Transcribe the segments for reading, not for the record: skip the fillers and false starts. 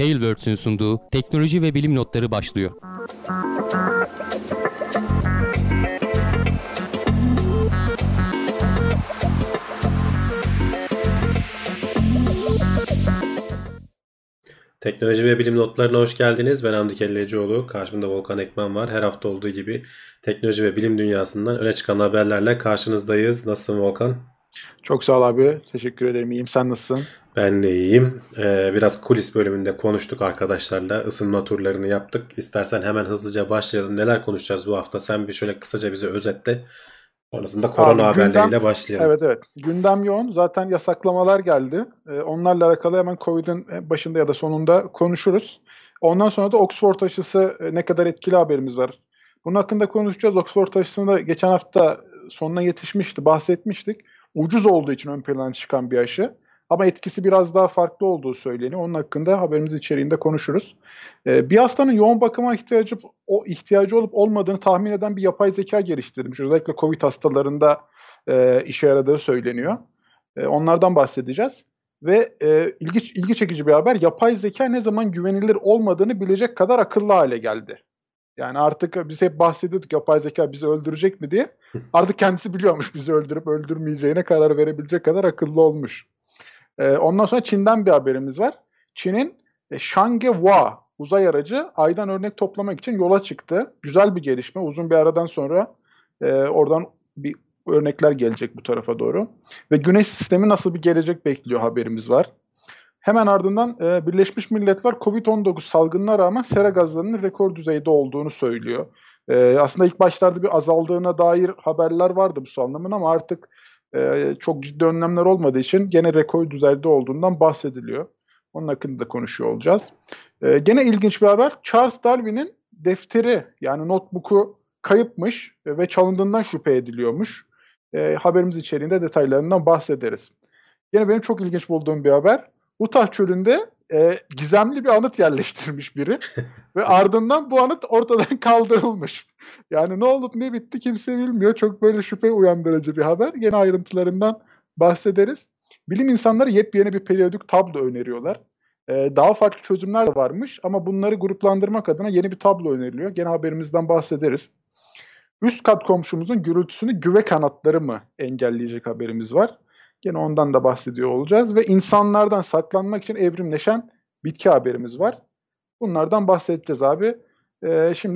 Tailwords'ün sunduğu teknoloji ve bilim notları başlıyor. Teknoloji ve bilim notlarına hoş geldiniz. Ben Hamdi Kellecioğlu. Karşımda Volkan Ekmen var. Her hafta olduğu gibi teknoloji ve bilim dünyasından öne çıkan haberlerle karşınızdayız. Nasılsın Volkan? Çok sağ ol abi. Teşekkür ederim. İyiyim. Sen nasılsın? Ben de iyiyim. Biraz kulis bölümünde konuştuk arkadaşlarla. Isınma turlarını yaptık. İstersen hemen hızlıca başlayalım. Neler konuşacağız bu hafta? Sen bir şöyle kısaca bize özetle. Sonrasında korona Abi gündem, haberleriyle başlayalım. evet. Gündem yoğun. Zaten yasaklamalar geldi. Onlarla alakalı hemen Covid'in başında ya da sonunda konuşuruz. Ondan sonra da Oxford aşısı ne kadar etkili haberimiz var. Bunun hakkında konuşacağız. Oxford aşısını da geçen hafta sonuna yetişmişti, bahsetmiştik. Ucuz olduğu için ön plana çıkan bir aşı. Ama etkisi biraz daha farklı olduğu söyleniyor. Onun hakkında haberimiz içeriğinde konuşuruz. Bir hastanın yoğun bakıma ihtiyacı olup olmadığını tahmin eden bir yapay zeka geliştirilmiş. Özellikle COVID hastalarında işe yaradığı söyleniyor. Onlardan bahsedeceğiz. Ve ilgi çekici bir haber. Yapay zeka ne zaman güvenilir olmadığını bilecek kadar akıllı hale geldi. Yani artık biz hep bahsediyorduk yapay zeka bizi öldürecek mi diye. Artık kendisi biliyormuş bizi öldürüp öldürmeyeceğine karar verebilecek kadar akıllı olmuş. Ondan sonra Çin'den bir haberimiz var. Çin'in Chang'e-Hua uzay aracı aydan örnek toplamak için yola çıktı. Güzel bir gelişme. Uzun bir aradan sonra oradan bir örnekler gelecek bu tarafa doğru. Ve Güneş sistemi nasıl bir gelecek bekliyor haberimiz var. Hemen ardından Birleşmiş Milletler Covid-19 salgınına rağmen sera gazlarının rekor düzeyde olduğunu söylüyor. Aslında ilk başlarda bir azaldığına dair haberler vardı bu salgının ama artık çok ciddi önlemler olmadığı için gene rekor düzeyde olduğundan bahsediliyor. Onun hakkında da konuşuyor olacağız. Gene ilginç bir haber. Charles Darwin'in defteri yani notebook'u kayıpmış ve çalındığından şüphe ediliyormuş. Haberimiz içeriğinde detaylarından bahsederiz. Yine benim çok ilginç bulduğum bir haber. Utah çölünde gizemli bir anıt yerleştirmiş biri ve ardından bu anıt ortadan kaldırılmış. Yani ne olup ne bitti kimse bilmiyor. Çok böyle şüphe uyandırıcı bir haber. Yine ayrıntılarından bahsederiz. Bilim insanları yepyeni bir periyodik tablo öneriyorlar. Daha farklı çözümler de varmış ama bunları gruplandırmak adına yeni bir tablo öneriliyor. Gene haberimizden bahsederiz. Üst kat komşumuzun gürültüsünü güve kanatları mı engelleyecek haberimiz var. Gene ondan da bahsediyor olacağız. Ve insanlardan saklanmak için evrimleşen bitki haberimiz var. Bunlardan bahsedeceğiz abi. Şimdi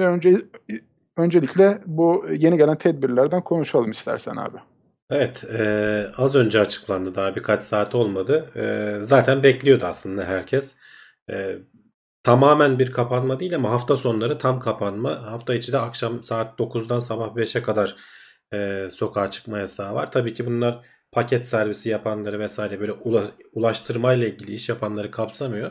öncelikle bu yeni gelen tedbirlerden konuşalım istersen abi. Evet, az önce açıklandı, daha birkaç saat olmadı. Zaten bekliyordu aslında herkes. E, Tamamen bir kapanma değil ama hafta sonları tam kapanma. Hafta içi de akşam saat 9'dan sabah 5'e kadar sokağa çıkma yasağı var. Tabii ki bunlar paket servisi yapanları vesaire böyle ulaştırmayla ilgili iş yapanları kapsamıyor.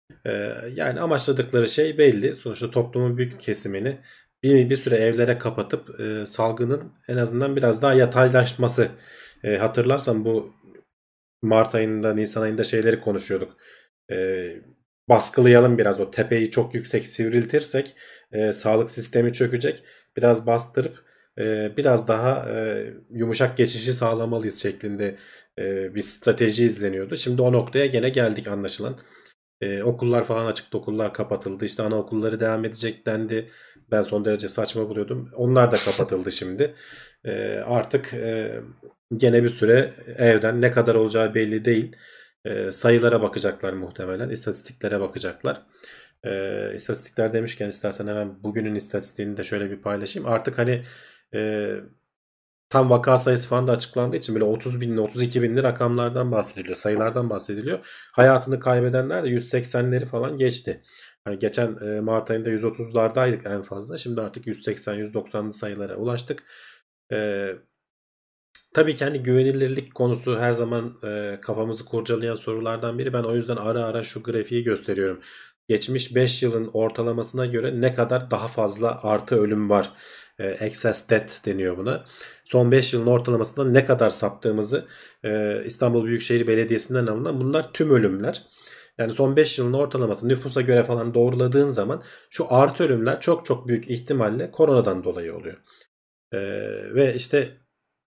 Yani amaçladıkları şey belli. Sonuçta toplumun büyük kesimini bir süre evlere kapatıp salgının en azından biraz daha yataylaşması. Hatırlarsan bu Mart ayında, Nisan ayında şeyleri konuşuyorduk. E, Baskılayalım biraz, o tepeyi çok yüksek sivriltirsek sağlık sistemi çökecek. Biraz bastırıp biraz daha yumuşak geçişi sağlamalıyız şeklinde bir strateji izleniyordu. Şimdi o noktaya gene geldik anlaşılan. Okullar falan açıktı, okullar kapatıldı. İşte anaokulları devam edecek dendi. Ben son derece saçma buluyordum. Onlar da kapatıldı şimdi. Artık gene bir süre evden, ne kadar olacağı belli değil. Sayılara bakacaklar muhtemelen. İstatistiklere bakacaklar. İstatistikler demişken istersen hemen bugünün istatistiğini de şöyle bir paylaşayım. Artık hani e, tam vaka sayısı falan da açıklandığı için böyle 30 binli 32 binli rakamlardan bahsediliyor. Sayılardan bahsediliyor. Hayatını kaybedenler de 180'leri falan geçti. Hani geçen Mart ayında 130'lardaydık en fazla. Şimdi artık 180-190'lı sayılara ulaştık. E, Tabii ki hani güvenilirlik konusu her zaman kafamızı kurcalayan sorulardan biri. Ben o yüzden ara ara şu grafiği gösteriyorum. Geçmiş 5 yılın ortalamasına göre ne kadar daha fazla artı ölüm var. Excess death deniyor buna. Son 5 yılın ortalamasında ne kadar saptığımızı İstanbul Büyükşehir Belediyesi'nden alınan bunlar tüm ölümler. Yani son 5 yılın ortalaması nüfusa göre falan doğruladığın zaman şu artı ölümler çok çok büyük ihtimalle koronadan dolayı oluyor. Ve işte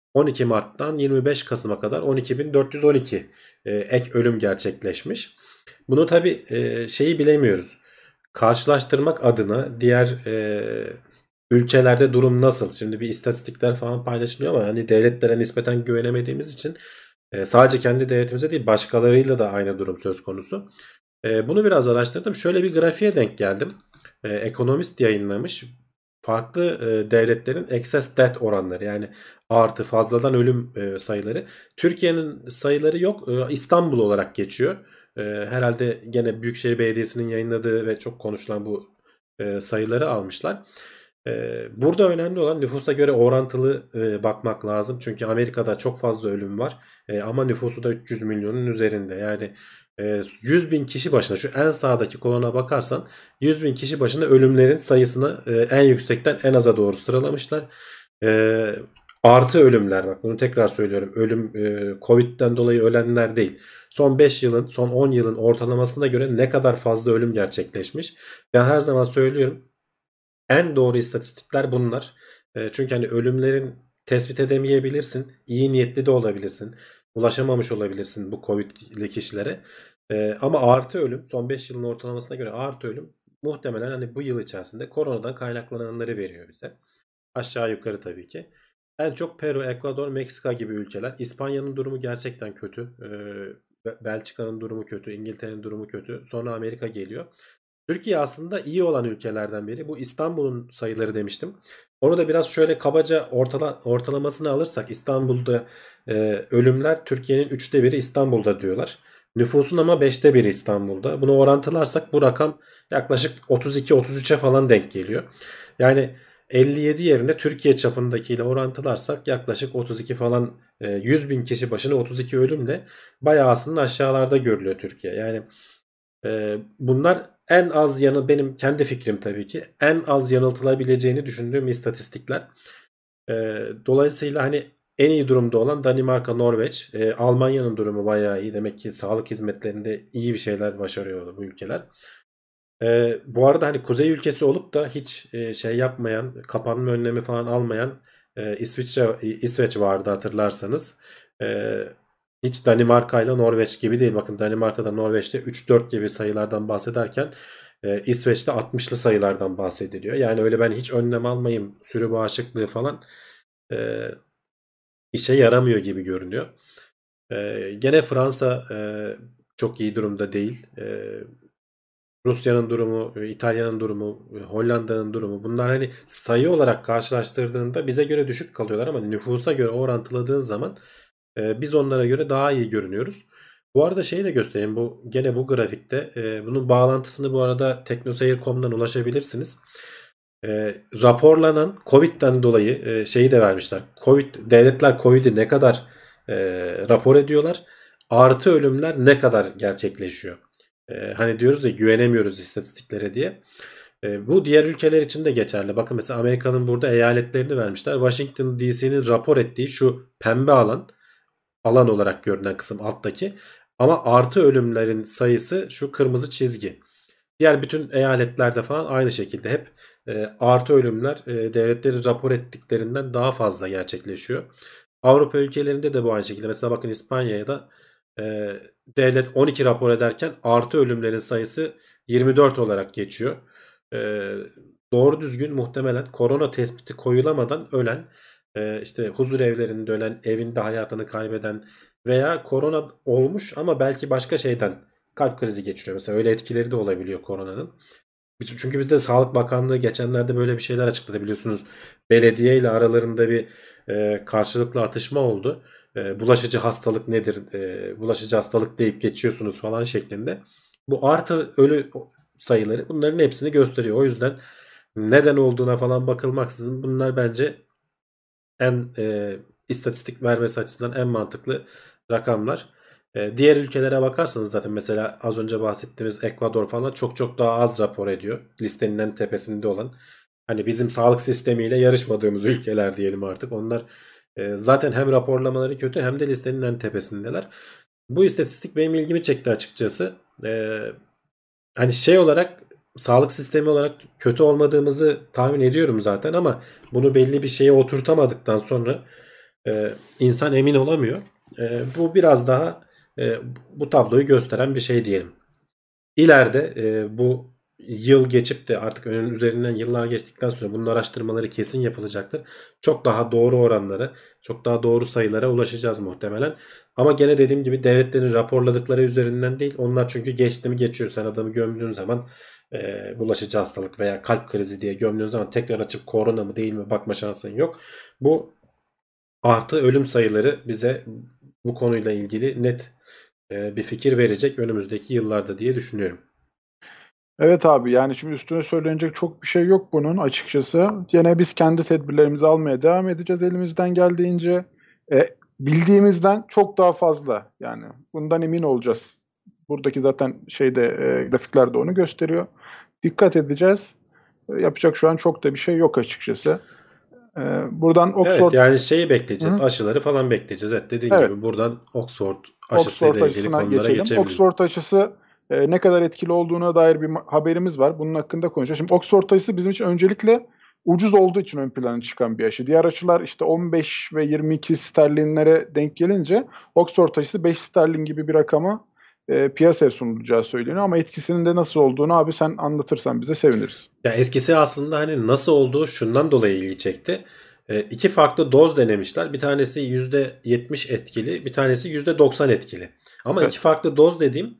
12 Mart'tan 25 Kasım'a kadar 12.412 ek ölüm gerçekleşmiş. Bunu tabii şeyi bilemiyoruz. Karşılaştırmak adına diğer ülkelerde durum nasıl? Şimdi bir istatistikler falan paylaşılıyor ama hani devletlere nispeten güvenemediğimiz için sadece kendi devletimize değil başkalarıyla da aynı durum söz konusu. Bunu biraz araştırdım. Şöyle bir grafiğe denk geldim. Ekonomist yayınlamış. Farklı devletlerin excess death oranları yani artı fazladan ölüm sayıları. Türkiye'nin sayıları yok. İstanbul olarak geçiyor. Herhalde gene Büyükşehir Belediyesi'nin yayınladığı ve çok konuşulan bu sayıları almışlar. Burada önemli olan nüfusa göre orantılı bakmak lazım. Çünkü Amerika'da çok fazla ölüm var. Ama nüfusu da 300 milyonun üzerinde. Yani 100 bin kişi başına şu en sağdaki kolona bakarsan 100 bin kişi başına ölümlerin sayısını en yüksekten en aza doğru sıralamışlar. Artı ölümler bak bunu tekrar söylüyorum. Ölüm Covid'den dolayı ölenler değil. Son 5 yılın, son 10 yılın ortalamasına göre ne kadar fazla ölüm gerçekleşmiş. Ben her zaman söylüyorum. En doğru istatistikler bunlar. Çünkü hani ölümlerin tespit edemeyebilirsin. İyi niyetli de olabilirsin. Ulaşamamış olabilirsin bu Covid'li kişilere. Ama artı ölüm son 5 yılın ortalamasına göre artı ölüm muhtemelen hani bu yıl içerisinde koronadan kaynaklananları veriyor bize. Aşağı yukarı tabii ki. En çok Peru, Ekvador, Meksika gibi ülkeler. İspanya'nın durumu gerçekten kötü. Belçika'nın durumu kötü. İngiltere'nin durumu kötü. Sonra Amerika geliyor. Türkiye aslında iyi olan ülkelerden biri. Bu İstanbul'un sayıları demiştim. Onu da biraz şöyle kabaca ortalamasını alırsak İstanbul'da ölümler Türkiye'nin 3'te biri İstanbul'da diyorlar. Nüfusun ama 5'te biri İstanbul'da. Bunu orantılarsak bu rakam yaklaşık 32-33'e falan denk geliyor. Yani 57 yerine Türkiye çapındakiyle orantılarsak yaklaşık 32 falan 100 bin kişi başına 32 ölümle bayağı aslında aşağılarda görülüyor Türkiye. Yani bunlar en az benim kendi fikrim tabii ki en az yanıltılabileceğini düşündüğüm istatistikler. Dolayısıyla hani en iyi durumda olan Danimarka, Norveç, Almanya'nın durumu bayağı iyi. Demek ki sağlık hizmetlerinde iyi bir şeyler başarıyor bu ülkeler. Bu arada hani kuzey ülkesi olup da hiç şey yapmayan, kapanma önlemi falan almayan İsveç vardı hatırlarsanız. Hiç Danimarka ile Norveç gibi değil. Bakın Danimarka'da Norveç'te 3-4 gibi sayılardan bahsederken İsveç'te 60'lı sayılardan bahsediliyor. Yani öyle ben hiç önlem almayayım sürü bağışıklığı falan e, işe yaramıyor gibi görünüyor. Gene Fransa çok iyi durumda değil. Rusya'nın durumu, İtalya'nın durumu, Hollanda'nın durumu bunlar hani sayı olarak karşılaştırdığında bize göre düşük kalıyorlar ama nüfusa göre orantıladığın zaman biz onlara göre daha iyi görünüyoruz. Bu arada şeyi de göstereyim. Gene bu grafikte bunun bağlantısını bu arada teknoseyir.com'dan ulaşabilirsiniz. Raporlanan Covid'den dolayı şeyi de vermişler. Devletler Covid'i ne kadar rapor ediyorlar? Artı ölümler ne kadar gerçekleşiyor? Hani diyoruz ya güvenemiyoruz istatistiklere diye. Bu diğer ülkeler için de geçerli. Bakın mesela Amerika'nın burada eyaletlerini vermişler. Washington DC'nin rapor ettiği şu pembe alan olarak görünen kısım alttaki. Ama artı ölümlerin sayısı şu kırmızı çizgi. Diğer bütün eyaletlerde falan aynı şekilde hep artı ölümler devletlerin rapor ettiklerinden daha fazla gerçekleşiyor. Avrupa ülkelerinde de bu aynı şekilde. Mesela bakın İspanya'ya da e, devlet 12 rapor ederken artı ölümlerin sayısı 24 olarak geçiyor. E, doğru düzgün muhtemelen korona tespiti koyulamadan ölen işte huzur evlerinde ölen, evinde hayatını kaybeden veya korona olmuş ama belki başka şeyden kalp krizi geçiriyor. Mesela öyle etkileri de olabiliyor koronanın. Çünkü bizde Sağlık Bakanlığı geçenlerde böyle bir şeyler açıkladı biliyorsunuz. Belediye ile aralarında bir karşılıklı atışma oldu. Bulaşıcı hastalık nedir? Bulaşıcı hastalık deyip geçiyorsunuz falan şeklinde. Bu artı ölü sayıları bunların hepsini gösteriyor. O yüzden neden olduğuna falan bakılmaksızın bunlar bence en istatistik vermesi açısından en mantıklı rakamlar. Diğer ülkelere bakarsanız zaten mesela az önce bahsettiğimiz Ekvador falan çok çok daha az rapor ediyor. Listenin en tepesinde olan. Hani bizim sağlık sistemiyle yarışmadığımız ülkeler diyelim artık. Onlar zaten hem raporlamaları kötü hem de listenin en tepesindeler. Bu istatistik benim ilgimi çekti açıkçası. Hani şey olarak sağlık sistemi olarak kötü olmadığımızı tahmin ediyorum zaten ama bunu belli bir şeye oturtamadıktan sonra insan emin olamıyor. Bu biraz daha bu tabloyu gösteren bir şey diyelim. İleride bu yıl geçip de artık önün üzerinden yıllar geçtikten sonra bunun araştırmaları kesin yapılacaktır. Çok daha doğru oranlara, çok daha doğru sayılara ulaşacağız muhtemelen. Ama gene dediğim gibi devletlerin raporladıkları üzerinden değil. Onlar çünkü geçti mi geçiyor. Sen adamı gömdüğün zaman bulaşıcı hastalık veya kalp krizi diye gömdüğün zaman tekrar açıp korona mı değil mi bakma şansın yok. Bu artı ölüm sayıları bize bu konuyla ilgili net bir fikir verecek önümüzdeki yıllarda diye düşünüyorum. Evet abi, yani şimdi üstüne söylenecek çok bir şey yok bunun açıkçası. Gene biz kendi tedbirlerimizi almaya devam edeceğiz elimizden geldiğince. Bildiğimizden çok daha fazla, yani bundan emin olacağız. Buradaki zaten grafikler de onu gösteriyor. Dikkat edeceğiz. Yapacak şu an çok da bir şey yok açıkçası. Buradan Evet, Oxford, yani şeyi hı bekleyeceğiz. hı, Aşıları falan bekleyeceğiz. Evet, dediğin evet, gibi buradan Oxford Oxford aşısıyla ilgili aşısına konulara geçelim. geçebiliriz. Oxford aşısı ne kadar etkili olduğuna dair bir haberimiz var. Bunun hakkında konuşacağız. Şimdi Oxford aşısı bizim için öncelikle ucuz olduğu için ön plana çıkan bir aşı. Diğer aşılar işte 15 ve 22 sterlinlere denk gelince Oxford aşısı 5 sterlin gibi bir rakama piyasaya sunulacağı söyleniyor. Ama etkisinin de nasıl olduğunu abi sen anlatırsan bize seviniriz. Ya etkisi aslında hani nasıl olduğu şundan dolayı ilgi çekti. İki farklı doz denemişler. Bir tanesi %70 etkili, bir tanesi %90 etkili. Ama iki Evet. farklı doz dediğim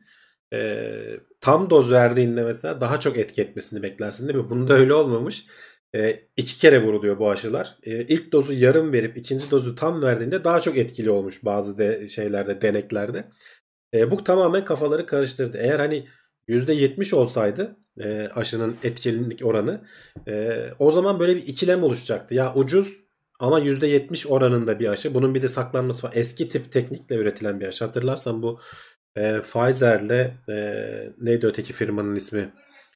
tam doz verdiğinde mesela daha çok etki etmesini beklersin değil mi? Bunda öyle olmamış. İki kere vuruluyor bu aşılar. İlk dozu yarım verip ikinci dozu tam verdiğinde daha çok etkili olmuş bazı deneklerde. Bu tamamen kafaları karıştırdı. Eğer hani %70 olsaydı aşının etkinlik oranı o zaman böyle bir ikilem oluşacaktı. Ya ucuz ama %70 oranında bir aşı. Bunun bir de saklanması var. Eski tip teknikle üretilen bir aşı. Hatırlarsan bu Pfizer'le neydi öteki firmanın ismi?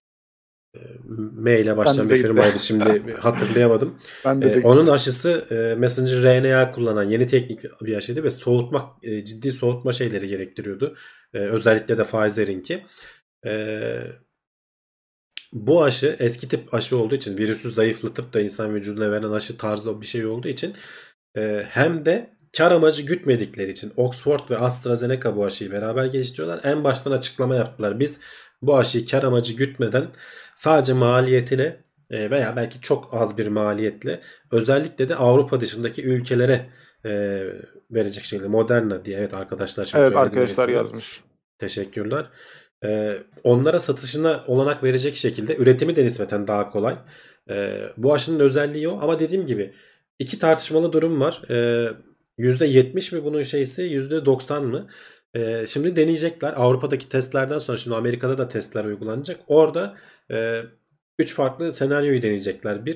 M ile Ben başlayan bir değil de. firmaydı, şimdi hatırlayamadım. Ben de değil. Onun aşısı messenger RNA kullanan yeni teknik bir aşıydı ve ciddi soğutma şeyleri gerektiriyordu. Özellikle de Pfizer'inki. E, Bu aşı eski tip aşı olduğu için, virüsü zayıflatıp da insan vücuduna veren aşı tarzı bir şey olduğu için hem de kar amacı gütmedikleri için Oxford ve AstraZeneca bu aşıyı beraber geliştiriyorlar. En baştan açıklama yaptılar. Biz bu aşıyı kar amacı gütmeden sadece maliyetine veya belki çok az bir maliyetle özellikle de Avrupa dışındaki ülkelere verecek şekilde, Moderna diye, evet arkadaşlar şimdi Evet, söylediler arkadaşlar ismini. yazmış. Teşekkürler. Onlara satışına olanak verecek şekilde, üretimi de nispeten daha kolay. Bu aşının özelliği o. Ama dediğim gibi iki tartışmalı durum var. %70 mi bunun şeysi, %90 mı? Şimdi deneyecekler. Avrupa'daki testlerden sonra şimdi Amerika'da da testler uygulanacak. Orada 3 farklı senaryoyu deneyecekler.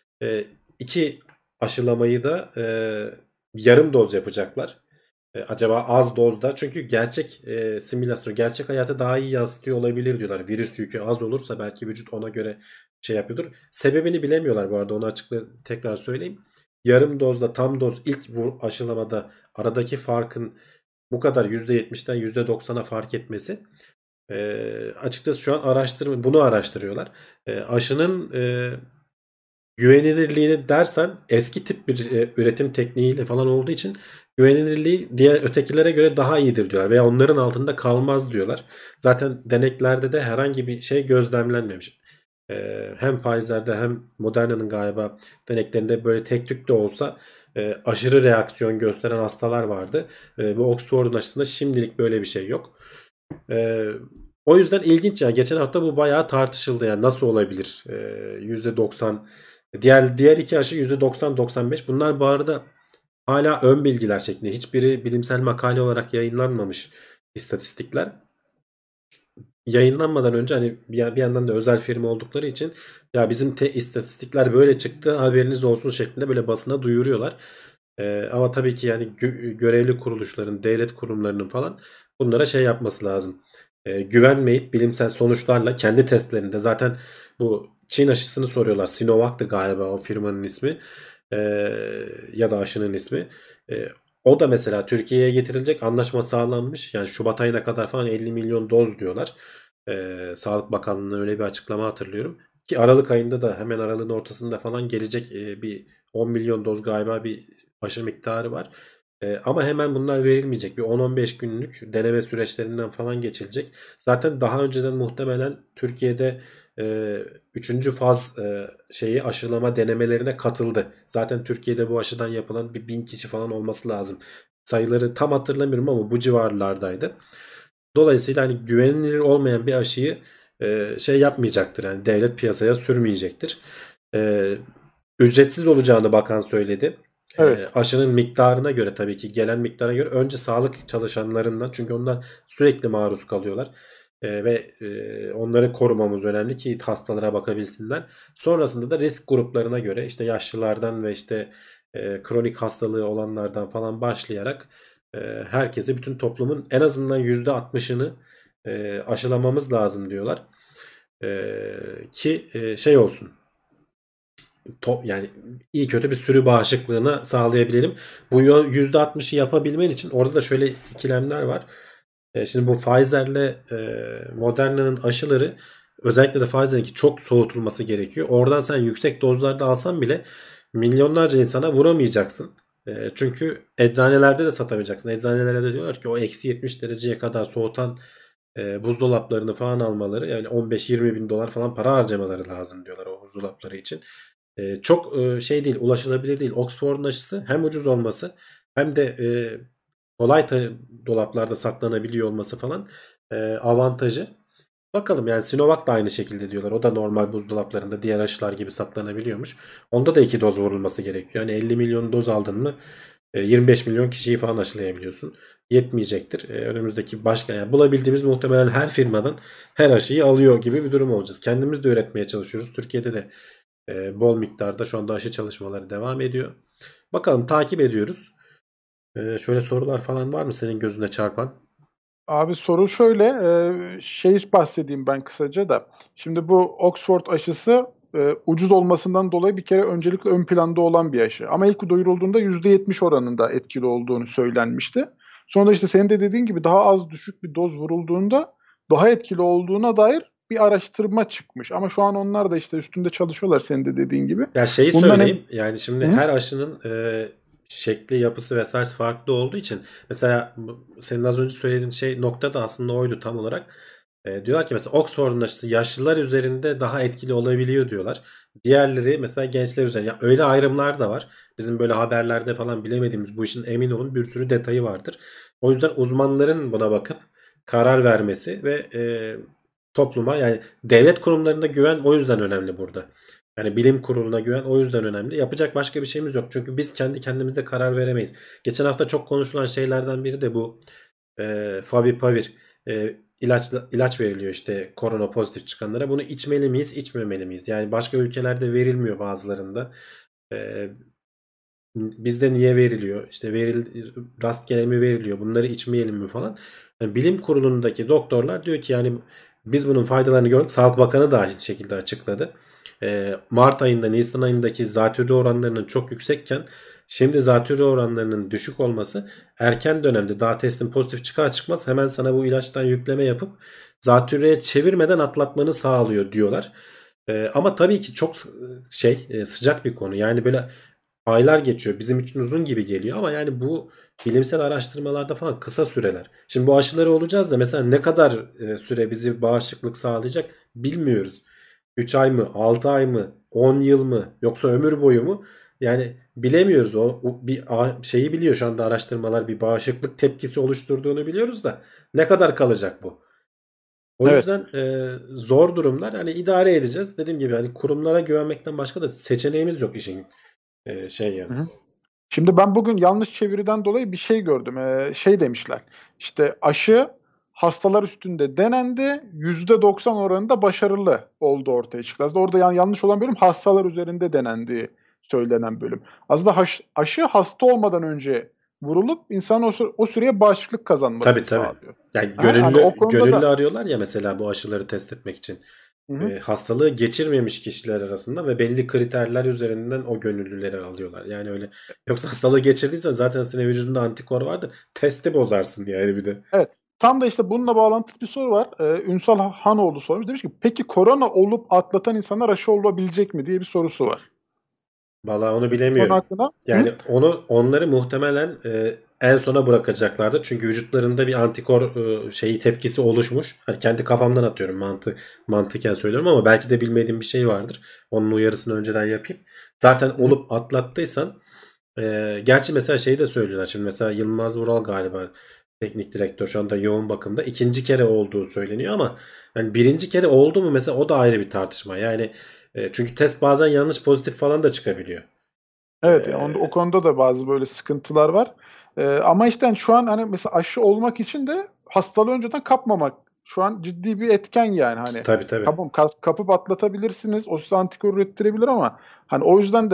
İki aşılamayı da yarım doz yapacaklar. Acaba az dozda, çünkü gerçek simülasyon gerçek hayatı daha iyi yansıtıyor olabilir diyorlar. Virüs yükü az olursa belki vücut ona göre şey yapıyordur. Sebebini bilemiyorlar bu arada, onu tekrar söyleyeyim. Yarım dozla tam doz ilk aşılamada aradaki farkın bu kadar %70'den %90'a fark etmesi, açıkçası şu an bunu araştırıyorlar. Aşının güvenilirliğini dersen eski tip bir üretim tekniğiyle falan olduğu için güvenilirliği diğer ötekilere göre daha iyidir diyorlar veya onların altında kalmaz diyorlar. Zaten deneklerde de herhangi bir şey gözlemlenmemiş. Hem Pfizer'de hem Moderna'nın galiba deneklerinde böyle tek tük de olsa aşırı reaksiyon gösteren hastalar vardı. Bu Oxford'un aşısında şimdilik böyle bir şey yok. O yüzden ilginç ya. Geçen hafta bu bayağı tartışıldı, yani nasıl olabilir? %90, diğer iki aşı %90-95. Bunlar bu arada hala ön bilgiler şeklinde. Hiçbiri bilimsel makale olarak yayınlanmamış istatistikler. Yayınlanmadan önce hani bir yandan da özel firma oldukları için ya bizim istatistikler böyle çıktı haberiniz olsun şeklinde böyle basına duyuruyorlar. Ama tabii ki yani görevli kuruluşların, devlet kurumlarının falan bunlara şey yapması lazım. Güvenmeyip bilimsel sonuçlarla kendi testlerinde, zaten bu Çin aşısını soruyorlar. Sinovac'tı galiba o firmanın ismi. Ya da aşının ismi. Ee, O da mesela Türkiye'ye getirilecek, anlaşma sağlanmış. Yani Şubat ayına kadar falan 50 milyon doz diyorlar. Sağlık Bakanlığı'ndan öyle bir açıklama hatırlıyorum. Ki Aralık ayında da, hemen aralığın ortasında falan gelecek bir 10 milyon doz galiba bir aşı miktarı var. Ama hemen bunlar verilmeyecek. Bir 10-15 günlük deneme süreçlerinden falan geçilecek. Zaten daha önceden muhtemelen Türkiye'de 3. faz şeyi aşılama denemelerine katıldı. Zaten Türkiye'de bu aşıdan yapılan bir 1000 kişi falan olması lazım. Sayıları tam hatırlamıyorum ama bu civarlardaydı. Dolayısıyla hani güvenilir olmayan bir aşıyı şey yapmayacaktır. Yani devlet piyasaya sürmeyecektir. E, Ücretsiz olacağını bakan söyledi. Evet. Aşının miktarına göre, tabii ki gelen miktara göre, önce sağlık çalışanlarından, çünkü onlar sürekli maruz kalıyorlar. Ve onları korumamız önemli ki hastalara bakabilsinler. Sonrasında da risk gruplarına göre, işte yaşlılardan ve işte kronik hastalığı olanlardan falan başlayarak herkese, bütün toplumun en azından %60'ını aşılamamız lazım diyorlar. Ki şey olsun, yani iyi kötü bir sürü bağışıklığına sağlayabilelim. Bu %60'ı yapabilmen için orada da şöyle ikilemler var. Şimdi bu Pfizer'le Moderna'nın aşıları, özellikle de Pfizer'inki çok soğutulması gerekiyor. Oradan sen yüksek dozlarda alsan bile milyonlarca insana vuramayacaksın. Çünkü eczanelerde de satamayacaksın. Eczanelere de diyorlar ki o -70 dereceye kadar soğutan buzdolaplarını falan almaları, yani 15-20 bin dolar falan para harcamaları lazım diyorlar o buzdolapları için. Çok şey değil, ulaşılabilir değil. Oxford'un aşısı hem ucuz olması hem de kolay dolaplarda saklanabiliyor olması falan avantajı. Bakalım, yani Sinovac da aynı şekilde diyorlar. O da normal buzdolaplarında diğer aşılar gibi saklanabiliyormuş. Onda da 2 doz vurulması gerekiyor. Yani 50 milyon doz aldın mı 25 milyon kişiyi falan aşılayabiliyorsun. Yetmeyecektir. Önümüzdeki başka, yani bulabildiğimiz muhtemelen her firmadan her aşıyı alıyor gibi bir durum olacağız. Kendimiz de üretmeye çalışıyoruz. Türkiye'de de bol miktarda şu anda aşı çalışmaları devam ediyor. Bakalım, takip ediyoruz. Şöyle sorular falan var mı senin gözüne çarpan? Abi soru şöyle, şey bahsedeyim ben kısaca da. Şimdi bu Oxford aşısı ucuz olmasından dolayı bir kere öncelikle ön planda olan bir aşı. Ama ilk duyurulduğunda %70 oranında etkili olduğunu söylenmişti. Sonra işte senin de dediğin gibi daha az düşük bir doz vurulduğunda daha etkili olduğuna dair bir araştırma çıkmış. Ama şu an onlar da işte üstünde çalışıyorlar senin de dediğin gibi. Ya şeyi Bundan söyleyeyim. Yani şimdi Hı? her aşının şekli, yapısı vesaire farklı olduğu için, mesela senin az önce söylediğin şey nokta da aslında oydu tam olarak. Diyorlar ki mesela Oxford'un aşısı yaşlılar üzerinde daha etkili olabiliyor diyorlar. Diğerleri mesela gençler üzerinde. Ya öyle ayrımlar da var. Bizim böyle haberlerde falan bilemediğimiz, bu işin emin olun bir sürü detayı vardır. O yüzden uzmanların buna bakıp karar vermesi ve topluma, yani devlet kurumlarında güven o yüzden önemli burada. Yani bilim kuruluna güven o yüzden önemli. Yapacak başka bir şeyimiz yok. Çünkü biz kendi kendimize karar veremeyiz. Geçen hafta çok konuşulan şeylerden biri de bu Favipiravir ilaç veriliyor işte korona pozitif çıkanlara. Bunu içmeli miyiz, içmemeli miyiz? Yani başka ülkelerde verilmiyor bazılarında. E, Bizde niye veriliyor? İşte rastgele mi veriliyor? Bunları içmeyelim mi falan. Yani bilim kurulundaki doktorlar diyor ki yani biz bunun faydalarını gördük. Sağlık Bakanı da aynı şekilde açıkladı. Mart ayında, Nisan ayındaki zatürre oranlarının çok yüksekken şimdi zatürre oranlarının düşük olması, erken dönemde daha testin pozitif çıkar çıkmaz hemen sana bu ilaçtan yükleme yapıp zatürreye çevirmeden atlatmanı sağlıyor diyorlar. Ama tabii ki çok sıcak bir konu. Yani böyle aylar geçiyor. Bizim için uzun gibi geliyor ama yani bu bilimsel araştırmalarda falan kısa süreler. Şimdi bu aşıları olacağız da mesela ne kadar süre bizi bağışıklık sağlayacak bilmiyoruz. 3 ay mı, 6 ay mı, 10 yıl mı, yoksa ömür boyu mu? Yani bilemiyoruz. O bir şeyi biliyor şu anda araştırmalar, bir bağışıklık tepkisi oluşturduğunu biliyoruz da ne kadar kalacak bu? O Evet. yüzden zor durumlar. Hani idare edeceğiz. Dediğim gibi hani kurumlara güvenmekten başka da seçeneğimiz yok işin şey Hı yanı. hı. Şimdi ben bugün yanlış çeviriden dolayı bir şey gördüm. Şey demişler. İşte aşı hastalar üstünde denendi. %90 oranında başarılı oldu ortaya çıktı. Aslında orada yani yanlış olan bölüm hastalar üzerinde denendiği söylenen bölüm. Aslında aşı hasta olmadan önce vurulup insan o süreye bağışıklık Tabii kazanmasını tabii. sağlıyor. Yani Ha, hani o konuda gönüllü da arıyorlar ya mesela bu aşıları test etmek için. hı hı. Hastalığı geçirmemiş kişiler arasında ve belli kriterler üzerinden o gönüllüleri alıyorlar. Yani öyle, yoksa hastalığı geçirdiysen zaten senin vücudunda antikor vardır. Testi bozarsın yani bir de. Evet. Tam da işte bununla bağlantılı bir soru var. Ünsal Hanoğlu sormuş. Demiş ki peki korona olup atlatan insanlar aşı olabilecek mi diye bir sorusu var. Vallahi onu Konu bilemiyorum. hakkında. Hı? Yani onları muhtemelen en sona bırakacaklardı. Çünkü vücutlarında bir antikor şeyi tepkisi oluşmuş. Hani kendi kafamdan atıyorum mantıken söylüyorum ama belki de bilmediğim bir şey vardır. Onun uyarısını önceden yapayım. Zaten Hı hı. olup atlattıysan gerçi mesela şeyi de söylüyorlar. Şimdi mesela Yılmaz Vural galiba teknik direktör şu anda yoğun bakımda. İkinci kere olduğu söyleniyor ama yani birinci kere oldu mu mesela o da ayrı bir tartışma. Yani çünkü test bazen yanlış pozitif falan da çıkabiliyor. Evet, yani o E, konuda da bazı böyle sıkıntılar var. Ama işte hani şu an hani mesela aşı olmak için de hastalığı önceden kapmamak şu an ciddi bir etken yani hani tabii tabii. kapıp atlatabilirsiniz. O size antikor ürettirebilir ama hani o yüzden de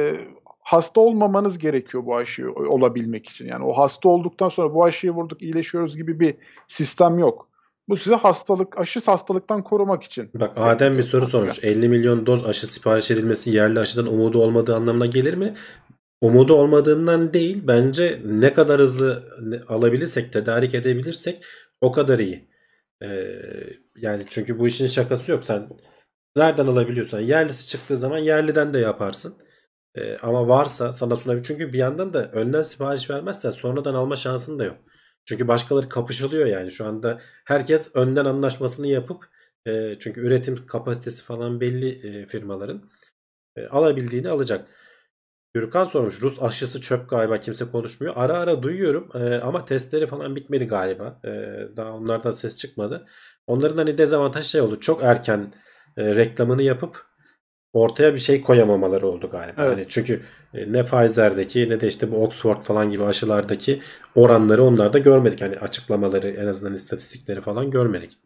hasta olmamanız gerekiyor bu aşıyı olabilmek için. Yani o hasta olduktan sonra bu aşıyı vurduk iyileşiyoruz gibi bir sistem yok. Bu size aşı hastalıktan korumak için Bak Adem bir yapılıyor soru antigen. sormuş. 50 milyon doz aşı sipariş edilmesi yerli aşıdan umudu olmadığı anlamına gelir mi? Umudu olmadığından değil. Bence ne kadar hızlı alabilirsek, tedarik edebilirsek o kadar iyi. Ee, Yani çünkü bu işin şakası yok. Sen nereden alabiliyorsan yerlisi çıktığı zaman yerliden de yaparsın. Ama varsa sana sunabilir. Çünkü bir yandan da önden sipariş vermezsen sonradan alma şansın da yok. Çünkü başkaları kapışılıyor yani. Şu anda herkes önden anlaşmasını yapıp çünkü üretim kapasitesi falan belli firmaların alabildiğini alacak. Gürkan sormuş. Rus aşısı çöp galiba kimse konuşmuyor. Ara ara duyuyorum ama testleri falan bitmedi galiba. Daha onlardan ses çıkmadı. Onların hani dezavantajı şey oldu. Çok erken reklamını yapıp ortaya bir şey koyamamaları oldu galiba. Hani Evet. çünkü ne Pfizer'deki ne de işte bu Oxford falan gibi aşılardaki oranları onlarda görmedik. Hani açıklamaları en azından istatistikleri falan görmedik.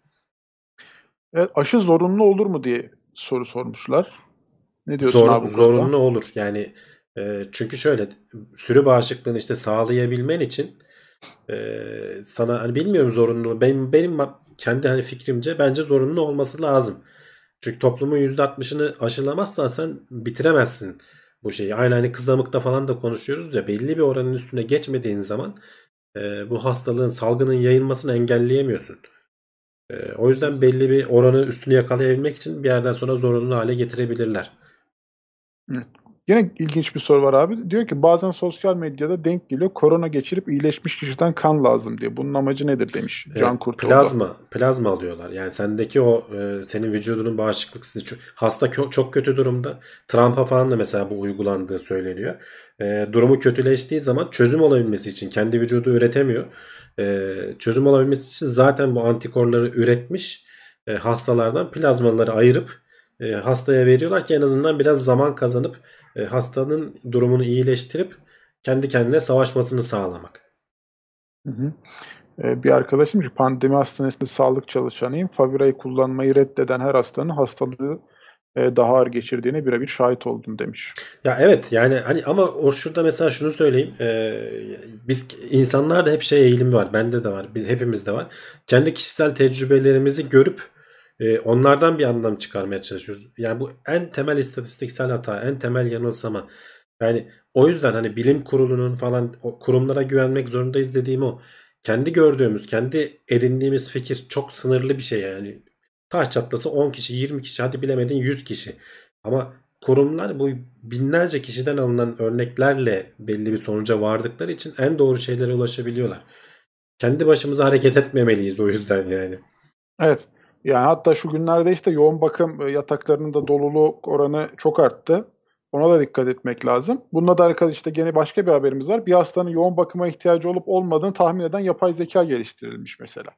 Evet, aşı zorunlu olur mu diye soru sormuşlar. Ne diyorsun abi bu konuda? Zorunlu olur. Yani çünkü şöyle sürü bağışıklığını işte sağlayabilmen için sana hani bilmiyorum zorunlu benim kendi hani fikrimce bence zorunlu olması lazım. Çünkü toplumun %60'ını aşılamazsan sen bitiremezsin bu şeyi. Aynı hani kızamıkta falan da konuşuyoruz ya belli bir oranın üstüne geçmediğin zaman bu hastalığın salgının yayılmasını engelleyemiyorsun. O yüzden belli bir oranı üstünü yakalayabilmek için bir yerden sonra zorunlu hale getirebilirler. Evet. Yine ilginç bir soru var abi. Diyor ki bazen sosyal medyada denk geliyor korona geçirip iyileşmiş kişiden kan lazım diye. Bunun amacı nedir demiş Can Kurtoğlu. Plazma alıyorlar. Yani sendeki o senin vücudunun bağışıklık sistemi hasta çok kötü durumda. Trump'a falan da mesela bu uygulandığı söyleniyor. Durumu kötüleştiği zaman çözüm olabilmesi için kendi vücudu üretemiyor. Çözüm olabilmesi için zaten bu antikorları üretmiş hastalardan plazmaları ayırıp hastaya veriyorlar ki en azından biraz zaman kazanıp hastanın durumunu iyileştirip kendi kendine savaşmasını sağlamak. Hı hı. Bir arkadaşım ki pandemi hastanesinde sağlık çalışanıyım. Favibra'yı kullanmayı reddeden her hastanın hastalığı daha ağır geçirdiğine birebir şahit oldum demiş. Ya evet yani hani ama o şurada mesela şunu söyleyeyim. Biz insanlarda hep şey eğilimi var. Bende de var. Hepimizde var. Kendi kişisel tecrübelerimizi görüp onlardan bir anlam çıkarmaya çalışıyoruz. Yani bu en temel istatistiksel hata, en temel yanılsama. Yani o yüzden hani bilim kurulunun falan o kurumlara güvenmek zorundayız dediğim o. Kendi gördüğümüz, kendi edindiğimiz fikir çok sınırlı bir şey yani. Taş çatlası 10 kişi, 20 kişi, hadi bilemedin 100 kişi. Ama kurumlar bu binlerce kişiden alınan örneklerle belli bir sonuca vardıkları için en doğru şeylere ulaşabiliyorlar. Kendi başımıza hareket etmemeliyiz o yüzden yani. Evet. Yani hatta şu günlerde işte yoğun bakım yataklarının da doluluk oranı çok arttı. Ona da dikkat etmek lazım. Bununla da alakalı işte gene başka bir haberimiz var. Bir hastanın yoğun bakıma ihtiyacı olup olmadığını tahmin eden yapay zeka geliştirilmiş mesela.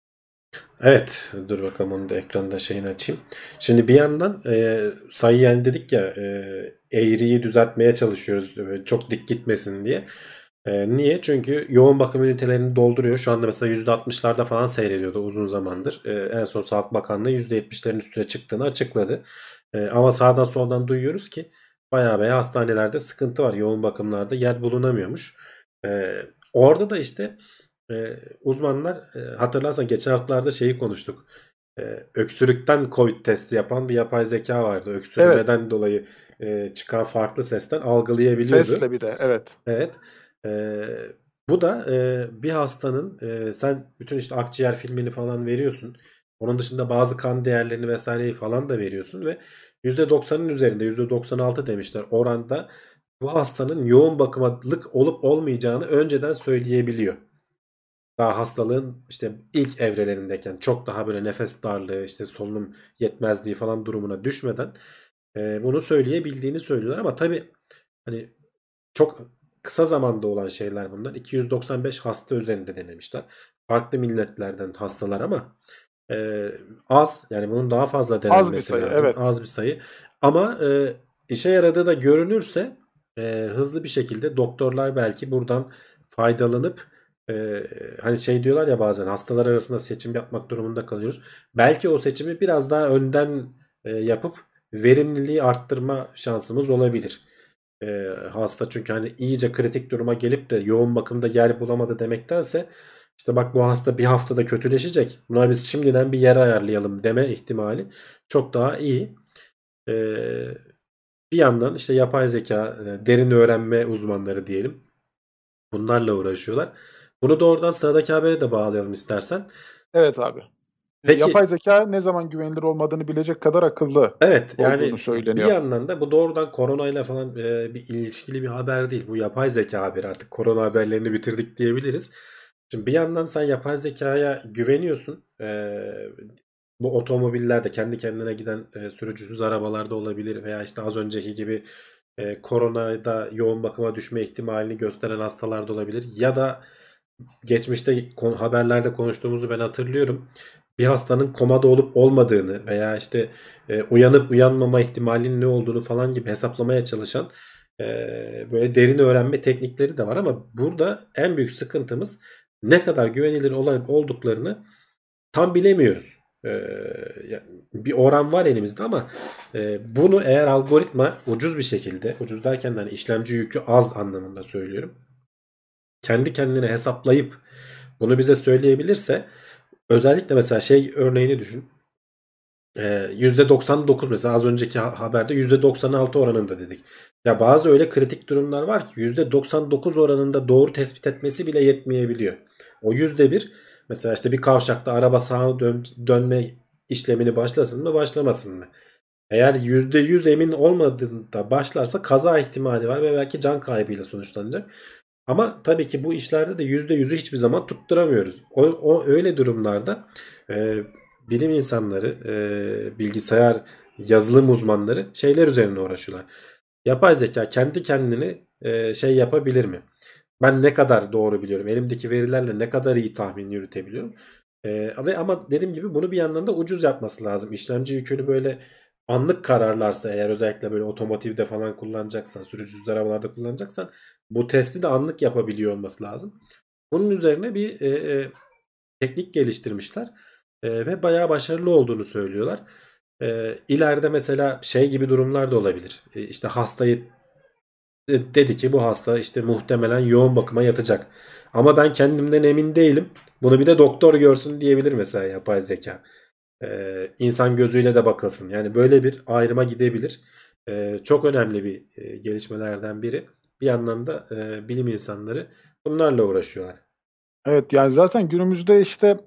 Evet, dur bakalım onu da ekranda şeyini açayım. Şimdi bir yandan sayıyen dedik ya eğriyi düzeltmeye çalışıyoruz çok dik gitmesin diye. Niye? Çünkü yoğun bakım ünitelerini dolduruyor. Şu anda mesela %60'larda falan seyrediyordu uzun zamandır. En son Sağlık Bakanlığı %70'lerin üstüne çıktığını açıkladı. Ama sağdan soldan duyuyoruz ki bayağı hastanelerde sıkıntı var. Yoğun bakımlarda yer bulunamıyormuş. E, Orada da işte uzmanlar hatırlarsan geçen haftalarda şeyi konuştuk. Öksürükten Covid testi yapan bir yapay zeka vardı. Evet. Öksürmeden dolayı çıkan farklı sesten algılayabiliyordu. Sesle bir de evet. Evet. E, Bu da bir hastanın sen bütün işte akciğer filmini falan veriyorsun. Onun dışında bazı kan değerlerini vesaireyi falan da veriyorsun ve %90'ın üzerinde %96 demişler oranda bu hastanın yoğun bakımalık olup olmayacağını önceden söyleyebiliyor. Daha hastalığın işte ilk evrelerindeyken çok daha böyle nefes darlığı işte solunum yetmezliği falan durumuna düşmeden bunu söyleyebildiğini söylüyorlar ama tabii hani çok kısa zamanda olan şeyler bunlar. 295 hasta üzerinde denemişler. Farklı milletlerden hastalar ama az yani bunun daha fazla Az bir denenmesi sayı, lazım. evet. Az bir sayı. Ama işe yaradığı da görünürse hızlı bir şekilde doktorlar belki buradan faydalanıp hani şey diyorlar ya bazen hastalar arasında seçim yapmak durumunda kalıyoruz. Belki o seçimi biraz daha önden yapıp verimliliği arttırma şansımız olabilir. Hasta çünkü hani iyice kritik duruma gelip de yoğun bakımda yer bulamadı demektense işte bak bu hasta bir haftada kötüleşecek. Buna biz şimdiden bir yer ayarlayalım deme ihtimali çok daha iyi. Ee, Bir yandan işte yapay zeka, derin öğrenme uzmanları diyelim. Bunlarla uğraşıyorlar. Bunu doğrudan sıradaki habere de bağlayalım istersen. Evet abi. Yapay Peki zeka ne zaman güvenilir olmadığını bilecek kadar akıllı evet olduğunu yani bir söyleniyor. yandan da bu doğrudan koronayla falan bir ilişkili bir haber değil. Bu yapay zeka haberi artık korona haberlerini bitirdik diyebiliriz. Şimdi bir yandan sen yapay zekaya güveniyorsun. Bu otomobillerde kendi kendine giden sürücüsüz arabalarda olabilir veya işte az önceki gibi koronada yoğun bakıma düşme ihtimalini gösteren hastalarda olabilir. Ya da geçmişte haberlerde konuştuğumuzu ben hatırlıyorum. Bir hastanın komada olup olmadığını veya işte uyanıp uyanmama ihtimalinin ne olduğunu falan gibi hesaplamaya çalışan e, böyle derin öğrenme teknikleri de var ama burada en büyük sıkıntımız ne kadar güvenilir olduklarını tam bilemiyoruz. Yani bir oran var elimizde ama bunu eğer algoritma ucuz bir şekilde, ucuz derken de hani işlemci yükü az anlamında söylüyorum. Kendi kendine hesaplayıp bunu bize söyleyebilirse özellikle mesela şey örneğini düşün. %99 mesela az önceki haberde %96 oranında dedik. Ya bazı öyle kritik durumlar var ki %99 oranında doğru tespit etmesi bile yetmeyebiliyor. O %1 mesela işte bir kavşakta araba sağa dönme işlemini başlasın mı başlamasın mı? Eğer %100 emin olmadığında başlarsa kaza ihtimali var ve belki can kaybıyla sonuçlanacak. Ama tabii ki bu işlerde de %100'ü hiçbir zaman tutturamıyoruz. O öyle durumlarda e, bilim insanları, bilgisayar yazılım uzmanları şeyler üzerine uğraşıyorlar. Yapay zeka kendi kendini şey yapabilir mi? Ben ne kadar doğru biliyorum? Elimdeki verilerle ne kadar iyi tahmin yürütebiliyorum? Ama dediğim gibi bunu bir yandan da ucuz yapması lazım. İşlemci yükünü böyle anlık kararlarsa eğer özellikle böyle otomotivde falan kullanacaksan, sürücüsüz arabalarda kullanacaksan bu testi de anlık yapabiliyor olması lazım. Bunun üzerine bir teknik geliştirmişler ve bayağı başarılı olduğunu söylüyorlar. İleride mesela şey gibi durumlar da olabilir. İşte hastayı dedi ki bu hasta işte muhtemelen yoğun bakıma yatacak. Ama ben kendimden emin değilim. Bunu bir de doktor görsün diyebilir mesela yapay zeka. İnsan gözüyle de bakılsın. Yani böyle bir ayrıma gidebilir. Çok önemli bir gelişmelerden biri. Bir yandan da bilim insanları bunlarla uğraşıyorlar. Evet, yani zaten günümüzde işte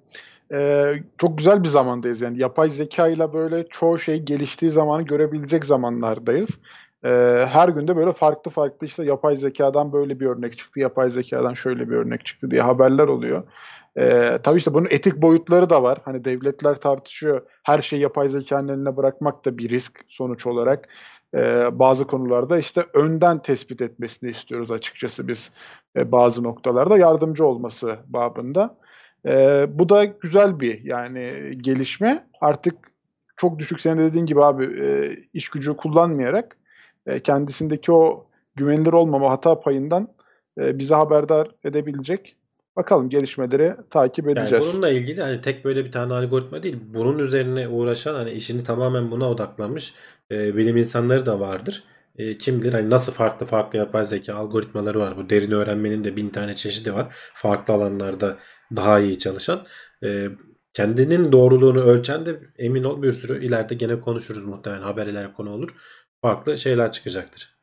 çok güzel bir zamandayız. Yani yapay zeka ile böyle çoğu şey geliştiği zamanı görebilecek zamanlardayız. Her günde böyle farklı farklı işte yapay zekadan böyle bir örnek çıktı, yapay zekadan şöyle bir örnek çıktı diye haberler oluyor. Tabii işte bunun etik boyutları da var. Hani devletler tartışıyor. Her şeyi yapay zekanın eline bırakmak da bir risk sonuç olarak. Bazı konularda işte önden tespit etmesini istiyoruz açıkçası biz bazı noktalarda yardımcı olması babında. Bu da güzel bir yani gelişme. Artık çok düşük senin de dediğin gibi abi iş gücü kullanmayarak kendisindeki o güvenilir olmama hata payından bizi haberdar edebilecek. Bakalım gelişmeleri takip Yani edeceğiz. bununla ilgili hani tek böyle bir tane algoritma değil, bunun üzerine uğraşan hani işini tamamen buna odaklanmış bilim insanları da vardır. Kim bilir hani nasıl farklı farklı yapay zeka algoritmaları var. Bu derin öğrenmenin de bin tane çeşidi var. Farklı alanlarda daha iyi çalışan. E, Kendinin doğruluğunu ölçen de emin ol bir sürü ileride gene konuşuruz muhtemelen haberler konu olur. Farklı şeyler çıkacaktır.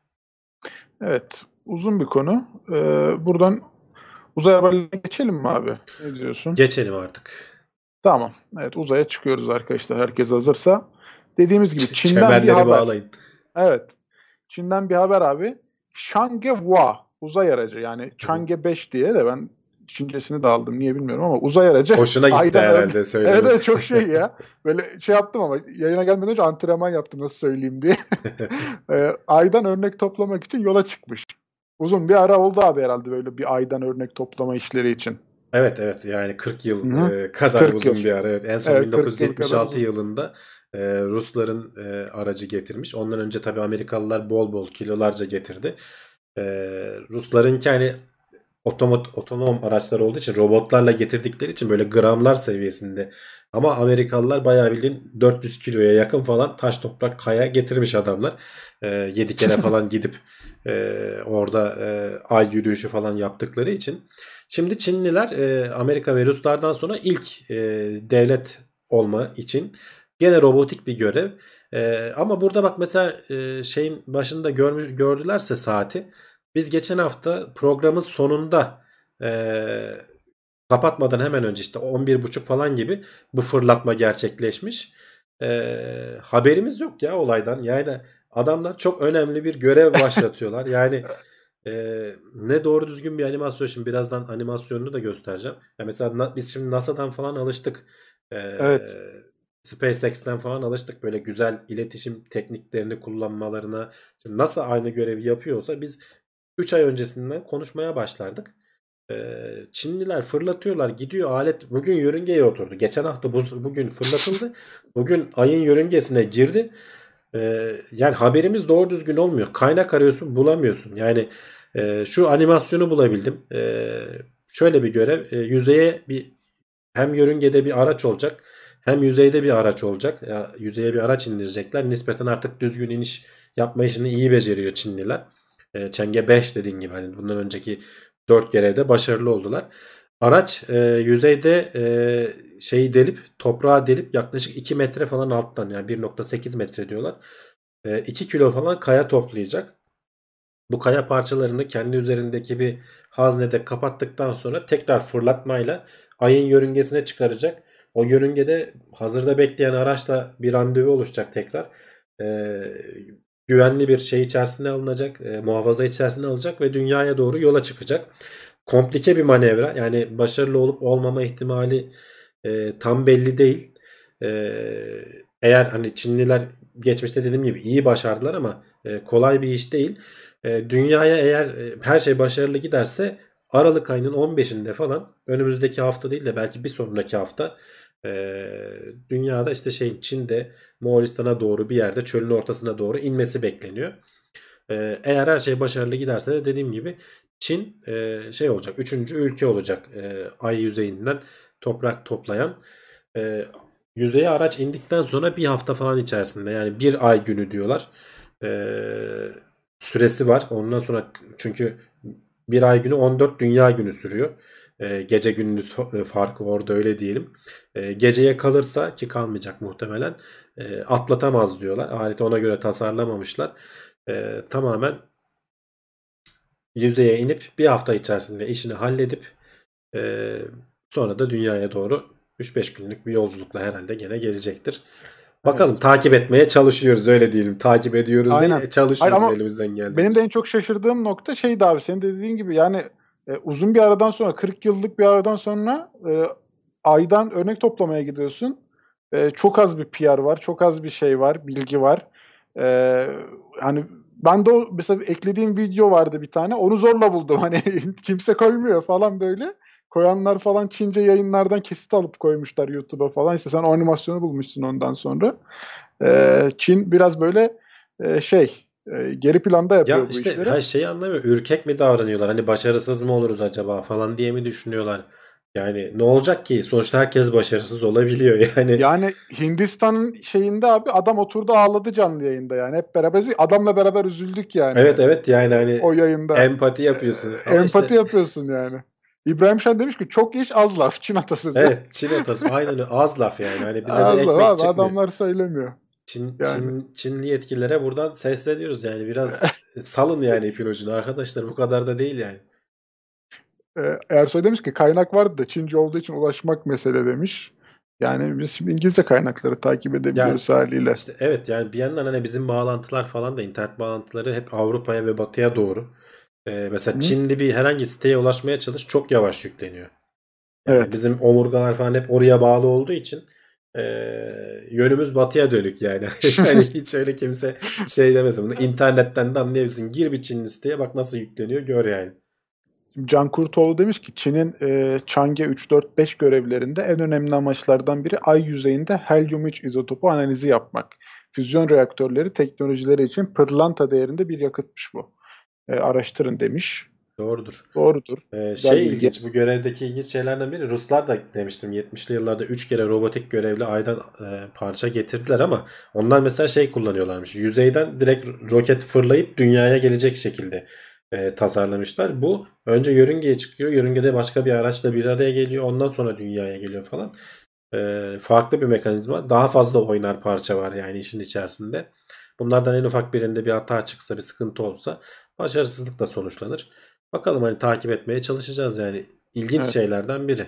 Evet, uzun bir konu. Buradan uzay haberlerine geçelim mi abi? Ne diyorsun? Geçelim artık. Tamam. Evet, uzaya çıkıyoruz arkadaşlar. Herkes hazırsa. Dediğimiz gibi Çin'den bir Kemerleri haber. bağlayın. Evet. Çin'den bir haber abi. Chang'e Hua uzay aracı, yani Hı hı. Chang'e 5 diye de ben Çincesini de aldım niye bilmiyorum ama uzay aracı Hoşuna gitti aydan herhalde Evet söylemesi. evet, çok şey ya. Böyle şey yaptım ama yayına gelmeden önce antrenman yaptım nasıl söyleyeyim diye. Aydan örnek toplamak için yola çıkmış. Uzun bir ara oldu abi herhalde böyle bir aydan örnek toplama işleri için. Evet evet, yani 40 yıl Hı-hı. kadar 40 yıl. uzun bir ara. Evet, en son Evet, 40 yıl kadar 1976 uzun. yılında Rusların aracı getirmiş. Ondan önce tabii Amerikalılar bol bol kilolarca getirdi. E, Ruslarınki hani otonom araçlar olduğu için, robotlarla getirdikleri için böyle gramlar seviyesinde. Ama Amerikalılar bayağı bildiğin 400 kiloya yakın falan taş toprak kaya getirmiş adamlar. 7 kere falan gidip orada ay yürüyüşü falan yaptıkları için. Şimdi Çinliler Amerika ve Ruslardan sonra ilk devlet olma için gene robotik bir görev. Ama burada bak mesela şeyin başında gördülerse saati. Biz geçen hafta programın sonunda eee, kapatmadan hemen önce işte 11.30 falan gibi bu fırlatma gerçekleşmiş. Haberimiz yok ya olaydan. Yani adamlar çok önemli bir görev başlatıyorlar. Yani ne doğru düzgün bir animasyon. Şimdi birazdan animasyonunu da göstereceğim. Ya mesela biz şimdi NASA'dan falan alıştık. Evet. SpaceX'ten falan alıştık böyle güzel iletişim tekniklerini kullanmalarına. Şimdi NASA aynı görevi yapıyorsa biz 3 ay öncesinden konuşmaya başlardık. Çinliler fırlatıyorlar, gidiyor alet bugün yörüngeye oturdu. Geçen hafta bugün fırlatıldı. Bugün ayın yörüngesine girdi. Yani haberimiz doğru düzgün olmuyor. Kaynak arıyorsun bulamıyorsun. Yani şu animasyonu bulabildim. Şöyle bir görev. Yüzeye bir hem yörüngede bir araç olacak hem yüzeyde bir araç olacak. Ya, yüzeye bir araç indirecekler. Nispeten artık düzgün iniş yapma işini iyi beceriyor Çinliler. Çenge 5 dediğin gibi hani bundan önceki 4 görevde başarılı oldular. Araç yüzeyde şeyi delip toprağı delip yaklaşık 2 metre falan alttan yani 1,8 metre diyorlar. 2 kilo falan kaya toplayacak. Bu kaya parçalarını kendi üzerindeki bir haznede kapattıktan sonra tekrar fırlatmayla ayın yörüngesine çıkaracak. O yörüngede hazırda bekleyen araçla bir randevu oluşacak tekrar. Ee, Güvenli bir şey içerisine alınacak, muhafaza içerisine alacak ve dünyaya doğru yola çıkacak. Komplike bir manevra. Yani başarılı olup olmama ihtimali tam belli değil. Eğer hani Çinliler geçmişte dediğim gibi iyi başardılar ama kolay bir iş değil. Dünyaya eğer her şey başarılı giderse Aralık ayının 15'inde falan önümüzdeki hafta değil de belki bir sonraki hafta e, dünyada işte Çin'de Moğolistan'a doğru bir yerde çölün ortasına doğru inmesi bekleniyor. Eğer her şey başarılı giderse de dediğim gibi Çin olacak. Üçüncü ülke olacak ay yüzeyinden toprak toplayan. E, Yüzeye araç indikten sonra bir hafta falan içerisinde yani bir ay günü diyorlar. E, Süresi var. Ondan sonra çünkü bir ay günü 14 dünya günü sürüyor. Gece gündüz farkı orada öyle diyelim. Geceye kalırsa ki kalmayacak muhtemelen atlatamaz diyorlar. Aleti ona göre tasarlamamışlar. Tamamen yüzeye inip bir hafta içerisinde işini halledip e, sonra da dünyaya doğru 3-5 günlük bir yolculukla herhalde gene gelecektir. Bakalım Evet. takip etmeye çalışıyoruz öyle diyelim. Takip ediyoruz Aynen. değil Hayır çalışıyoruz ama elimizden benim de geldiğince. en çok şaşırdığım nokta şeydi abi, senin de dediğin gibi yani uzun bir aradan sonra, 40 yıllık bir aradan sonra aydan örnek toplamaya gidiyorsun. Çok az bir PR var, çok az bir şey var, bilgi var. E, Hani ben de o mesela eklediğim video vardı bir tane, onu zorla buldum. Hani kimse koymuyor falan böyle. Koyanlar falan Çince yayınlardan kesit alıp koymuşlar YouTube'a falan. İşte sen o animasyonu bulmuşsun ondan sonra. Çin biraz böyle geri planda Ya yapıyor bu işte işleri. her şeyi anlamıyorum. Ürkek mi davranıyorlar? Hani başarısız mı oluruz acaba falan diye mi düşünüyorlar? Yani ne olacak ki? Sonuçta herkes başarısız olabiliyor yani. Yani Hindistan'ın şeyinde abi adam oturdu ağladı canlı yayında yani. Hep beraber adamla beraber üzüldük yani Evet evet, yani hani o yayında. empati yapıyorsun ama Empati işte yapıyorsun yani. İbrahim Şen demiş ki çok iş az laf. Çin atasözü. evet, Çin atası aynen öyle, az laf yani. Hani bize de Az laf ekmek abi, çıkmıyor. adamlar söylemiyor yani. Çinli yetkililere buradan sesleniyoruz yani biraz salın yani ipin ucunu arkadaşlar, bu kadar da değil yani. Ersoy demiş ki kaynak vardı da Çince olduğu için ulaşmak mesele demiş. Yani biz şimdi İngilizce kaynakları takip Yani edebiliyoruz haliyle. işte evet, yani bir yandan hani bizim bağlantılar falan da, internet bağlantıları hep Avrupa'ya ve Batı'ya doğru. Mesela Hı? Çinli bir herhangi siteye ulaşmaya çalış, çok yavaş yükleniyor. Yani Evet. bizim omurgalar falan hep oraya bağlı olduğu için e, yönümüz batıya dönük yani. Yani hiç öyle kimse şey demesin. Bunu internetten de anlayabilirsin. Gir bir Çinli siteye, bak nasıl yükleniyor, gör yani. Şimdi Can Kurtoğlu demiş ki Çin'in Chang'e 3-4-5 görevlerinde en önemli amaçlardan biri ay yüzeyinde helyum 3 izotopu analizi yapmak. Füzyon reaktörleri teknolojileri için pırlanta değerinde bir yakıtmış bu. Araştırın demiş. Doğrudur. Doğrudur. Güzel Şey bilgi. ilginç, bu görevdeki ilginç şeylerden biri, Ruslar da demiştim 70'li yıllarda 3 kere robotik görevli aydan parça getirdiler ama onlar mesela şey kullanıyorlarmış. Yüzeyden direkt roket fırlayıp dünyaya gelecek şekilde tasarlamışlar. Bu önce yörüngeye çıkıyor. Yörüngede başka bir araçla bir araya geliyor. Ondan sonra dünyaya geliyor falan. Farklı bir mekanizma. Daha fazla oynar parça var yani işin içerisinde. Bunlardan en ufak birinde bir hata çıksa, bir sıkıntı olsa başarısızlıkla sonuçlanır. Bakalım, hani takip etmeye çalışacağız yani. İlginç Evet. şeylerden biri.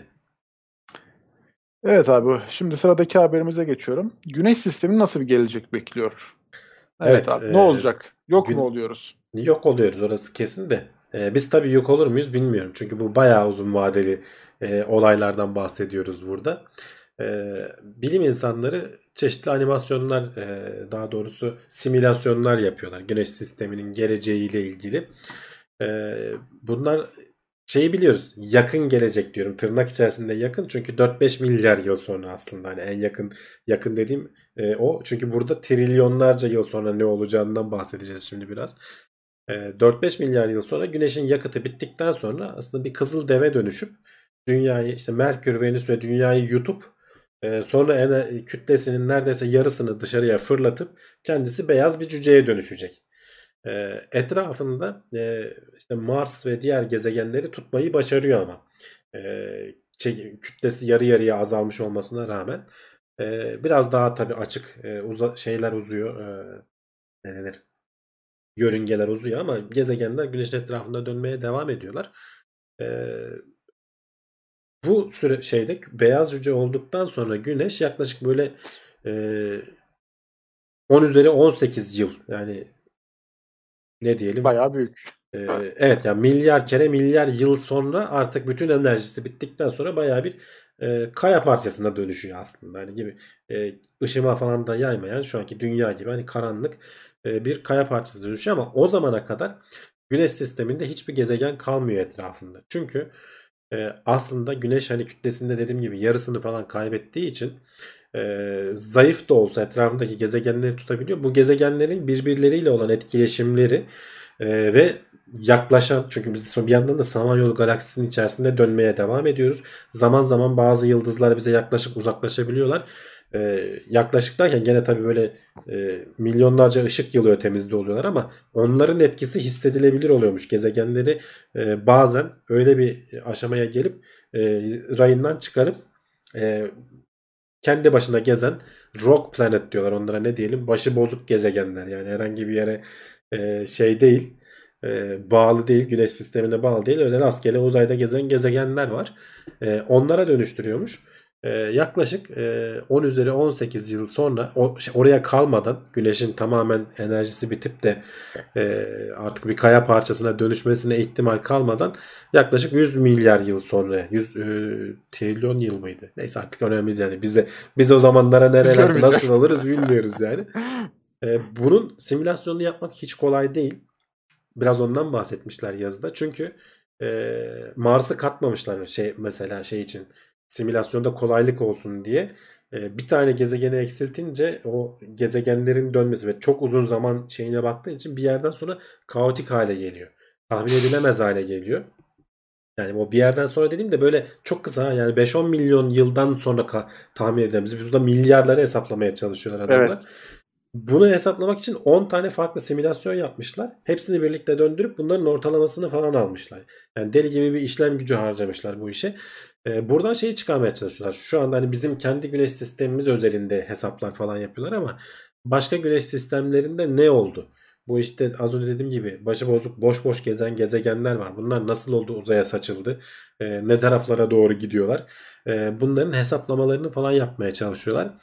Evet abi. Şimdi sıradaki haberimize geçiyorum. Güneş sistemi nasıl bir gelecek bekliyor? Evet Evet, abi. Ne olacak? Yok mu gün oluyoruz? yok oluyoruz, orası kesin de. Biz tabii yok olur muyuz bilmiyorum. Çünkü bu bayağı uzun vadeli olaylardan bahsediyoruz burada. Bilim insanları çeşitli animasyonlar, daha doğrusu simülasyonlar yapıyorlar. Güneş sisteminin geleceğiyle ilgili. Bunlar şeyi biliyoruz. Yakın gelecek diyorum. Tırnak içerisinde yakın. Çünkü 4-5 milyar yıl sonra aslında, hani en yakın dediğim o. Çünkü burada trilyonlarca yıl sonra ne olacağından bahsedeceğiz şimdi biraz. 4-5 milyar yıl sonra Güneş'in yakıtı bittikten sonra aslında bir kızıl deve dönüşüp Dünyayı, işte Merkür, Venüs ve Dünyayı yutup sonra kütlesinin neredeyse yarısını dışarıya fırlatıp kendisi beyaz bir cüceye dönüşecek. Etrafında işte Mars ve diğer gezegenleri tutmayı başarıyor ama kütlesi yarı yarıya azalmış olmasına rağmen biraz daha tabii açık, şeyler uzuyor, ne denir, yörüngeler uzuyor ama gezegenler Güneş'in etrafında dönmeye devam ediyorlar. Ee, Bu süre şeyde beyaz cüce olduktan sonra Güneş yaklaşık böyle e, 10 üzeri 18 yıl, yani ne diyelim, Bayağı büyük. evet yani milyar kere milyar yıl sonra artık bütün enerjisi bittikten sonra bayağı bir kaya parçasına dönüşüyor aslında. Hani gibi ışıma falan da yaymayan, şu anki dünya gibi hani karanlık bir kaya parçasına dönüşüyor ama o zamana kadar Güneş sisteminde hiçbir gezegen kalmıyor etrafında. Çünkü aslında Güneş hani kütlesinde dediğim gibi yarısını falan kaybettiği için zayıf da olsa etrafındaki gezegenleri tutabiliyor. Bu gezegenlerin birbirleriyle olan etkileşimleri ve yaklaşan, çünkü biz bir yandan da Samanyolu galaksisinin içerisinde dönmeye devam ediyoruz. Zaman zaman bazı yıldızlar bize yaklaşıp uzaklaşabiliyorlar. Yaklaşık derken gene tabii böyle milyonlarca ışık yılı ötemizde oluyorlar ama onların etkisi hissedilebilir oluyormuş. Gezegenleri bazen öyle bir aşamaya gelip rayından çıkarıp e, kendi başına gezen rock planet diyorlar onlara, ne diyelim, başı bozuk gezegenler, yani herhangi bir yere şey değil, bağlı değil, güneş sistemine bağlı değil, öyle rastgele uzayda gezen gezegenler var. Onlara dönüştürüyormuş. Yaklaşık 10 üzeri 18 yıl sonra oraya kalmadan, güneşin tamamen enerjisi bitip de artık bir kaya parçasına dönüşmesine ihtimal kalmadan yaklaşık 100 milyar yıl sonra, 100 trilyon yıl mıydı? Neyse artık önemli değil. Yani biz o zamanlara Biz nerelerde nasıl görmeyeceğiz. oluruz bilmiyoruz yani. Bunun simülasyonunu yapmak hiç kolay değil. Biraz ondan bahsetmişler yazıda. Çünkü Mars'ı katmamışlar şey, mesela şey için, simülasyonda kolaylık olsun diye. Bir tane gezegeni eksiltince o gezegenlerin dönmesi ve çok uzun zaman şeyine baktığı için bir yerden sonra kaotik hale geliyor. Tahmin edilemez hale geliyor. Yani o bir yerden sonra dediğim de böyle çok kısa, yani 5-10 milyon yıldan sonra tahmin edelim. Biz burada milyarları hesaplamaya çalışıyorlar adamlar. Evet. Bunu hesaplamak için 10 tane farklı simülasyon yapmışlar. Hepsini birlikte döndürüp bunların ortalamasını falan almışlar. Yani deli gibi bir işlem gücü harcamışlar bu işe. Buradan şeyi çıkarmaya çalışıyorlar. Şu anda hani bizim kendi güneş sistemimiz özelinde hesaplar falan yapıyorlar ama başka güneş sistemlerinde ne oldu? Bu işte az önce dediğim gibi başı bozuk boş boş gezen gezegenler var. Bunlar nasıl oldu, uzaya saçıldı? Ne taraflara doğru gidiyorlar? Bunların hesaplamalarını falan yapmaya çalışıyorlar.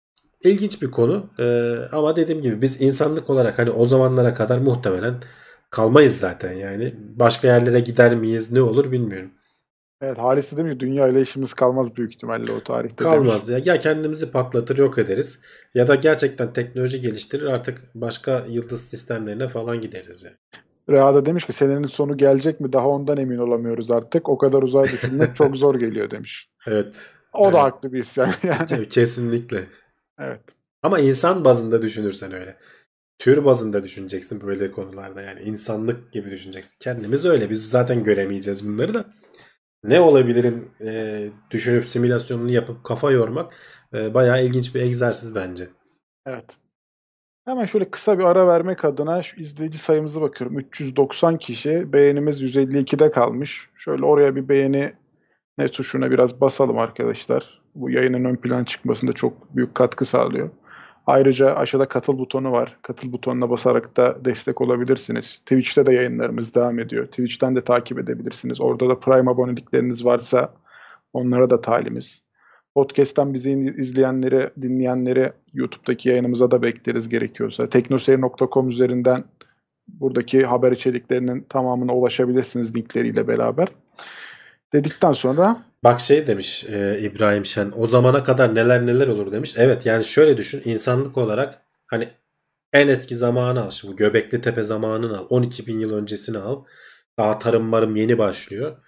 İlginç bir konu. Ama dediğim gibi biz insanlık olarak hani o zamanlara kadar muhtemelen kalmayız zaten yani. Başka yerlere gider miyiz, ne olur bilmiyorum. Evet, Halis de demiş ki dünya ile işimiz kalmaz büyük ihtimalle o tarihte demiş. Kalmaz ya. Ya kendimizi patlatır yok ederiz. Ya da gerçekten teknoloji geliştirir, artık başka yıldız sistemlerine falan gideriz yani. Rea da demiş ki senenin sonu gelecek mi daha ondan emin olamıyoruz artık. O kadar uzağa düşünmek çok zor geliyor demiş. Evet. O da Evet. haklı bir isyan yani. Kesinlikle. Evet. Ama insan bazında düşünürsen öyle. Tür bazında düşüneceksin böyle konularda, yani insanlık gibi düşüneceksin. Kendimiz öyle. Biz zaten göremeyeceğiz bunları da. Ne olabilirin düşünüp simülasyonunu yapıp kafa yormak bayağı ilginç bir egzersiz bence. Evet. Hemen şöyle kısa bir ara vermek adına şu izleyici sayımıza bakıyorum. 390 kişi, beğenimiz 152'de kalmış. Şöyle oraya bir beğeni ne tuşuna biraz basalım arkadaşlar. Bu yayının ön plana çıkmasında çok büyük katkı sağlıyor. Ayrıca aşağıda katıl butonu var. Katıl butonuna basarak da destek olabilirsiniz. Twitch'te de yayınlarımız devam ediyor. Twitch'ten de takip edebilirsiniz. Orada da Prime abonelikleriniz varsa onlara da talimiz. Podcast'tan bizi izleyenleri, dinleyenleri YouTube'daki yayınımıza da bekleriz gerekiyorsa. teknoseyir.com üzerinden buradaki haber içeriklerinin tamamına ulaşabilirsiniz linkleriyle beraber. Dedikten sonra Bak şey demiş İbrahim Şen, o zamana kadar neler neler olur demiş. Evet, yani şöyle düşün, insanlık olarak hani en eski zamanı al, şimdi Göbekli Tepe zamanını al, 12 bin yıl öncesini al, daha tarım marım yeni başlıyor.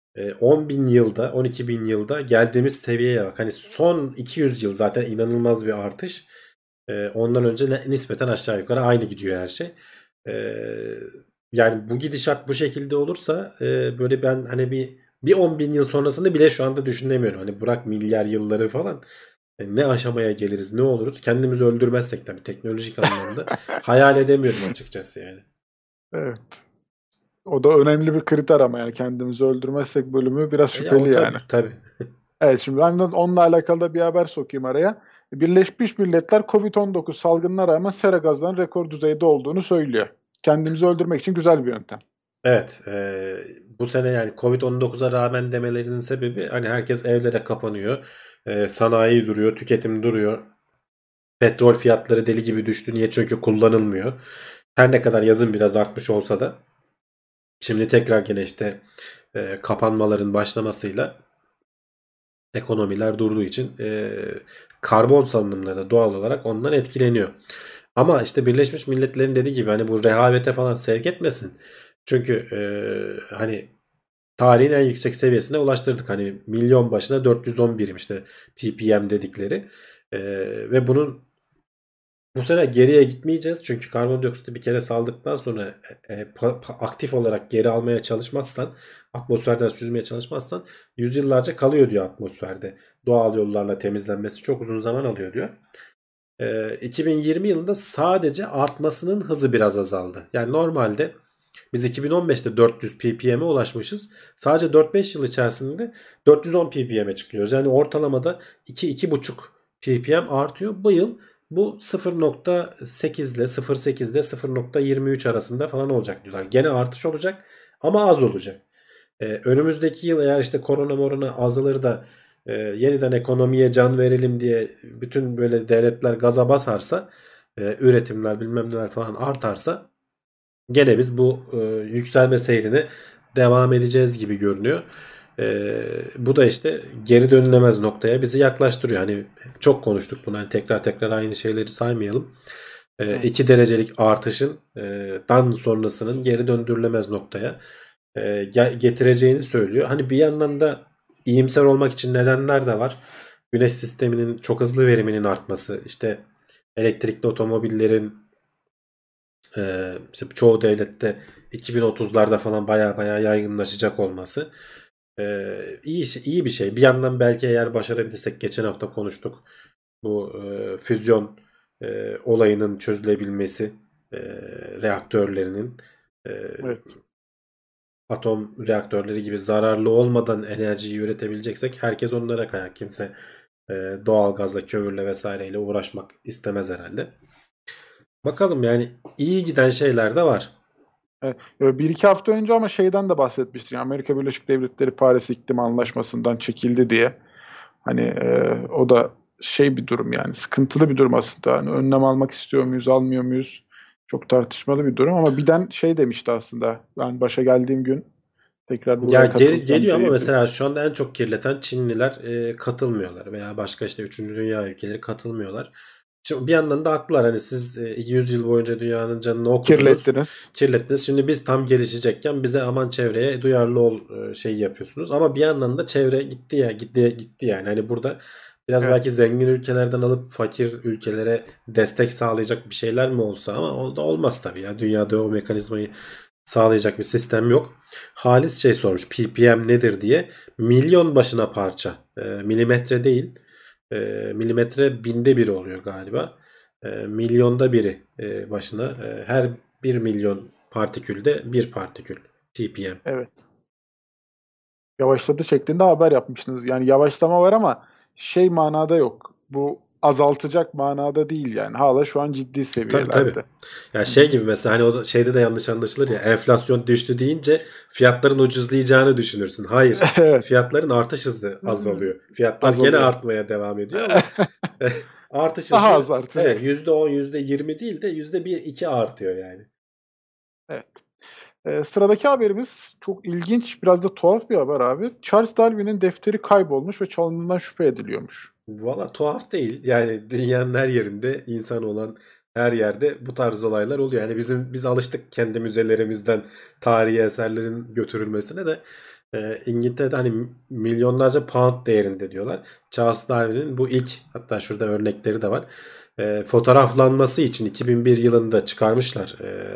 10 bin yılda, 12 bin yılda geldiğimiz seviyeye bak, hani son 200 yıl zaten inanılmaz bir artış. Ondan önce nispeten aşağı yukarı aynı gidiyor her şey. E, Yani bu gidişat bu şekilde olursa böyle ben hani bir 10 bin yıl sonrasını bile şu anda düşünemiyorum. Hani bırak milyar yılları falan. Ne aşamaya geliriz, ne oluruz. Kendimizi öldürmezsek tabii teknolojik anlamda hayal edemiyorum açıkçası yani. evet, o da önemli bir kriter ama yani kendimizi öldürmezsek bölümü biraz Ya şüpheli o yani. tabii tabii. Evet, şimdi ben de onunla alakalı da bir haber sokayım araya. Birleşmiş Milletler Covid-19 salgınına rağmen sera gazlarının rekor düzeyde olduğunu söylüyor. Kendimizi öldürmek için güzel bir yöntem. Evet, bu sene yani Covid-19'a rağmen demelerinin sebebi hani herkes evlere kapanıyor. Sanayi duruyor, tüketim duruyor. Petrol fiyatları deli gibi düştü. Niye? Çünkü kullanılmıyor. Her ne kadar yazın biraz artmış olsa da şimdi tekrar gene işte kapanmaların başlamasıyla ekonomiler durduğu için karbon salınımları da doğal olarak ondan etkileniyor. Ama işte Birleşmiş Milletler'in dediği gibi hani bu rehavete falan sevk etmesin. Çünkü hani tarihin en yüksek seviyesine ulaştırdık. Hani milyon başına 410 birim işte ppm dedikleri. Ve bunun bu sene geriye gitmeyeceğiz. Çünkü karbondioksiti bir kere saldıktan sonra aktif olarak geri almaya çalışmazsan, atmosferden süzmeye çalışmazsan yüzyıllarca kalıyor diyor atmosferde. Doğal yollarla temizlenmesi çok uzun zaman alıyor diyor. 2020 yılında sadece artmasının hızı biraz azaldı. Yani normalde biz 2015'te 400 ppm'e ulaşmışız. Sadece 4-5 yıl içerisinde 410 ppm'e çıkıyoruz. Yani ortalamada 2-2,5 ppm artıyor. Bu yıl bu 0.8 ile 0.8 ile 0.23 arasında falan olacak diyorlar. Gene artış olacak ama az olacak. Önümüzdeki yıl eğer işte korona morona azalır da yeniden ekonomiye can verelim diye bütün böyle devletler gaza basarsa, üretimler bilmem neler falan artarsa gene biz bu yükselme seyrini devam edeceğiz gibi görünüyor. Bu da işte geri dönülemez noktaya bizi yaklaştırıyor. Hani çok konuştuk bunu. Hani tekrar tekrar aynı şeyleri saymayalım. Evet. 2 derecelik artışın dan sonrasının geri döndürülemez noktaya getireceğini söylüyor. Hani bir yandan da iyimser olmak için nedenler de var. Güneş sisteminin çok hızlı veriminin artması, işte elektrikli otomobillerin işte çoğu devlette 2030'larda falan baya baya yaygınlaşacak olması iyi bir şey. Bir yandan belki eğer başarabilirsek, geçen hafta konuştuk, bu füzyon olayının çözülebilmesi, e, reaktörlerinin e, Evet. atom reaktörleri gibi zararlı olmadan enerjiyi üretebileceksek herkes onlara kayar. Kimse doğal gazla, kömürle vesaireyle uğraşmak istemez herhalde. Bakalım yani iyi giden şeyler de var. Evet. Bir iki hafta önce ama şeyden de bahsetmiştik. Yani Amerika Birleşik Devletleri Paris İklim Anlaşması'ndan çekildi diye. Hani o da şey bir durum yani sıkıntılı bir durum aslında. Hani önlem almak istiyor muyuz, almıyor muyuz? Çok tartışmalı bir durum ama Biden şey demişti aslında. Ben başa geldiğim gün tekrar Ya buraya katılacağım geliyor ama diye. mesela şu anda en çok kirleten Çinliler katılmıyorlar veya başka işte üçüncü dünya ülkeleri katılmıyorlar. Şimdi bir yandan da haklılar. Hani siz 200 yıl boyunca dünyanın canını okudunuz, Kirlettiniz. kirlettiniz. Şimdi biz tam gelişecekken bize aman çevreye duyarlı ol şey yapıyorsunuz. Ama bir yandan da çevre gitti ya gitti yani. Hani burada biraz Evet. belki zengin ülkelerden alıp fakir ülkelere destek sağlayacak bir şeyler mi olsa ama o da olmaz tabii ya. Dünyada o mekanizmayı sağlayacak bir sistem yok. Halis şey sormuş ppm nedir diye. Milyon başına parça. Milimetre değil. Milimetre binde biri oluyor galiba. Milyonda biri başına. Her 1 milyon partikülde bir partikül. ppm. Evet. Yavaşladı şeklinde haber yapmıştınız. Yani yavaşlama var ama şey manada yok. Bu azaltacak manada değil yani. Hala şu an ciddi Tabii tabii. seviyelerde. Ya Hı şey hı. gibi mesela hani o şeyde de yanlış anlaşılır ya enflasyon düştü deyince fiyatların ucuzlayacağını düşünürsün. Hayır. Evet. Fiyatların artış hızı azalıyor. Fiyatlar gene Azalıyor. artmaya devam ediyor ama artış Daha hızı az artıyor. evet %10, %20 değil de %1-2 artıyor yani. Evet. Sıradaki haberimiz çok ilginç, biraz da tuhaf bir haber abi. Charles Darwin'in defteri kaybolmuş ve çalındığından şüphe ediliyormuş. Valla tuhaf değil. Yani dünyanın her yerinde insan olan her yerde bu tarz olaylar oluyor. Yani biz alıştık kendi müzelerimizden tarihi eserlerin götürülmesine de İngiltere'de hani milyonlarca pound değerinde diyorlar. Charles Darwin'in bu ilk hatta şurada örnekleri de var. Fotoğraflanması için 2001 yılında çıkarmışlar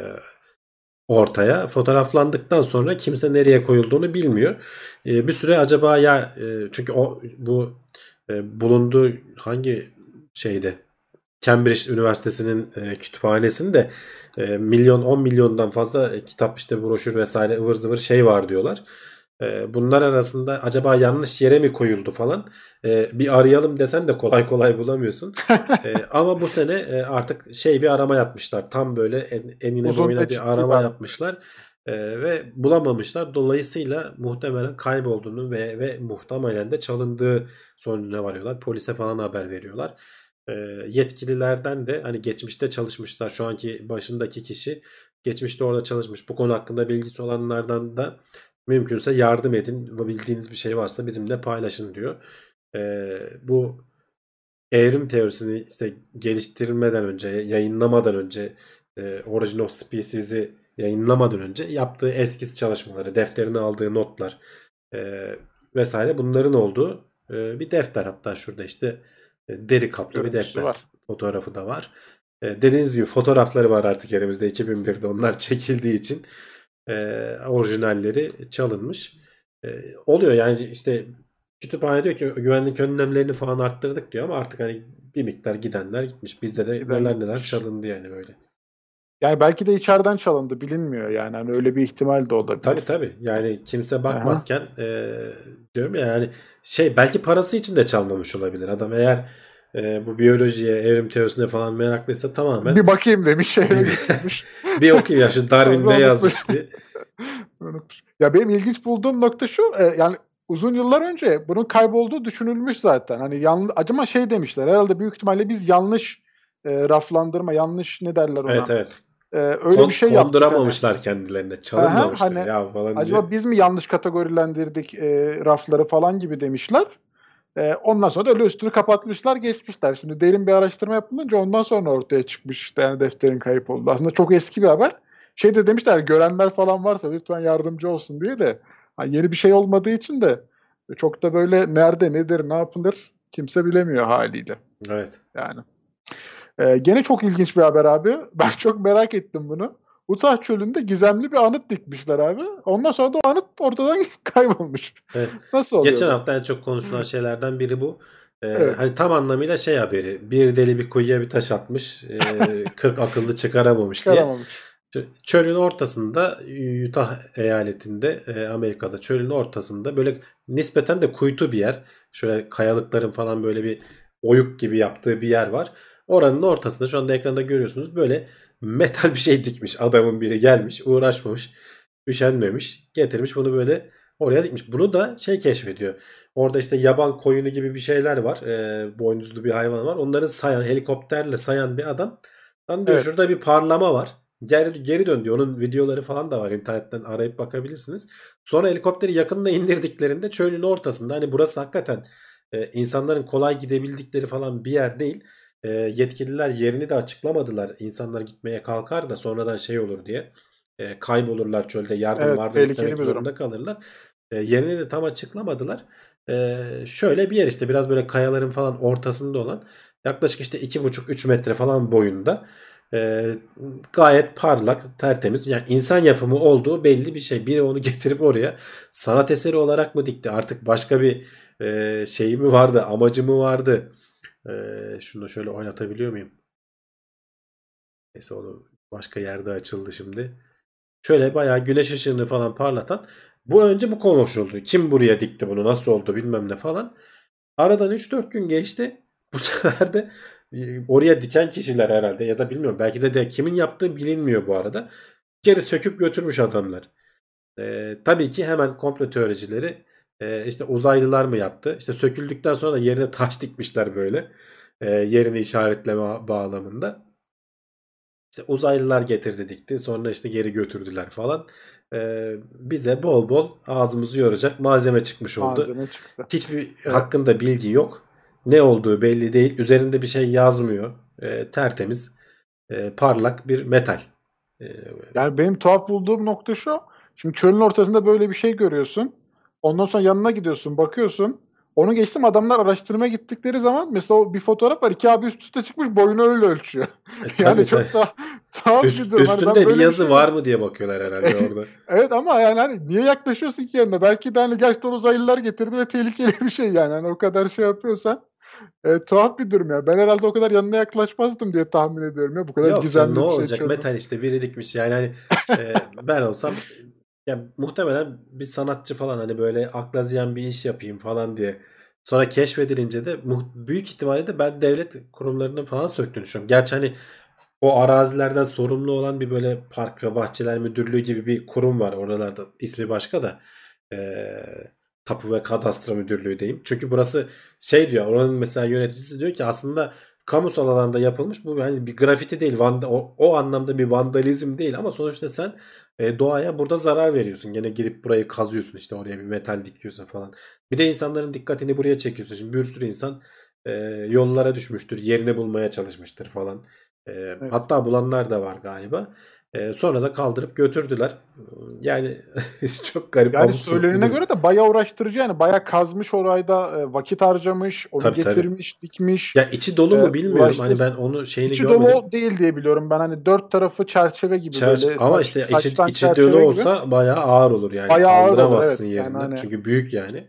ortaya. Fotoğraflandıktan sonra kimse nereye koyulduğunu bilmiyor. Bir süre acaba ya çünkü bu bulunduğu hangi şeyde Cambridge Üniversitesi'nin kütüphanesinde 10 milyondan fazla kitap işte broşür vesaire ıvır zıvır şey var diyorlar. Bunlar arasında acaba yanlış yere mi koyuldu falan bir arayalım desen de kolay kolay bulamıyorsun. Ama bu sene artık şey bir arama yapmışlar. Tam böyle enine Uzun ve boyuna bir ciddi bir arama ara. yapmışlar. Ve bulamamışlar. Dolayısıyla muhtemelen kaybolduğunu ve muhtemelen de çalındığı sonucuna varıyorlar. Polise falan haber veriyorlar. E, Yetkililerden de hani geçmişte çalışmışlar. Şu anki başındaki kişi geçmişte orada çalışmış. Bu konu hakkında bilgisi olanlardan da mümkünse yardım edin. Bildiğiniz bir şey varsa bizimle paylaşın diyor. Bu evrim teorisini işte geliştirmeden önce, yayınlamadan önce, Origin of Species'i yayınlamadan önce yaptığı eskiz çalışmaları, defterine aldığı notlar e, vesaire bunların olduğu bir defter. Hatta şurada işte deri kaplı bir Görüntüsü defter. var. Fotoğrafı da var. Dediğiniz gibi fotoğrafları var artık elimizde 2001'de onlar çekildiği için orijinalleri çalınmış. Oluyor yani işte kütüphane diyor ki güvenlik önlemlerini falan arttırdık diyor ama artık hani bir miktar gidenler gitmiş. Bizde de Giden neler neler gitmiş. çalındı yani böyle. Yani belki de içeriden çalındı, bilinmiyor yani. Hani öyle bir ihtimal de Tabii olabilir. tabii yani kimse Aha. bakmazken diyorum ya yani şey belki parası için de çalmamış olabilir. Adam eğer bu biyolojiye, evrim teorisine falan meraklıysa tamamen Bir bakayım demiş, eve bir, götürmüş. bir okuyayım ya şu Darwin Sonra ne unutmuş. yazmış diye. Unutmuş. Ya benim ilginç bulduğum nokta şu, yani uzun yıllar önce bunun kaybolduğu düşünülmüş zaten. Hani acaba şey demişler, herhalde büyük ihtimalle biz yanlış raflandırma, yanlış ne derler Evet ona? evet. Öyle bir şey yaptık hani. Konduramamışlar kendilerine. Aha, Çalınmamıştır hani ya falan diye. acaba biz mi yanlış kategorilendirdik rafları falan gibi demişler. Ondan sonra da öyle üstünü kapatmışlar, geçmişler. Şimdi derin bir araştırma yapılınca ondan sonra ortaya çıkmış işte yani defterin kayıp olduğu. Aslında çok eski bir haber. Şey de demişler, görenler falan varsa lütfen yardımcı olsun diye de. Hani yeni bir şey olmadığı için de çok da böyle nerede, nedir, ne yapılır kimse bilemiyor haliyle. Evet. Yani. Gene çok ilginç bir haber abi. Ben çok merak ettim bunu. Utah çölünde gizemli bir anıt dikmişler abi. Ondan sonra da o anıt ortadan kaybolmuş. Evet. Nasıl oluyor Geçen bu? hafta en çok konuşulan şeylerden biri bu. Evet. Hani tam anlamıyla şey haberi. Bir deli bir kuyuya bir taş atmış. 40 akıllı çıkaramamış diye. Çıkaramamış. Çölün ortasında Utah eyaletinde Amerika'da çölün ortasında böyle nispeten de kuytu bir yer. Şöyle kayalıkların falan böyle bir oyuk gibi yaptığı bir yer var. Oranın ortasında şu anda ekranda görüyorsunuz böyle metal bir şey dikmiş. Adamın biri gelmiş, uğraşmamış, üşenmemiş, getirmiş bunu böyle oraya dikmiş. Bunu da şey keşfediyor. Orada işte yaban koyunu gibi bir şeyler var. Boynuzlu bir hayvan var. Onları sayan, helikopterle sayan bir adam. Lan diyor Evet. şurada bir parlama var. Geri dön diyor. Onun videoları falan da var. İnternetten arayıp bakabilirsiniz. Sonra helikopteri yakınına indirdiklerinde çölün ortasında, hani burası hakikaten insanların kolay gidebildikleri falan bir yer değil. Yetkililer yerini de açıklamadılar. İnsanlar gitmeye kalkar da sonradan şey olur diye. Kaybolurlar çölde, yardım Evet, vardır tehlikeli istemek bir durum. zorunda kalırlar. Yerini de tam açıklamadılar. Şöyle bir yer işte, biraz böyle kayaların falan ortasında olan, yaklaşık işte 2,5-3 metre falan boyunda, e, gayet parlak, tertemiz, yani insan yapımı olduğu belli bir şey. Biri onu getirip oraya sanat eseri olarak mı dikti? Artık başka bir şeyi mi vardı? Amacı mı vardı? Şunu şöyle oynatabiliyor muyum? Neyse, onu başka yerde açıldı şimdi. Şöyle bayağı güneş ışığını falan parlatan. Bu önce bu konuşuldu. Kim buraya dikti bunu? Nasıl oldu? Bilmem ne falan. Aradan 3-4 gün geçti. Bu sefer de oraya diken kişiler herhalde, ya da bilmiyorum, belki de kimin yaptığı bilinmiyor bu arada. Geri söküp götürmüş adamlar. Tabii ki hemen komplo teoricileri, işte uzaylılar mı yaptı? İşte söküldükten sonra da yerine taş dikmişler böyle. Yerini işaretleme bağlamında. İşte uzaylılar getirdi dikti. Sonra işte geri götürdüler falan. Bize bol bol ağzımızı yoracak malzeme çıkmış oldu. Malzeme çıktı. Hiçbir Evet. hakkında bilgi yok. Ne olduğu belli değil. Üzerinde bir şey yazmıyor. Tertemiz, parlak bir metal. Ee, Yani benim tuhaf bulduğum nokta şu. Şimdi çölün ortasında böyle bir şey görüyorsun. Ondan sonra yanına gidiyorsun, bakıyorsun. Onu geçtim, adamlar araştırmaya gittikleri zaman mesela o bir fotoğraf var. İki abi üst üste çıkmış, boyunu öyle ölçüyor. Yani tabii tabii. çok da tuhaf bir durum. Hani ben Üstünde bir böyle bir yazı şey var mı diye bakıyorlar herhalde orada. evet, ama yani hani niye yaklaşıyorsun ki yanına? Belki de hani gerçekten uzaylılar getirdi ve tehlikeli bir şey yani. Hani o kadar şey yapıyorsan tuhaf bir durum ya. Ben herhalde o kadar yanına yaklaşmazdım diye tahmin ediyorum ya. Bu kadar Yok canım, ne gizemli bir şey olacak? çölün. Metal işte, biri dikmiş yani, hani ben olsam ya muhtemelen bir sanatçı falan, hani böyle akla ziyan bir iş yapayım falan diye. Sonra keşfedilince de büyük ihtimalle de ben devlet kurumlarının falan söktüğünü düşünüyorum. Gerçi hani o arazilerden sorumlu olan bir böyle Park ve Bahçeler Müdürlüğü gibi bir kurum var. Oralarda ismi başka da, Tapu ve Kadastro Müdürlüğü diyeyim. Çünkü burası şey diyor, oranın mesela yöneticisi diyor ki aslında kamusal alanda yapılmış bu, yani bir grafiti değil, o anlamda bir vandalizm değil, ama sonuçta sen doğaya burada zarar veriyorsun. Gene girip burayı kazıyorsun, işte oraya bir metal dikiyorsun falan. Bir de insanların dikkatini buraya çekiyorsun. Şimdi bir sürü insan e, yollara düşmüştür, yerini bulmaya çalışmıştır falan. Evet. Hatta bulanlar da var galiba. Sonra da kaldırıp götürdüler. Yani çok garip, Yani abuk sabuk bir söylenene durum. göre de bayağı uğraştırıcı, yani bayağı kazmış orayda, vakit harcamış, onu Tabii tabii. getirmiş, dikmiş, Ya içi dolu mu bilmiyorum. Hani uğraştır. ben onu şeyini İçi görmedim. dolu değil diye biliyorum ben, hani dört tarafı çerçeve gibi, böyle Ama işte saçtan içi dolu çerçeve gibi. olsa bayağı ağır olur yani. Bayağı ağır olur, evet. Kaldıramazsın Yani yerinden. hani Çünkü büyük yani.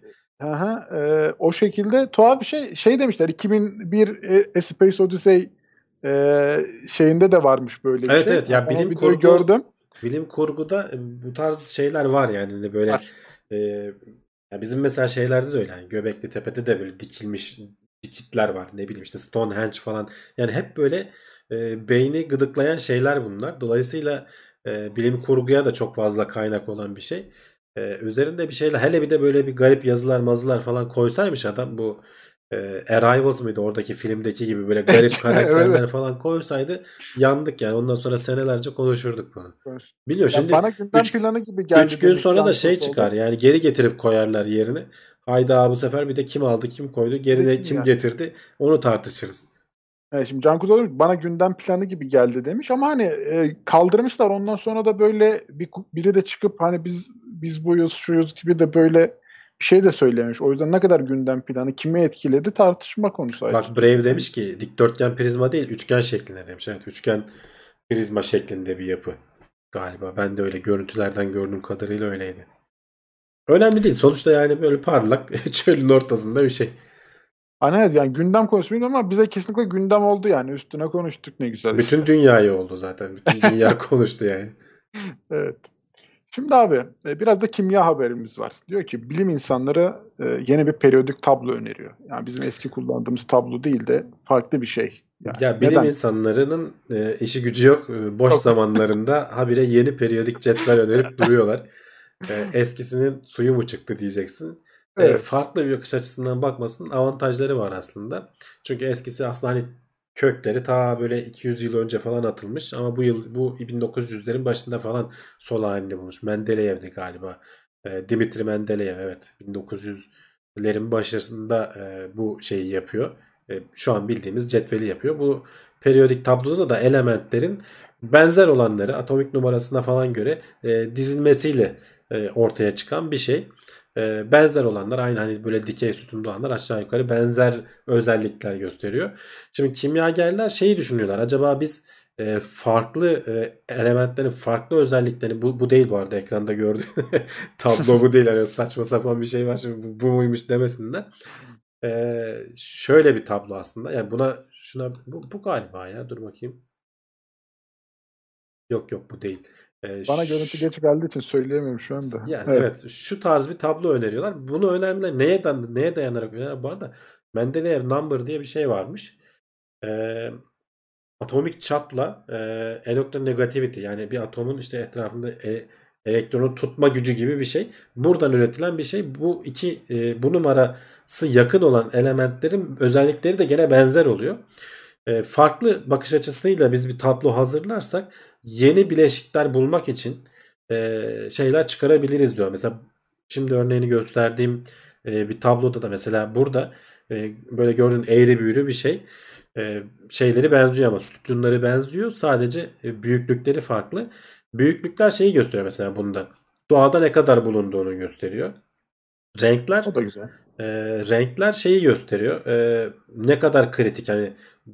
o şekilde tuhaf bir şey demişler. 2001 A Space Odyssey şeyinde de varmış böyle bir Evet şey. evet, ya Ben o videoyu gördüm. bilim kurguda bu tarz şeyler var yani. Hani böyle Var. e, ya bizim mesela şeylerde de öyle. Yani Göbekli Tepe'de de böyle dikilmiş dikitler var. Ne bileyim işte Stonehenge falan. Yani hep böyle beyni gıdıklayan şeyler bunlar. Dolayısıyla bilim kurguya da çok fazla kaynak olan bir şey. Üzerinde bir şeyler, hele bir de böyle bir garip yazılar mazılar falan koysaymış adam, bu Arrivals mıydı oradaki filmdeki gibi böyle garip Evet. karakterler falan koysaydı, yandık yani. Ondan sonra senelerce konuşurduk bunu. Evet. Biliyor Ya şimdi bana gündem 3 planı gibi 3 geldi gün demiş sonra da Can şey çıkar Kurtoğlu. yani, geri getirip koyarlar yerine. Hayda, bu sefer bir de kim aldı kim koydu, Bir de geride kim kim geldi? getirdi, onu tartışırız. Evet, şimdi Can Kurtoğlu demiş, bana gündem planı gibi geldi demiş, ama hani kaldırmışlar, ondan sonra da böyle biri de çıkıp hani biz buyuz şuyuz gibi de böyle bir şey de söylemiş. O yüzden ne kadar gündem planı kimi etkiledi tartışma konusu Bak, açıkçası Brave yani. demiş ki dikdörtgen prizma değil, üçgen şeklinde demiş. Evet, üçgen prizma şeklinde bir yapı galiba. Ben de öyle görüntülerden gördüğüm kadarıyla öyleydi. Önemli değil. Sonuçta yani böyle parlak çölün ortasında bir şey. Hani evet, yani gündem konusu bilmiyorum ama bize kesinlikle gündem oldu, yani üstüne konuştuk, ne güzel işte. Bütün dünyayı oldu zaten. Bütün dünya konuştu yani. Evet. Şimdi abi biraz da kimya haberimiz var. Diyor ki bilim insanları yeni bir periyodik tablo öneriyor. Yani bizim eski kullandığımız tablo değil de farklı bir şey. Yani Ya bilim neden? insanlarının işi gücü yok. Boş Yok. zamanlarında habire yeni periyodik cetvel önerip duruyorlar. Eskisinin suyu mu çıktı diyeceksin. Evet. Farklı bir bakış açısından bakmasının avantajları var aslında. Çünkü eskisi aslında hani kökleri ta böyle 200 yıl önce falan atılmış ama bu 1900'lerin başında falan sol halini bulmuş. Mendeleyev'di galiba. Dimitri Mendeleyev, evet, 1900'lerin başında bu şeyi yapıyor. Şu an bildiğimiz cetveli yapıyor. Bu periyodik tabloda da elementlerin benzer olanları atomik numarasına falan göre dizilmesiyle ortaya çıkan bir şey. Benzer olanlar aynı hani böyle dikey sütunlu olanlar aşağı yukarı benzer özellikler gösteriyor. Şimdi kimyagerler şeyi düşünüyorlar. Acaba biz farklı elementlerin farklı özelliklerini, bu değil bu arada ekranda gördüğün tablo bu değil. Yani saçma sapan bir şey var şimdi bu muymuş demesinler. Şöyle bir tablo aslında. Yani bu galiba ya. Dur bakayım. Yok yok, bu değil. Bana görüntü geç geldiği için söyleyemiyorum şu anda. Yani Evet. evet, şu tarz bir tablo öneriyorlar. Bunu önermeler neye dayanarak öneriyorlar? Bu arada Mendeleev number diye bir şey varmış. Ee, Atomik çapla elektronegativity, yani bir atomun işte etrafında elektronu tutma gücü gibi bir şey. Buradan üretilen bir şey. Bu numarası yakın olan elementlerin özellikleri de gene benzer oluyor. Farklı bakış açısıyla biz bir tablo hazırlarsak yeni bileşikler bulmak için şeyler çıkarabiliriz diyor. Mesela şimdi örneğini gösterdiğim bir tabloda da mesela burada böyle gördüğün eğri büğrü bir şey. Şeyleri benziyor ama sütunları benziyor. Sadece büyüklükleri farklı. Büyüklükler şeyi gösteriyor mesela bunda. Doğada ne kadar bulunduğunu gösteriyor. Renkler O da güzel. renkler şeyi gösteriyor. Ne kadar kritik, hani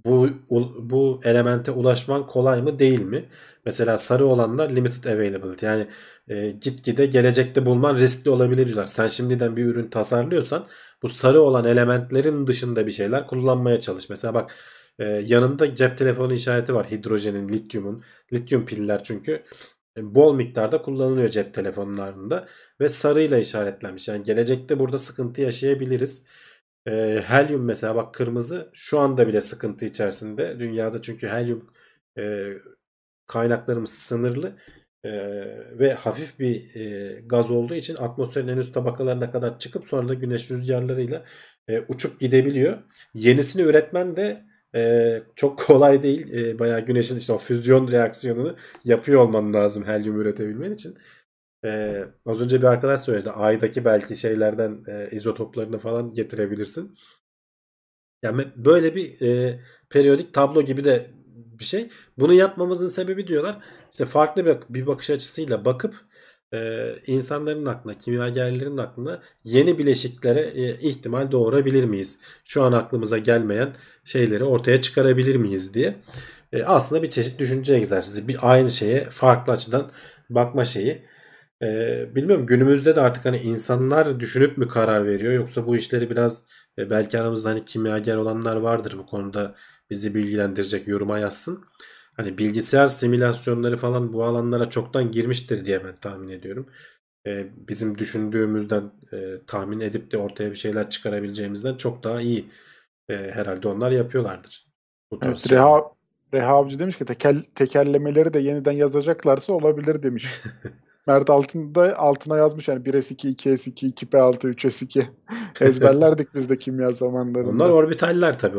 bu elemente ulaşman kolay mı değil mi? Mesela sarı olanlar limited availability, yani gitgide gelecekte bulman riskli olabilir diyorlar. Sen şimdiden bir ürün tasarlıyorsan bu sarı olan elementlerin dışında bir şeyler kullanmaya çalış. Mesela bak, yanında cep telefonu işareti var, hidrojenin, lityumun. Lityum piller çünkü bol miktarda kullanılıyor cep telefonlarında ve sarıyla işaretlenmiş. Yani gelecekte burada sıkıntı yaşayabiliriz. Helyum mesela, bak, kırmızı şu anda bile sıkıntı içerisinde. Dünyada çünkü helyum e, kaynaklarımız sınırlı ve hafif bir gaz olduğu için atmosferin en üst tabakalarına kadar çıkıp sonra da güneş rüzgarlarıyla uçup gidebiliyor. Yenisini üretmen de çok kolay değil. Bayağı güneşin işte o füzyon reaksiyonunu yapıyor olman lazım helyum üretebilmen için. Az önce bir arkadaş söyledi. Ay'daki belki şeylerden izotoplarını falan getirebilirsin. Yani böyle bir periyodik tablo gibi de bir şey. Bunu yapmamızın sebebi diyorlar, işte farklı bir bakış açısıyla bakıp insanların aklına, kimyagerlerin aklına yeni bileşiklere ihtimal doğurabilir miyiz? Şu an aklımıza gelmeyen şeyleri ortaya çıkarabilir miyiz diye. Aslında bir çeşit düşünce egzersizi. Bir aynı şeye farklı açıdan bakma şeyi. Bilmiyorum, günümüzde de artık hani insanlar düşünüp mü karar veriyor, yoksa bu işleri biraz belki aramızda hani kimyager olanlar vardır bu konuda, bizi bilgilendirecek, yoruma yazsın. Hani bilgisayar simülasyonları falan bu alanlara çoktan girmiştir diye ben tahmin ediyorum. Bizim düşündüğümüzden, tahmin edip de ortaya bir şeyler çıkarabileceğimizden çok daha iyi herhalde onlar yapıyorlardır bu tarz Evet, şeyleri. Reha Avcı demiş ki tekerlemeleri de yeniden yazacaklarsa olabilir demiş. Mert Altın da altına yazmış yani 1S2, 2S2, 2P6, 3S2 ezberlerdik biz de kimya Onlar zamanlarında. orbitaller tabii.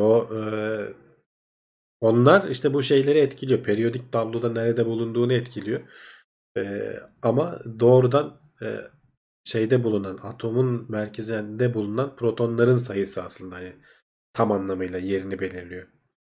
Onlar işte bu şeyleri etkiliyor. Periyodik tabloda nerede bulunduğunu etkiliyor. Ama doğrudan şeyde bulunan, atomun merkezinde bulunan protonların sayısı aslında hani tam anlamıyla yerini belirliyor.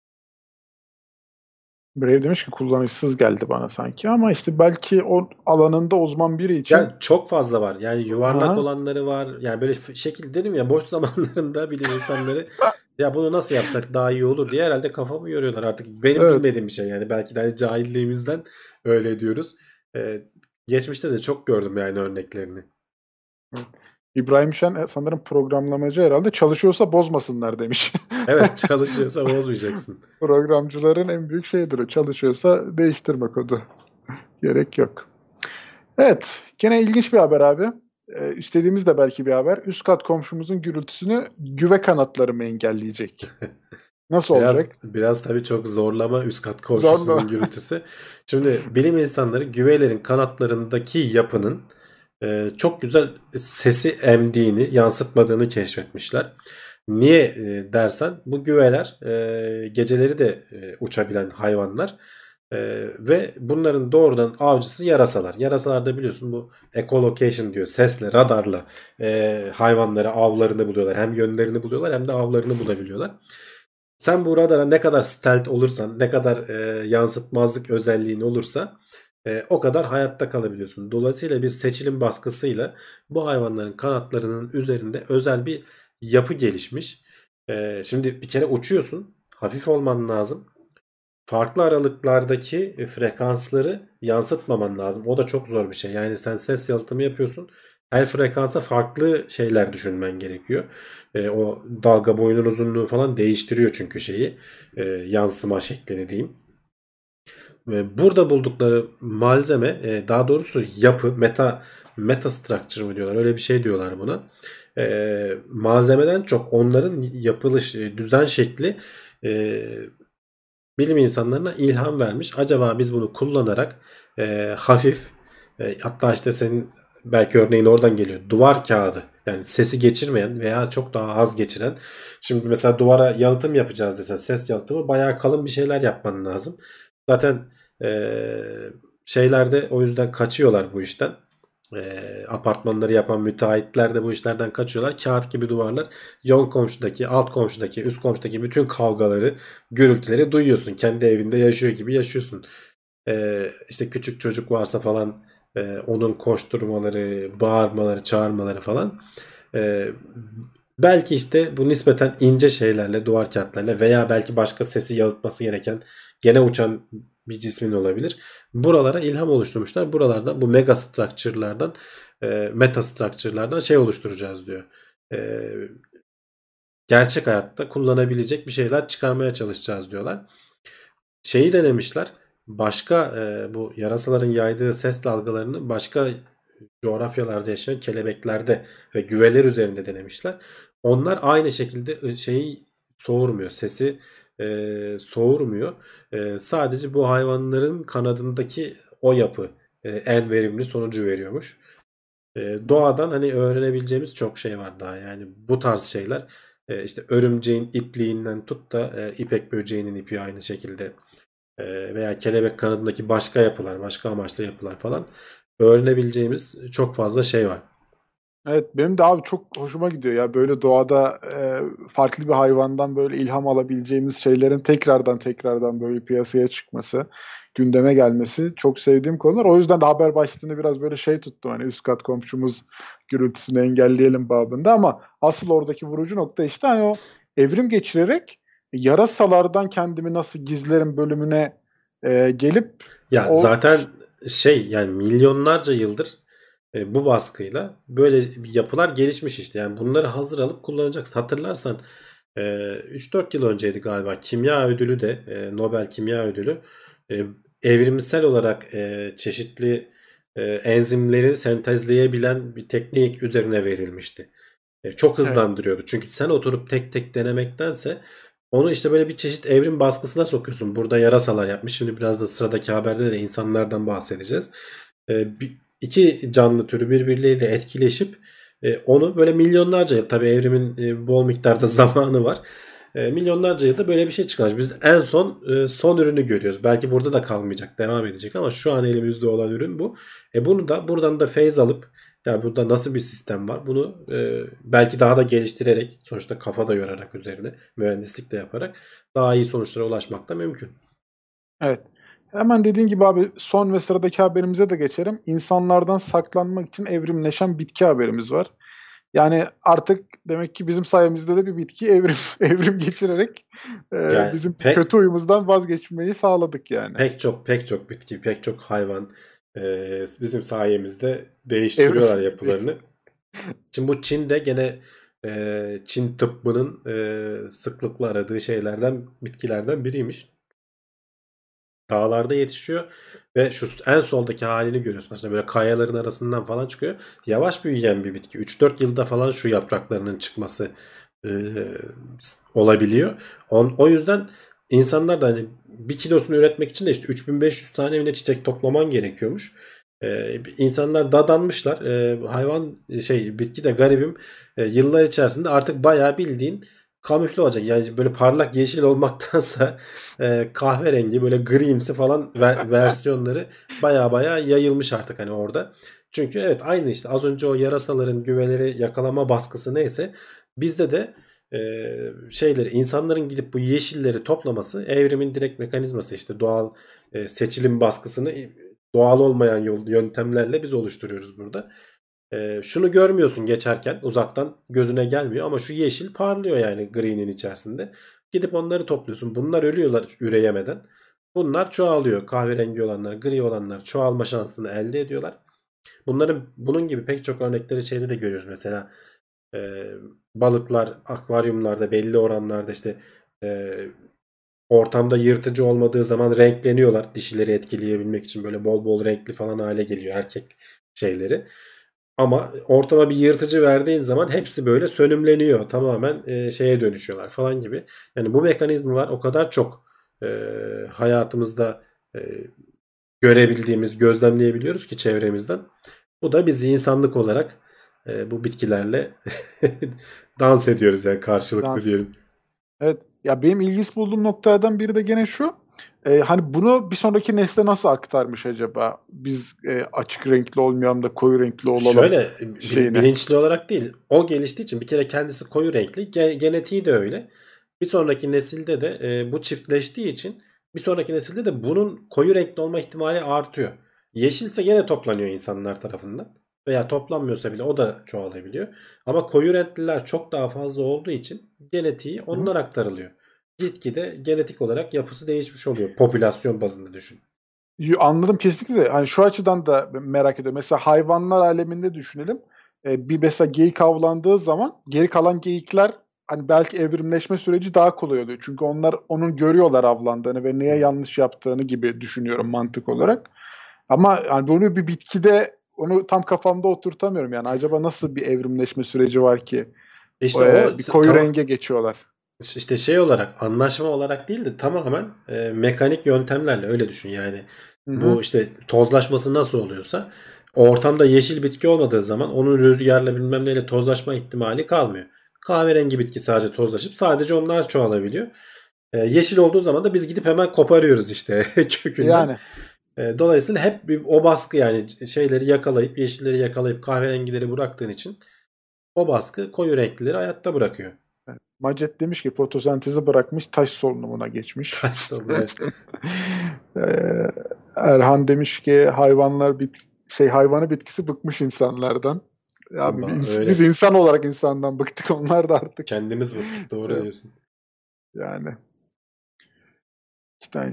Brave demiş ki kullanışsız geldi bana sanki ama işte belki o alanında uzman biri Yani için çok fazla var. Yani yuvarlak aha, olanları var. Yani böyle şekil dedim ya, boş zamanlarında bilim insanları ya bunu nasıl yapsak daha iyi olur diye herhalde kafamı yoruyorlar. Artık benim evet. bilmediğim bir şey, yani belki de hani cahilliğimizden öyle diyoruz. Ee, Geçmişte de çok gördüm yani örneklerini. Evet. İbrahim Şen sanırım programlamacı herhalde çalışıyorsa bozmasınlar demiş. Evet, çalışıyorsa bozmayacaksın. Programcıların en büyük şeyidir o. Çalışıyorsa değiştirme kodu. Gerek yok. Evet, gene ilginç bir haber abi. İstediğimiz de belki bir haber. Üst kat komşumuzun gürültüsünü güve kanatları mı engelleyecek? Nasıl Biraz olacak? biraz tabii çok zorlama üst kat Zorla. komşusunun gürültüsü. Şimdi bilim insanları güvelerin kanatlarındaki yapının çok güzel sesi emdiğini, yansıtmadığını keşfetmişler. Niye dersen bu güveler geceleri de uçabilen hayvanlar. Ve bunların doğrudan avcısı yarasalar. Yarasalar da biliyorsun bu echolocation diyor. Sesle, radarla hayvanları, avlarını buluyorlar. Hem yönlerini buluyorlar hem de avlarını bulabiliyorlar. Sen bu radara ne kadar stealth olursan, ne kadar yansıtmazlık özelliğin olursa o kadar hayatta kalabiliyorsun. Dolayısıyla bir seçilim baskısıyla bu hayvanların kanatlarının üzerinde özel bir yapı gelişmiş. Şimdi bir kere uçuyorsun. Hafif olman lazım. Farklı aralıklardaki frekansları yansıtmaman lazım. O da çok zor bir şey. Yani sen ses yalıtımı yapıyorsun. Her frekansa farklı şeyler düşünmen gerekiyor. O dalga boyunun uzunluğu falan değiştiriyor çünkü şeyi. Yansıma şeklini diyeyim. Burada buldukları malzeme, daha doğrusu yapı, meta structure mı diyorlar, öyle bir şey diyorlar buna. Malzemeden çok onların yapılış, düzen şekli bilim insanlarına ilham vermiş. Acaba biz bunu kullanarak hafif, hatta işte senin belki örneğin oradan geliyor, duvar kağıdı, yani sesi geçirmeyen veya çok daha az geçiren. Şimdi mesela duvara yalıtım yapacağız desen, ses yalıtımı bayağı kalın bir şeyler yapman lazım. Zaten şeylerde o yüzden kaçıyorlar bu işten. Apartmanları yapan müteahhitler de bu işlerden kaçıyorlar. Kağıt gibi duvarlar, yan komşudaki, alt komşudaki, üst komşudaki bütün kavgaları, gürültüleri duyuyorsun. Kendi evinde yaşıyor gibi yaşıyorsun. İşte küçük çocuk varsa falan onun koşturmaları, bağırmaları, çağırmaları falan. Ee, Belki işte bu nispeten ince şeylerle, duvar kağıtlarıyla veya belki başka sesi yalıtması gereken gene uçan bir cismin olabilir. Buralara ilham oluşturmuşlar. Buralarda bu mega structure'lardan, meta structure'lardan şey oluşturacağız diyor. E, Gerçek hayatta kullanabilecek bir şeyler çıkarmaya çalışacağız diyorlar. Şeyi denemişler. Başka bu yarasaların yaydığı ses dalgalarını başka coğrafyalarda yaşayan kelebeklerde ve güveler üzerinde denemişler. Onlar aynı şekilde şeyi soğurmuyor. Sesi soğurmuyor. Sadece bu hayvanların kanadındaki o yapı en verimli sonucu veriyormuş. Doğadan hani öğrenebileceğimiz çok şey var daha. Yani bu tarz şeyler, işte örümceğin ipliğinden tut da ipek böceğinin ipi aynı şekilde, veya kelebek kanadındaki başka yapılar, başka amaçlı yapılar falan öğrenebileceğimiz çok fazla şey var. Evet, benim de abi çok hoşuma gidiyor ya böyle doğada farklı bir hayvandan böyle ilham alabileceğimiz şeylerin tekrardan böyle piyasaya çıkması, gündeme gelmesi çok sevdiğim konular. O yüzden de haber başlığını biraz böyle şey tuttum, hani üst kat komşumuz gürültüsünü engelleyelim babında, ama asıl oradaki vurucu nokta işte hani o evrim geçirerek yarasalardan kendimi nasıl gizlerim bölümüne gelip Ya o zaten şey, yani milyonlarca yıldır bu baskıyla böyle bir yapılar gelişmiş işte. Yani bunları hazır alıp kullanacaksın. Hatırlarsan 3-4 yıl önceydi galiba, kimya ödülü de, Nobel Kimya Ödülü e, evrimsel olarak çeşitli enzimleri sentezleyebilen bir teknik üzerine verilmişti. Çok evet. hızlandırıyordu. Çünkü sen oturup tek tek denemektense onu işte böyle bir çeşit evrim baskısına sokuyorsun. Burada yarasalar yapmış. Şimdi biraz da sıradaki haberde de insanlardan bahsedeceğiz. İki canlı türü birbirleriyle etkileşip onu böyle milyonlarca yıl, tabii evrimin bol miktarda zamanı var. Milyonlarca yılda böyle bir şey çıkarmış. Biz en son son ürünü görüyoruz. Belki burada da kalmayacak, devam edecek, ama şu an elimizde olan ürün bu. Bunu da buradan da feyz alıp, ya burada nasıl bir sistem var, bunu belki daha da geliştirerek, sonuçta kafa da yorarak üzerine mühendislik de yaparak daha iyi sonuçlara ulaşmak da mümkün. Evet. Hemen dediğin gibi abi son ve sıradaki haberimize de geçelim. İnsanlardan saklanmak için evrimleşen bitki haberimiz var. Yani artık demek ki bizim sayemizde de bir bitki evrim evrim geçirerek Yani bizim kötü huyumuzdan vazgeçmeyi sağladık yani. pek çok bitki, pek çok hayvan bizim sayemizde Evrim. değiştiriyorlar yapılarını. Şimdi bu Çin'de gene Çin tıbbının sıklıkla aradığı şeylerden, bitkilerden biriymiş. dağlarda yetişiyor ve şu en soldaki halini görüyorsun. Aslında böyle kayaların arasından falan çıkıyor. Yavaş büyüyen bir bitki. 3-4 yılda falan şu yapraklarının çıkması e, olabiliyor. O yüzden insanlar da hani bir kilosunu üretmek için de işte 3500 tane bile çiçek toplaman gerekiyormuş. İnsanlar dadanmışlar. Hayvan bitki de garibim yıllar içerisinde artık bayağı bildiğin kamufle olacak. Yani böyle parlak yeşil olmaktansa kahverengi böyle grimsi falan versiyonları baya baya yayılmış artık hani orada. Çünkü evet aynı işte az önce o yarasaların güveleri yakalama baskısı neyse bizde de şeyleri insanların gidip bu yeşilleri toplaması evrimin direkt mekanizması işte doğal seçilim baskısını doğal olmayan yöntemlerle biz oluşturuyoruz burada. Şunu görmüyorsun geçerken uzaktan gözüne gelmiyor ama şu yeşil parlıyor yani green'in içerisinde. Gidip onları topluyorsun. Bunlar ölüyorlar üreyemeden. Bunlar çoğalıyor. Kahverengi olanlar, gri olanlar çoğalma şansını elde ediyorlar. Bunun gibi pek çok örnekleri şeyde de görüyoruz. Mesela e, balıklar akvaryumlarda belli oranlarda işte e, ortamda yırtıcı olmadığı zaman renkleniyorlar. Dişileri etkileyebilmek için böyle bol bol renkli falan hale geliyor erkek şeyleri. Ama ortama bir yırtıcı verdiğin zaman hepsi böyle sönümleniyor. Tamamen şeye dönüşüyorlar falan gibi. Yani bu mekanizmalar o kadar çok e, hayatımızda e, görebildiğimiz, gözlemleyebiliyoruz ki çevremizden. Bu da bizi insanlık olarak bu bitkilerle dans ediyoruz yani karşılıklı Dans. diyelim. Evet. Ya benim ilginç bulduğum noktalardan biri de gene şu. Hani bunu bir sonraki nesle nasıl aktarmış acaba? Biz açık renkli olmayalım da koyu renkli olalım Şöyle şeyine. bilinçli olarak değil. O geliştiği için bir kere kendisi koyu renkli. Genetiği de öyle. Bir sonraki nesilde de bu çiftleştiği için bir sonraki nesilde de bunun koyu renkli olma ihtimali artıyor. Yeşilse gene toplanıyor insanlar tarafından. Veya toplanmıyorsa bile o da çoğalabiliyor. Ama koyu renkliler çok daha fazla olduğu için genetiği Hı hı. onlar aktarılıyor. Gitgide genetik olarak yapısı değişmiş oluyor. Popülasyon bazında düşün. Anladım kesinlikle de. Hani şu açıdan da merak ediyorum. Mesela hayvanlar aleminde düşünelim. Bir mesela geyik avlandığı zaman geri kalan geyikler hani belki evrimleşme süreci daha kolay oluyor. Çünkü onlar onun görüyorlar avlandığını ve neye Hı. yanlış yaptığını gibi düşünüyorum mantık olarak. Ama yani bunu bir bitkide onu tam kafamda oturtamıyorum yani. Acaba nasıl bir evrimleşme süreci var ki İşte o bir koyu tam renge geçiyorlar? İşte şey olarak anlaşma olarak değil de tamamen mekanik yöntemlerle öyle düşün yani. Hı hı. Bu işte tozlaşması nasıl oluyorsa ortamda yeşil bitki olmadığı zaman onun rüzgarla bilmem neyle tozlaşma ihtimali kalmıyor. Kahverengi bitki sadece tozlaşıp sadece onlar çoğalabiliyor. Yeşil olduğu zaman da biz gidip hemen koparıyoruz işte kökünden. Yani Dolayısıyla hep o baskı yani şeyleri yakalayıp yeşilleri yakalayıp kahverengileri bıraktığın için o baskı koyu renklileri hayatta bırakıyor. Macet demiş ki fotosentezi bırakmış taş solunumuna geçmiş. Taş solunum. Eee, Erhan demiş ki hayvanı bitkisi bıkmış insanlardan. Abi biz Öyle. insan olarak insandan bıktık onlar da artık. Kendimiz bıktık. Doğru Evet, diyorsun. yani iki tane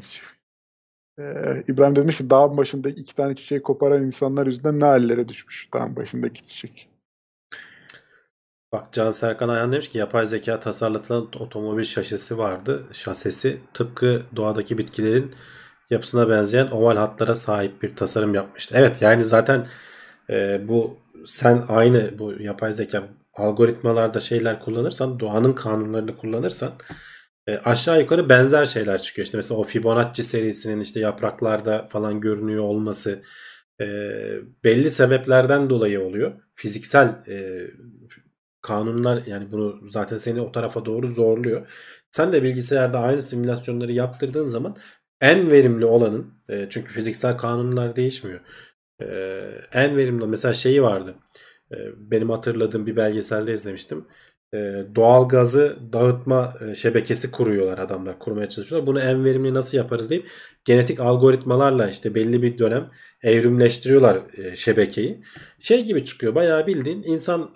İbrahim demiş ki dağın başındaki iki tane çiçeği koparan insanlar yüzünden ne hallere düşmüş dağın başındaki çiçek. Bak Can Serkan Ayhan demiş ki yapay zeka tasarlatılan otomobil şasisi vardı. Şasisi tıpkı doğadaki bitkilerin yapısına benzeyen oval hatlara sahip bir tasarım yapmıştı. Evet yani zaten bu sen aynı bu yapay zeka algoritmalarda şeyler kullanırsan doğanın kanunlarını kullanırsan aşağı yukarı benzer şeyler çıkıyor. İşte mesela o Fibonacci serisinin işte yapraklarda falan görünüyor olması e, belli sebeplerden dolayı oluyor. Fiziksel kanunlar yani bunu zaten seni o tarafa doğru zorluyor. Sen de bilgisayarda aynı simülasyonları yaptırdığın zaman en verimli olanın çünkü fiziksel kanunlar değişmiyor. En verimli mesela şeyi vardı. Benim hatırladığım bir belgeselde izlemiştim. Doğal gazı dağıtma şebekesi kuruyorlar adamlar. Kurmaya çalışıyorlar. Bunu en verimli nasıl yaparız deyip genetik algoritmalarla işte belli bir dönem evrimleştiriyorlar şebekeyi. Şey gibi çıkıyor. Bayağı bildiğin insan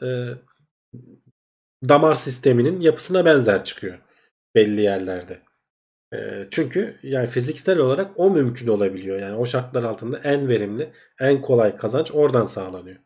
damar sisteminin yapısına benzer çıkıyor belli yerlerde. Çünkü yani fiziksel olarak o mümkün olabiliyor. Yani o şartlar altında en verimli, en kolay kazanç oradan sağlanıyor.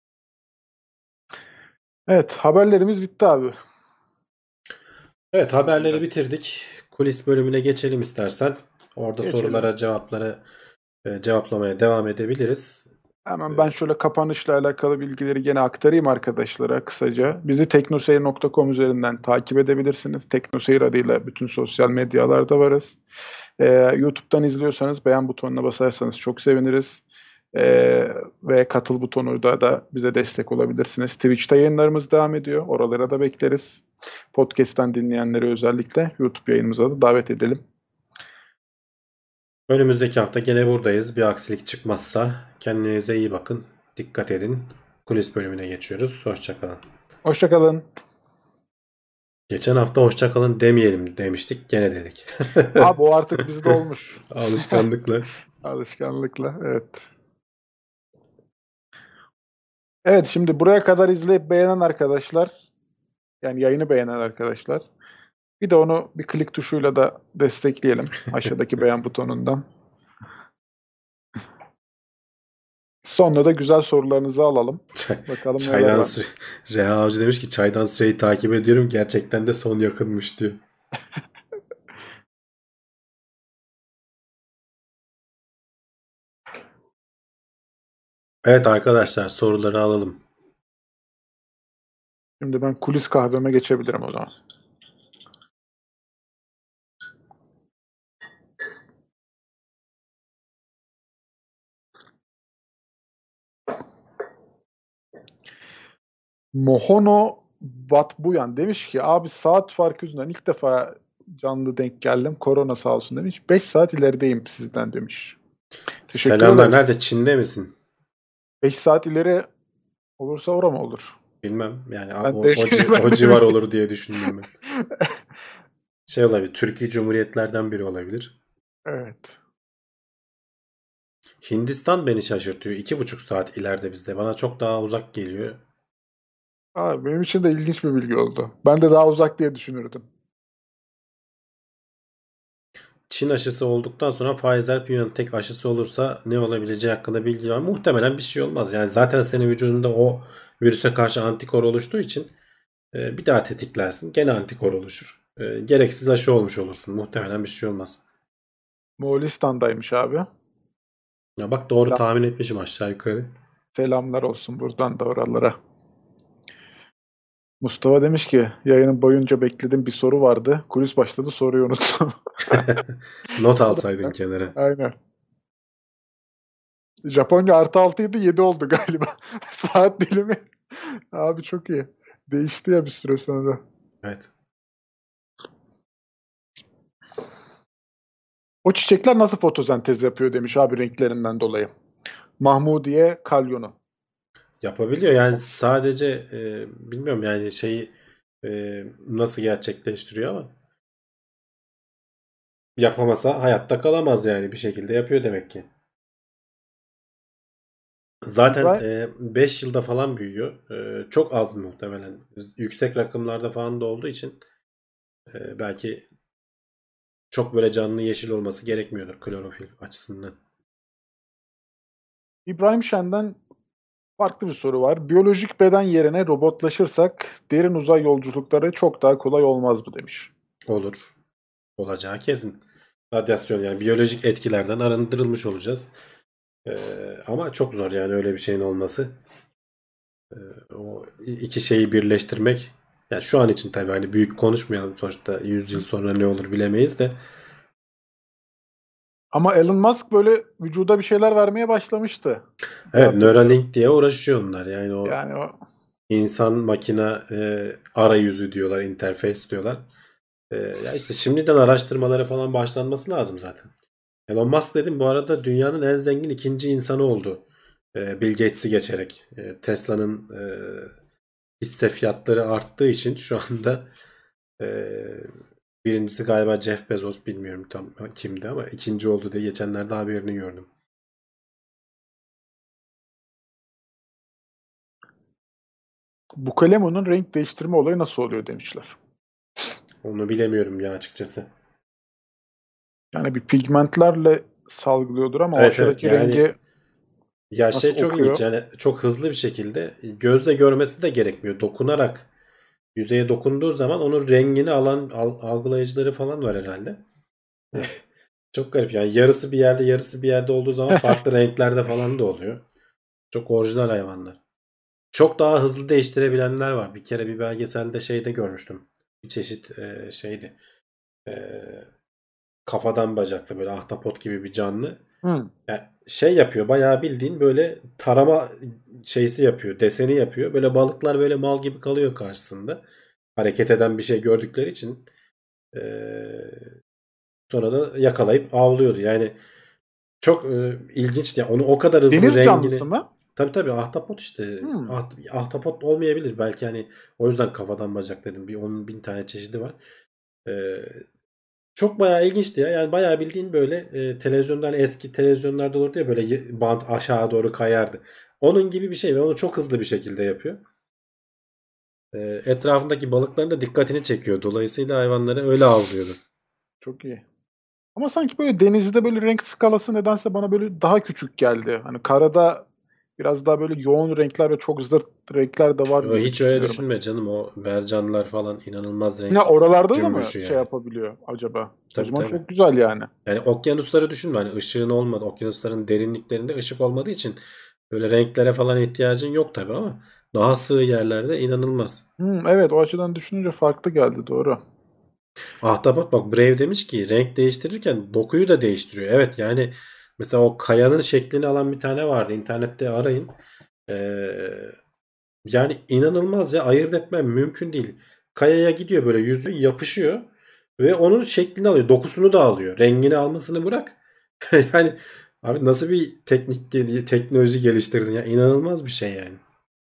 Evet, haberlerimiz bitti abi. Evet haberleri Bugünden. bitirdik. Kulis bölümüne geçelim istersen. Orada Geçelim. sorulara cevaplamaya devam edebiliriz. Hemen ben şöyle kapanışla alakalı bilgileri gene aktarayım arkadaşlara kısaca. Bizi teknoseyir.com üzerinden takip edebilirsiniz. Teknoseyir adıyla bütün sosyal medyalarda varız. YouTube'dan izliyorsanız beğen butonuna basarsanız çok seviniriz. Ve katıl butonu da bize destek olabilirsiniz. Twitch'te yayınlarımız devam ediyor. Oralara da bekleriz. Podcast'ten dinleyenleri özellikle YouTube yayınımıza da davet edelim. Önümüzdeki hafta gene buradayız. Bir aksilik çıkmazsa kendinize iyi bakın. Dikkat edin. Kulis bölümüne geçiyoruz. Hoşçakalın. Hoşçakalın. Geçen hafta hoşçakalın demeyelim demiştik. Gene dedik. Abi o artık bizde olmuş. Alışkanlıkla. Alışkanlıkla, evet. Evet, şimdi buraya kadar izleyip beğenen arkadaşlar, yani yayını beğenen arkadaşlar, bir de onu bir klik tuşuyla da destekleyelim aşağıdaki beğen butonundan. Sonra da güzel sorularınızı alalım. Bakalım neler Çaydan var. süre... Reha Avcı demiş ki çaydan süreyi takip ediyorum. Gerçekten de son yakınmış diyor. Evet arkadaşlar soruları alalım. Şimdi ben kulis kahveme geçebilirim o zaman. Mohono Batbuyan demiş ki abi saat farkı yüzünden ilk defa canlı denk geldim. Korona sağ olsun demiş. 5 saat ilerideyim sizden demiş. Teşekkür Selamlar. ederiz. Nerede? Çin'de misin? 5 saat ileri olursa ora mı olur? Bilmem. Yani Ben o, de, o, ci- ben o de civar bilmiyorum. olur diye düşündüm ben. Şey olabilir. Türkiye Cumhuriyetlerden biri olabilir. Evet. Hindistan beni şaşırtıyor. 2,5 saat ileride bizde. Bana çok daha uzak geliyor. Abi benim için de ilginç bir bilgi oldu. Ben de daha uzak diye düşünürdüm. Çin aşısı olduktan sonra Pfizer-BioNTech aşısı olursa ne olabileceği hakkında bilgi var. Muhtemelen bir şey olmaz. Yani zaten senin vücudunda o virüse karşı antikor oluştuğu için bir daha tetiklersin. Gene antikor oluşur. Gereksiz aşı olmuş olursun. Muhtemelen bir şey olmaz. Moğolistan'daymış abi. Ya bak doğru Selam, tahmin etmişim aşağı yukarı. selamlar olsun buradan da oralara. Mustafa demiş ki yayının boyunca beklediğim bir soru vardı. Kulis başladı soruyu unuttum. Not O da alsaydın kenara. aynen. Japonya +6 idi 7 oldu galiba. Saat dilimi. Abi çok iyi. Değişti ya bir süre sonra. Evet. O çiçekler nasıl fotosentez yapıyor demiş abi renklerinden dolayı. Mahmudiye Kalyonu. Yapabiliyor. Yani sadece bilmiyorum yani şeyi nasıl gerçekleştiriyor ama yapamasa hayatta kalamaz yani bir şekilde yapıyor demek ki. Zaten İbrahim 5 yılda falan büyüyor. Çok az muhtemelen. Yüksek rakımlarda falan da olduğu için belki çok böyle canlı yeşil olması gerekmiyordur klorofil açısından. İbrahim Şen'den farklı bir soru var. Biyolojik beden yerine robotlaşırsak derin uzay yolculukları çok daha kolay olmaz mı demiş. Olur. Olacağı kesin. Radyasyon yani biyolojik etkilerden arındırılmış olacağız. Ama çok zor yani öyle bir şeyin olması. O iki şeyi birleştirmek yani şu an için tabii hani büyük konuşmayalım sonuçta 100 yıl sonra ne olur bilemeyiz de Ama Elon Musk böyle vücuda bir şeyler vermeye başlamıştı. Diye evet hatırlıyorum. Neuralink diye uğraşıyor onlar yani o Yani o insan makine arayüzü diyorlar interface diyorlar. Ya işte şimdiden araştırmaları falan başlanması lazım zaten. Elon Musk dedim bu arada dünyanın en zengin ikinci insanı oldu. Bill Gates'i geçerek. Tesla'nın hisse fiyatları arttığı için şu anda birincisi galiba Jeff Bezos bilmiyorum tam kimdi ama ikinci oldu diye geçenlerde haberini gördüm. Bukelemo'nun renk değiştirme olayı nasıl oluyor demişler. Onu bilemiyorum ya açıkçası. Yani bir pigmentlerle salgılıyordur ama o Evet evet aşağıdaki yani rengi ya şey nasıl çok ilginç okuyor? yani çok hızlı bir şekilde gözle görmesi de gerekmiyor. Dokunarak yüzeye dokunduğu zaman onun rengini alan algılayıcıları falan var herhalde. Çok garip yani, yarısı bir yerde yarısı bir yerde olduğu zaman farklı renklerde falan da oluyor. Çok orijinal hayvanlar. Çok daha hızlı değiştirebilenler var. Bir kere bir belgeselde şeyde görmüştüm. Bir çeşit şeydi. E, kafadan bacaklı böyle ahtapot gibi bir canlı. Hı. Yani şey yapıyor, bayağı bildiğin böyle tarama şeysi yapıyor. Deseni yapıyor. Böyle balıklar böyle mal gibi kalıyor karşısında. Hareket eden bir şey gördükleri için e, sonra da yakalayıp avlıyordu. Yani çok ilginç. Yani onu o kadar hızlı Deniz rengini. canlısı mı? Tabii ahtapot işte. Hı. Ahtapot olmayabilir. Belki hani o yüzden kafadan bacak dedim. Bir 10 bin tane çeşidi var. E, çok bayağı ilginçti ya. Yani bayağı bildiğin böyle televizyondan, eski televizyonlarda olurdu ya, böyle bant aşağı doğru kayardı. Onun gibi bir şey ve onu çok hızlı bir şekilde yapıyor. Etrafındaki balıkların da dikkatini çekiyor. Dolayısıyla hayvanları öyle avlıyordu. Çok iyi. Ama sanki böyle denizde böyle renk skalası nedense bana böyle daha küçük geldi. Hani karada biraz daha böyle yoğun renkler ve çok zırt renkler de var gibi Hiç öyle düşünüyorum. düşünme canım. O mercanlar falan inanılmaz Ya renk oralarda da mı cümbüşü şey yani. yapabiliyor acaba? O Tabii zaman tabii. çok güzel yani. Yani okyanusları düşünme. Hani ışığın olmadı. Okyanusların derinliklerinde ışık olmadığı için böyle renklere falan ihtiyacın yok tabii ama daha sığ yerlerde inanılmaz. Evet, o açıdan düşününce farklı geldi, doğru. Ahtapot bak, Brave demiş ki renk değiştirirken dokuyu da değiştiriyor. Evet yani mesela o kayanın şeklini alan bir tane vardı. İnternette arayın. Ee, yani inanılmaz ya, ayırt etmem mümkün değil. Kayaya gidiyor, böyle yüzü yapışıyor ve onun şeklini alıyor. Dokusunu da alıyor. Rengini almasını bırak. Yani abi nasıl bir teknoloji geliştirdin ya, inanılmaz bir şey yani.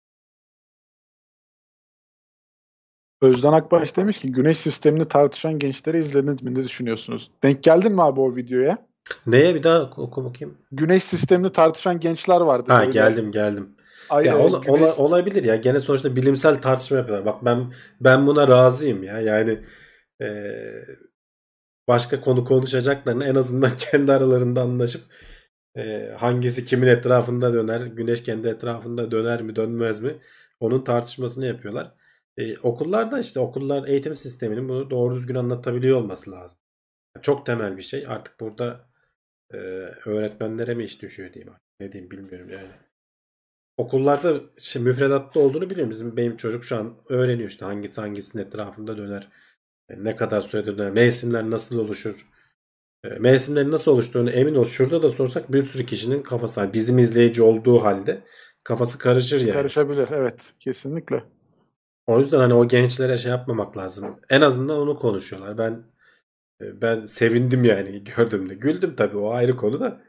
Özden Akbaş demiş ki güneş sistemini tartışan gençleri izlediniz mi? Ne düşünüyorsunuz? Denk geldin mi abi o videoya? Neye, bir daha oku bakayım. Güneş sistemini tartışan gençler vardı Ha, böyle. geldim. Ay, Ya güneş olabilir ya. Gene sonuçta bilimsel tartışma yapıyorlar. Bak ben buna razıyım ya. Yani e, başka konu konuşacaklarını en azından kendi aralarında anlaşıp hangisi kimin etrafında döner, güneş kendi etrafında döner mi dönmez mi, onun tartışmasını yapıyorlar. Okullarda işte okullar eğitim sisteminin bunu doğru düzgün anlatabiliyor olması lazım. Çok temel bir şey. Artık burada e, öğretmenlere mi iş düşüyor diyeyim artık. Ne diyeyim bilmiyorum yani. Okullarda işte müfredatta olduğunu biliyorum. Benim çocuk şu an öğreniyor işte hangisi hangisinin etrafında döner. Ne kadar sürede döner. Mevsimler nasıl oluşur. Mevsimlerin nasıl oluştuğunu emin ol. Şurada da sorsak bir sürü kişinin kafası, hani bizim izleyici olduğu halde kafası karışır yani. karışabilir. Evet, kesinlikle. O yüzden hani o gençlere şey yapmamak lazım. En azından onu konuşuyorlar. Ben sevindim yani gördüğümde. Güldüm tabii, o ayrı konu da.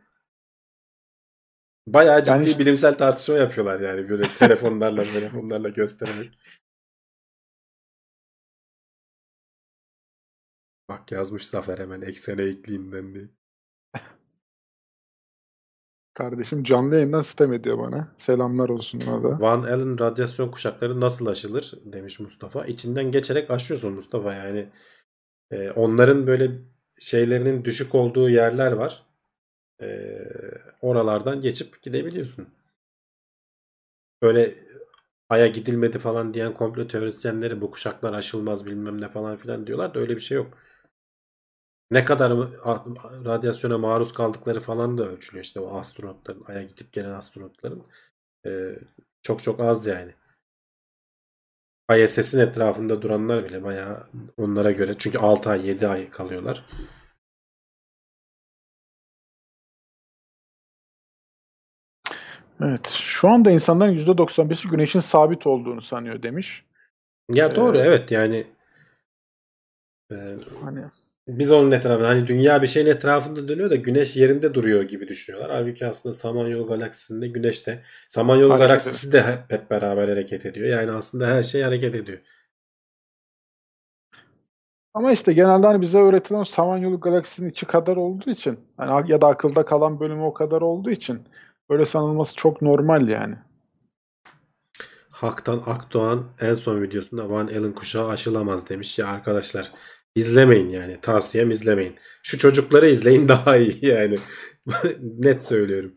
Bayağı Yani ciddi bilimsel tartışma yapıyorlar yani, böyle telefonlarla göstererek. Bak yazmış Zafer, hemen eksene ekleyinden diye. kardeşim canlı yayından sitem ediyor bana. Selamlar olsun ona da. Van Allen radyasyon kuşakları nasıl aşılır demiş Mustafa. İçinden geçerek aşıyorsun Mustafa yani. Onların böyle şeylerinin düşük olduğu yerler var. Oralardan geçip gidebiliyorsun. Böyle Ay'a gidilmedi falan diyen komplo teorisyenleri bu kuşaklar aşılmaz bilmem ne falan filan diyorlar da öyle bir şey yok. Ne kadar radyasyona maruz kaldıkları falan da ölçülüyor, işte o astronotların, Ay'a gidip gelen astronotların. Ee, çok çok az yani. ISS'in etrafında duranlar bile bayağı onlara göre, çünkü 6 ay 7 ay kalıyorlar. Evet. Şu anda insanların %95'i güneşin sabit olduğunu sanıyor demiş. Ya doğru, Ee, evet yani e, hani biz onun etrafında, hani dünya bir şeyin etrafında dönüyor da güneş yerinde duruyor gibi düşünüyorlar. Halbuki aslında Samanyolu galaksisinde güneş de, Samanyolu hareket eder. galaksisi de hep beraber hareket ediyor. Yani aslında her şey hareket ediyor. Ama işte genelde hani bize öğretilen o Samanyolu galaksisinin içi kadar olduğu için hani ya da akılda kalan bölümü o kadar olduğu için böyle sanılması çok normal yani. Hak'tan Akdoğan en son videosunda Van Allen kuşağı aşılamaz demiş ya arkadaşlar. İzlemeyin yani. Tavsiyem izlemeyin. Şu çocukları izleyin, daha iyi yani. Net söylüyorum.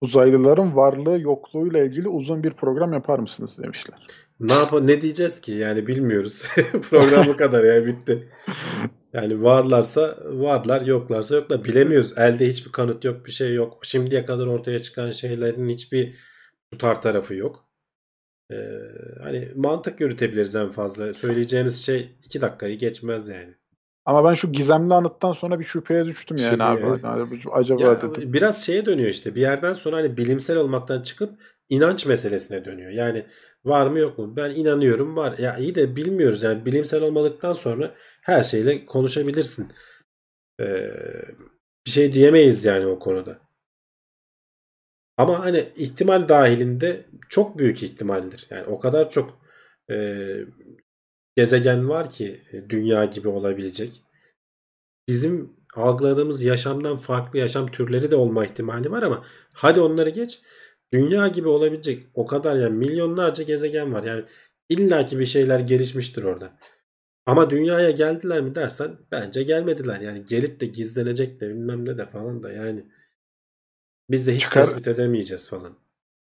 Uzaylıların varlığı yokluğuyla ilgili uzun bir program yapar mısınız demişler. Ne diyeceğiz ki? Yani bilmiyoruz. Program bu kadar ya, bitti. Yani varlarsa varlar, yoklarsa yoklar. Bilemiyoruz. Elde hiçbir kanıt yok, bir şey yok. Şimdiye kadar ortaya çıkan şeylerin hiçbir tutar tarafı yok. Hani mantık yürütebiliriz en fazla. Söyleyeceğimiz şey 2 dakikayı geçmez yani. Ama ben şu gizemli anıttan sonra bir şüpheye düştüm yani abi. Evet. Yani acaba Ya dedim. biraz şeye dönüyor işte. Bir yerden sonra hani bilimsel olmaktan çıkıp inanç meselesine dönüyor. Yani var mı yok mu? Ben inanıyorum, var. Ya iyi de bilmiyoruz. Yani bilimsel olmadıktan sonra her şeyle konuşabilirsin. Ee, Bir şey diyemeyiz yani o konuda. Ama hani ihtimal dahilinde çok büyük ihtimaldir. Yani o kadar çok e, gezegen var ki dünya gibi olabilecek. Bizim algıladığımız yaşamdan farklı yaşam türleri de olma ihtimali var ama hadi onları geç. Dünya gibi olabilecek o kadar, yani milyonlarca gezegen var. Yani illaki bir şeyler gelişmiştir orada. Ama dünyaya geldiler mi dersen bence gelmediler. Yani gelip de gizlenecek de bilmem ne de falan da, yani biz de hiç Çıkar tespit edemeyeceğiz falan.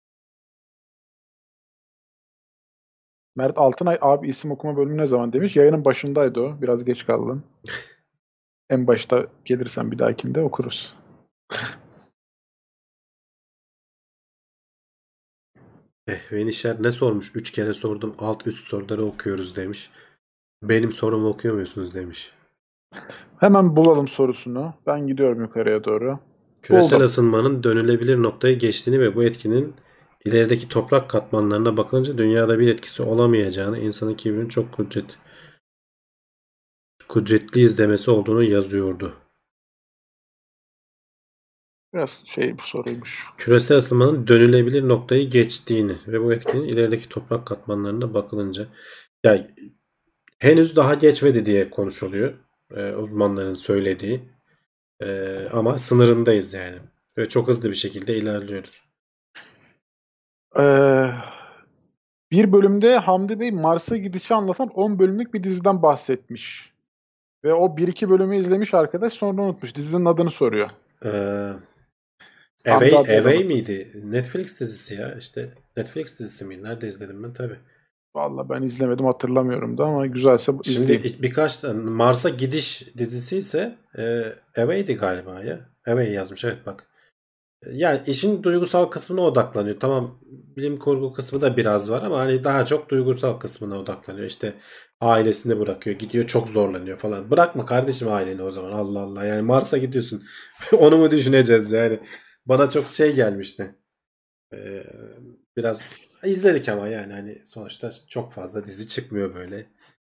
Mert Altınay abi isim okuma bölümü ne zaman demiş. Yayının başındaydı o. Biraz geç kaldın. En başta gelirsen bir dahakinde okuruz. Venişer ne sormuş? 3 kere sordum. Alt üst soruları okuyoruz demiş. Benim sorumu okuyor musunuz demiş. Hemen bulalım sorusunu. Ben gidiyorum yukarıya doğru. Küresel Buldum. ısınmanın dönülebilir noktayı geçtiğini ve bu etkinin ilerideki toprak katmanlarına bakılınca dünyada bir etkisi olamayacağını, insanın kibrinin çok kudretli izlemesi olduğunu yazıyordu. Biraz şey bu soruymuş. Küresel ısınmanın dönülebilir noktayı geçtiğini ve bu etkinin ilerideki toprak katmanlarına bakılınca, yani henüz daha geçmedi diye konuşuluyor. Uzmanların söylediği. Ama sınırındayız yani. Ve çok hızlı bir şekilde ilerliyoruz. Ee, bir bölümde Hamdi Bey Mars'a gidişi anlatan 10 bölümlük bir diziden bahsetmiş. Ve o 1-2 bölümü izlemiş arkadaş sonra unutmuş. Dizinin adını soruyor. Ee, Hamdi abiye de Away unutmuş. miydi? Netflix dizisi ya. İşte Netflix dizisi miydi? Nerede izledim ben? Tabii. Vallahi ben izlemedim hatırlamıyorum da ama güzelse izleyeyim. Şimdi birkaç tane Mars'a gidiş dizisi ise Away'di galiba ya. Away yazmış, evet bak. Yani işin duygusal kısmına odaklanıyor. Tamam, bilim kurgu kısmı da biraz var ama hani daha çok duygusal kısmına odaklanıyor. İşte ailesini bırakıyor, gidiyor, çok zorlanıyor falan. Bırakma kardeşim aileni o zaman, Allah Allah. Yani Mars'a gidiyorsun. Onu mu düşüneceğiz yani? Bana çok şey gelmişti. Ee, Biraz izledik ama yani hani sonuçta çok fazla dizi çıkmıyor böyle.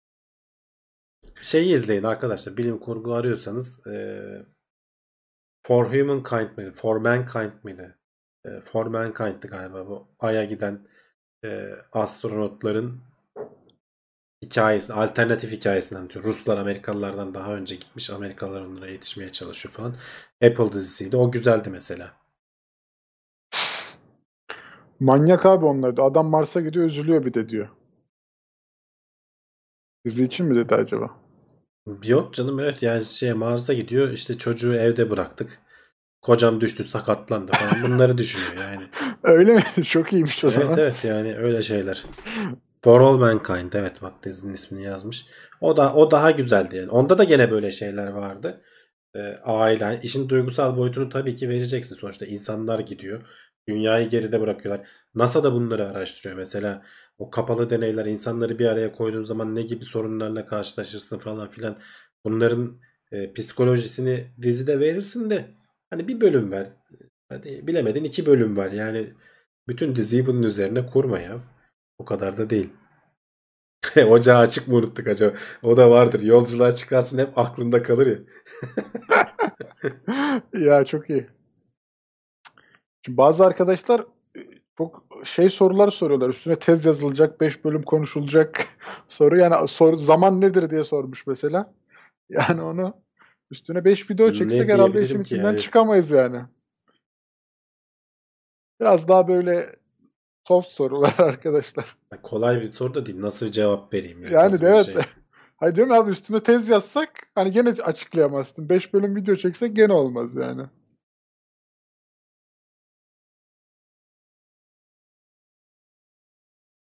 Şeyi izleyin arkadaşlar. Bilim kurgu arıyorsanız For Humankind miydi? For Mankind miydi? For Mankind'di galiba bu. Ay'a giden astronotların hikayesini, alternatif hikayesini anlatıyor. Ruslar Amerikalılardan daha önce gitmiş. Amerikalılar onlara yetişmeye çalışıyor falan. Apple dizisiydi. O güzeldi mesela. Manyak abi onlar da. Adam Mars'a gidiyor üzülüyor bir de diyor. Dizi için mi dedi acaba? Yok canım, evet yani Mars'a gidiyor. İşte çocuğu evde bıraktık. Kocam düştü, sakatlandı falan. Bunları düşünüyor yani. Öyle mi? Çok iyiymiş o Evet zaman. evet, yani öyle şeyler. For All Mankind, evet bak dizinin ismini yazmış. O daha güzeldi yani. Onda da gene böyle şeyler vardı. Aile, işin duygusal boyutunu tabii ki vereceksin. Sonuçta insanlar gidiyor. Dünyayı geride bırakıyorlar. NASA da bunları araştırıyor. Mesela o kapalı deneyler, insanları bir araya koyduğun zaman ne gibi sorunlarla karşılaşırsın falan filan. Bunların psikolojisini dizide verirsin de hani bir bölüm ver. Hadi bilemedin 2 bölüm var. Yani bütün diziyi bunun üzerine kurma ya. O kadar da değil. Ocağı açık mı unuttuk acaba? O da vardır. Yolculuğa çıkarsın, hep aklında kalır ya. Ya çok iyi. Şimdi bazı arkadaşlar çok şey sorular soruyorlar. Üstüne tez yazılacak, 5 bölüm konuşulacak soru. Yani zaman nedir diye sormuş mesela. Yani onu üstüne 5 video çeksek Ne herhalde diyebilirim işin ki içinden yani? çıkamayız yani. Biraz daha böyle soft sorular arkadaşlar. Kolay bir soru da değil. Nasıl cevap vereyim yani? Yani Nasıl de bir evet. şey? Hayır diyorum ya abi üstüne tez yazsak hani gene açıklayamazsın. 5 bölüm video çeksek gene olmaz yani.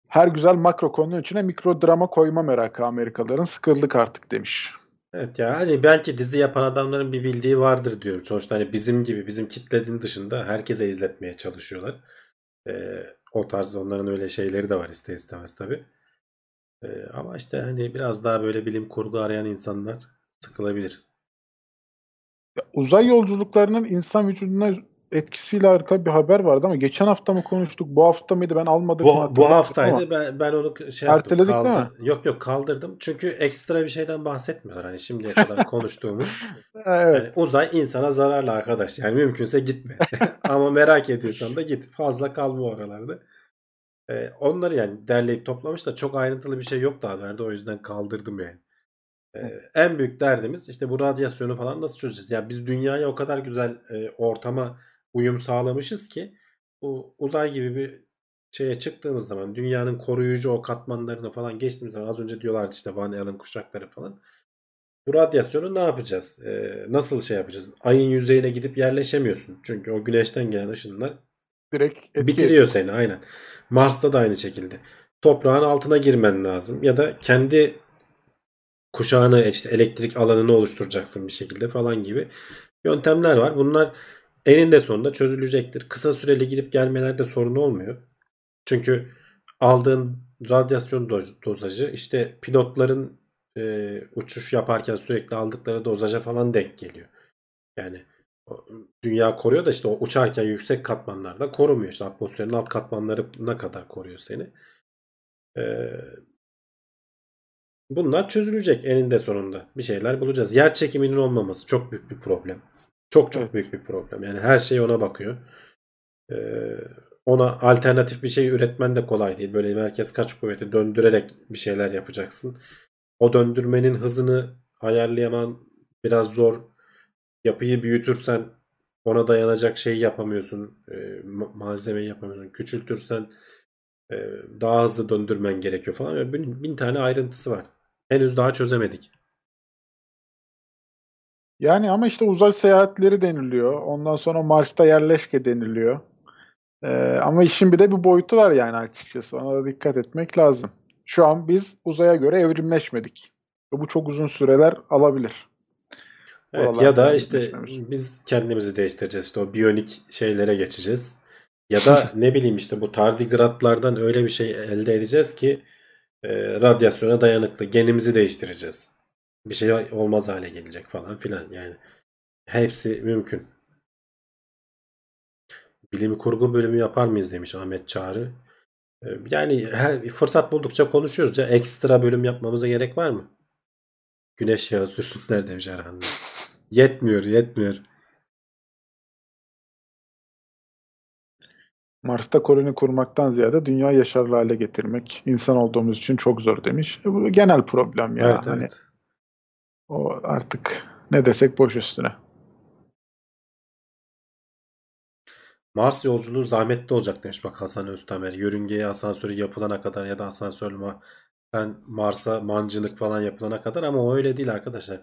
her güzel makro konunun içine mikro drama koyma merakı Amerikalıların, sıkıldık artık demiş. Evet ya, hani belki dizi yapan adamların bir bildiği vardır diyorum. Sonuçta hani bizim gibi, bizim kitlenin dışında herkese izletmeye çalışıyorlar. O tarz onların öyle şeyleri de var ister istemez tabii. Ama işte hani biraz daha böyle bilim kurgu arayan insanlar sıkılabilir. Uzay yolculuklarının insan vücuduna etkisiyle alakalı bir haber vardı ama geçen hafta mı konuştuk, bu hafta mıydı, ben almadık mı Bu hatırlamıyorum ama haftaydı. Ben onu şey yaptım. erteledik değil mi? Yok kaldırdım. Çünkü ekstra bir şeyden bahsetmiyorlar. Hani şimdiye kadar konuştuğumuz. Evet. Yani uzay insana zararlı arkadaş. Yani mümkünse gitme. Ama merak ediyorsan da git. Fazla kalma oralarda. Onları yani derleyip toplamış da çok ayrıntılı bir şey yoktu haberde. O yüzden kaldırdım yani. En büyük derdimiz işte bu radyasyonu falan nasıl çözeceğiz? Ya biz dünyaya o kadar güzel ortama uyum sağlamışız ki bu uzay gibi bir şeye çıktığımız zaman dünyanın koruyucu o katmanlarını falan geçtiğimiz zaman az önce diyorlardı işte Van Allen kuşakları falan. Bu radyasyonu ne yapacağız? Nasıl şey yapacağız? Ayın yüzeyine gidip yerleşemiyorsun. Çünkü o güneşten gelen ışınlar Direkt etki bitiriyor ediyor. seni aynen. Mars'ta da aynı şekilde. Toprağın altına girmen lazım. Ya da kendi kuşağını işte elektrik alanını oluşturacaksın bir şekilde falan gibi yöntemler var. Bunlar eninde sonunda çözülecektir. Kısa süreli gidip gelmelerde sorun olmuyor. Çünkü aldığın radyasyon dozajı işte pilotların uçuş yaparken sürekli aldıkları dozaja falan denk geliyor. Yani dünya koruyor da işte o uçarken yüksek katmanlarda korumuyor. İşte atmosferin alt katmanlarına kadar koruyor seni. Bunlar çözülecek eninde sonunda. Bir şeyler bulacağız. Yer çekiminin olmaması çok büyük bir problem. Çok çok Evet. büyük bir problem. Yani her şey ona bakıyor. Ee, Ona alternatif bir şey üretmen de kolay değil. Böyle merkez kaç kuvveti döndürerek bir şeyler yapacaksın. O döndürmenin hızını ayarlayaman biraz zor. Yapıyı büyütürsen ona dayanacak şeyi yapamıyorsun. Malzemeyi yapamıyorsun. Küçültürsen e, daha hızlı döndürmen gerekiyor falan. Böyle bin tane ayrıntısı var. Henüz daha çözemedik. Yani ama işte uzay seyahatleri deniliyor. Ondan sonra Mars'ta yerleşke deniliyor. Ama işin bir de bir boyutu var yani açıkçası. Ona da dikkat etmek lazım. Şu an biz uzaya göre evrimleşmedik. Ve bu çok uzun süreler alabilir. Evet ya Buralarda da işte evrimleşmemiz. biz kendimizi değiştireceğiz. İşte o biyonik şeylere geçeceğiz. Ya da ne bileyim işte bu tardigratlardan öyle bir şey elde edeceğiz ki radyasyona dayanıklı. Genimizi değiştireceğiz. Bir şey olmaz hale gelecek falan filan yani. Hepsi mümkün. Bilim kurgu bölümü yapar mıyız demiş Ahmet Çağrı. Yani her fırsat buldukça konuşuyoruz ya. Ekstra bölüm yapmamıza gerek var mı? Güneş yağı sürsünler demiş Erhan Bey. Yetmiyor. Mars'ta koloni kurmaktan ziyade dünya yaşarlı hale getirmek insan olduğumuz için çok zor demiş. Bu genel problem ya. Evet Hani evet. o artık ne desek boş üstüne. Mars yolculuğu zahmetli olacak demiş bak Hasan Öztamer. Yörüngeye asansörü yapılana kadar ya da sen Mars'a mancınık falan yapılana kadar ama o öyle değil arkadaşlar.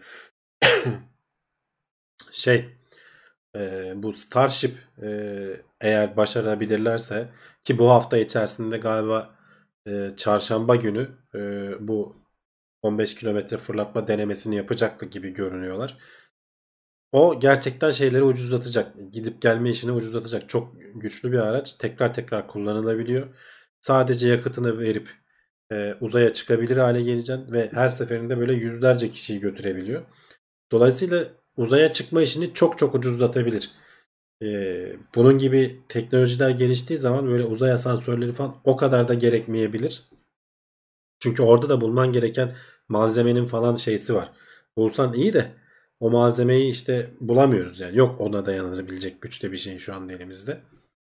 Şey bu Starship eğer başarabilirlerse ki bu hafta içerisinde galiba çarşamba günü bu 15 kilometre fırlatma denemesini yapacaktı gibi görünüyorlar. O gerçekten şeyleri ucuzlatacak. Gidip gelme işini ucuzlatacak. Çok güçlü bir araç. Tekrar tekrar kullanılabiliyor. Sadece yakıtını verip uzaya çıkabilir hale geleceksin ve her seferinde böyle yüzlerce kişiyi götürebiliyor. Dolayısıyla uzaya çıkma işini çok çok ucuzlatabilir. Bunun gibi teknolojiler geliştiği zaman böyle uzay asansörleri falan o kadar da gerekmeyebilir. Çünkü orada da bulman gereken malzemenin falan şeysi var. Bulsan iyi de o malzemeyi işte bulamıyoruz yani. Yok ona dayanabilecek güçte bir şey şu anda elimizde.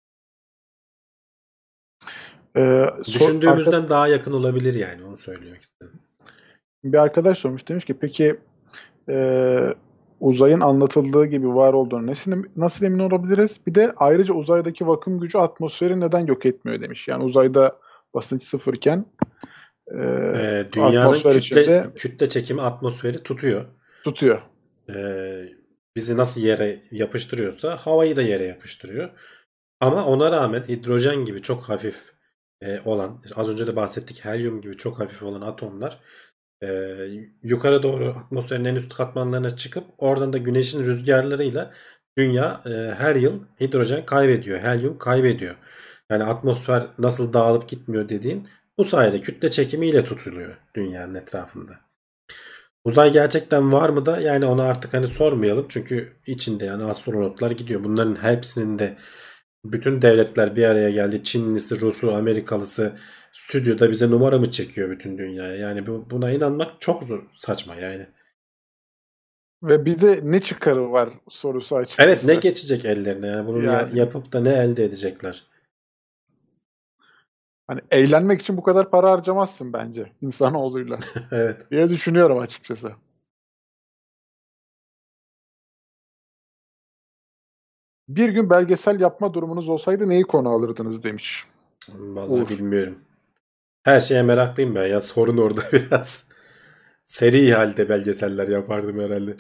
Arka, Düşündüğümüzden daha yakın olabilir yani onu söylemek istedim. bir arkadaş sormuş, demiş ki peki e, uzayın anlatıldığı gibi var olduğunu nasıl emin olabiliriz? Bir de ayrıca uzaydaki vakum gücü atmosferi neden yok etmiyor demiş. Yani uzayda basınç sıfırken Dünyanın atmosfer içinde kütle çekimi atmosferi tutuyor. tutuyor. Ee, Bizi nasıl yere yapıştırıyorsa havayı da yere yapıştırıyor. Ama ona rağmen hidrojen gibi çok hafif olan, az önce de bahsettik, helyum gibi çok hafif olan atomlar e, yukarı doğru atmosferin en üst katmanlarına çıkıp oradan da güneşin rüzgarlarıyla dünya her yıl hidrojen kaybediyor, helyum kaybediyor. Yani atmosfer nasıl dağılıp gitmiyor dediğin bu sayede kütle çekimiyle tutuluyor dünyanın etrafında. Uzay gerçekten var mı da yani onu artık hani sormayalım çünkü içinde yani astronotlar gidiyor. Bunların hepsinin de bütün devletler bir araya geldi. Çinlisi, Rusu, Amerikalısı stüdyoda bize numara mı çekiyor bütün dünyaya? Yani buna inanmak çok zor, saçma yani. Ve bir de ne çıkarı var sorusu Evet, ne açıkçası. geçecek ellerine? Yani bunun Yani yapıp da ne elde edecekler? hani eğlenmek için bu kadar para harcamazsın bence insanoğluyla Evet. diye düşünüyorum açıkçası. Bir gün belgesel yapma durumunuz olsaydı neyi konu alırdınız demiş Vallahi Uğur. bilmiyorum. Her şeye meraklıyım ben ya. Sorun orada biraz. Seri halde belgeseller yapardım herhalde.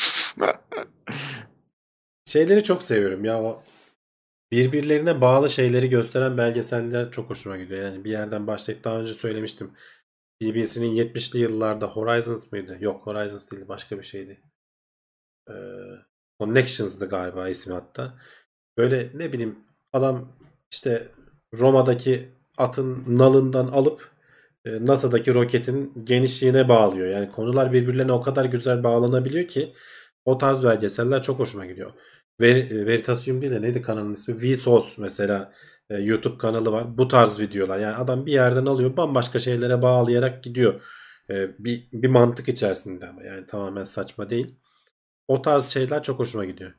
Şeyleri çok seviyorum ya, o birbirlerine bağlı şeyleri gösteren belgeseller çok hoşuma gidiyor. Yani bir yerden başlayıp daha önce söylemiştim. BBC'nin 70'li yıllarda Horizons mıydı? Yok, Horizons değildi, başka bir şeydi. Ee, Connections'dı galiba ismi hatta. Böyle ne bileyim adam işte Roma'daki atın nalından alıp NASA'daki roketin genişliğine bağlıyor. Yani konular birbirlerine o kadar güzel bağlanabiliyor ki o tarz belgeseller çok hoşuma gidiyor. Veritasium değil de neydi kanalın ismi? Vsauce mesela, YouTube kanalı var. Bu tarz videolar. Yani adam bir yerden alıyor, bambaşka şeylere bağlayarak gidiyor. Bir mantık içerisinde ama yani tamamen saçma değil. O tarz şeyler çok hoşuma gidiyor.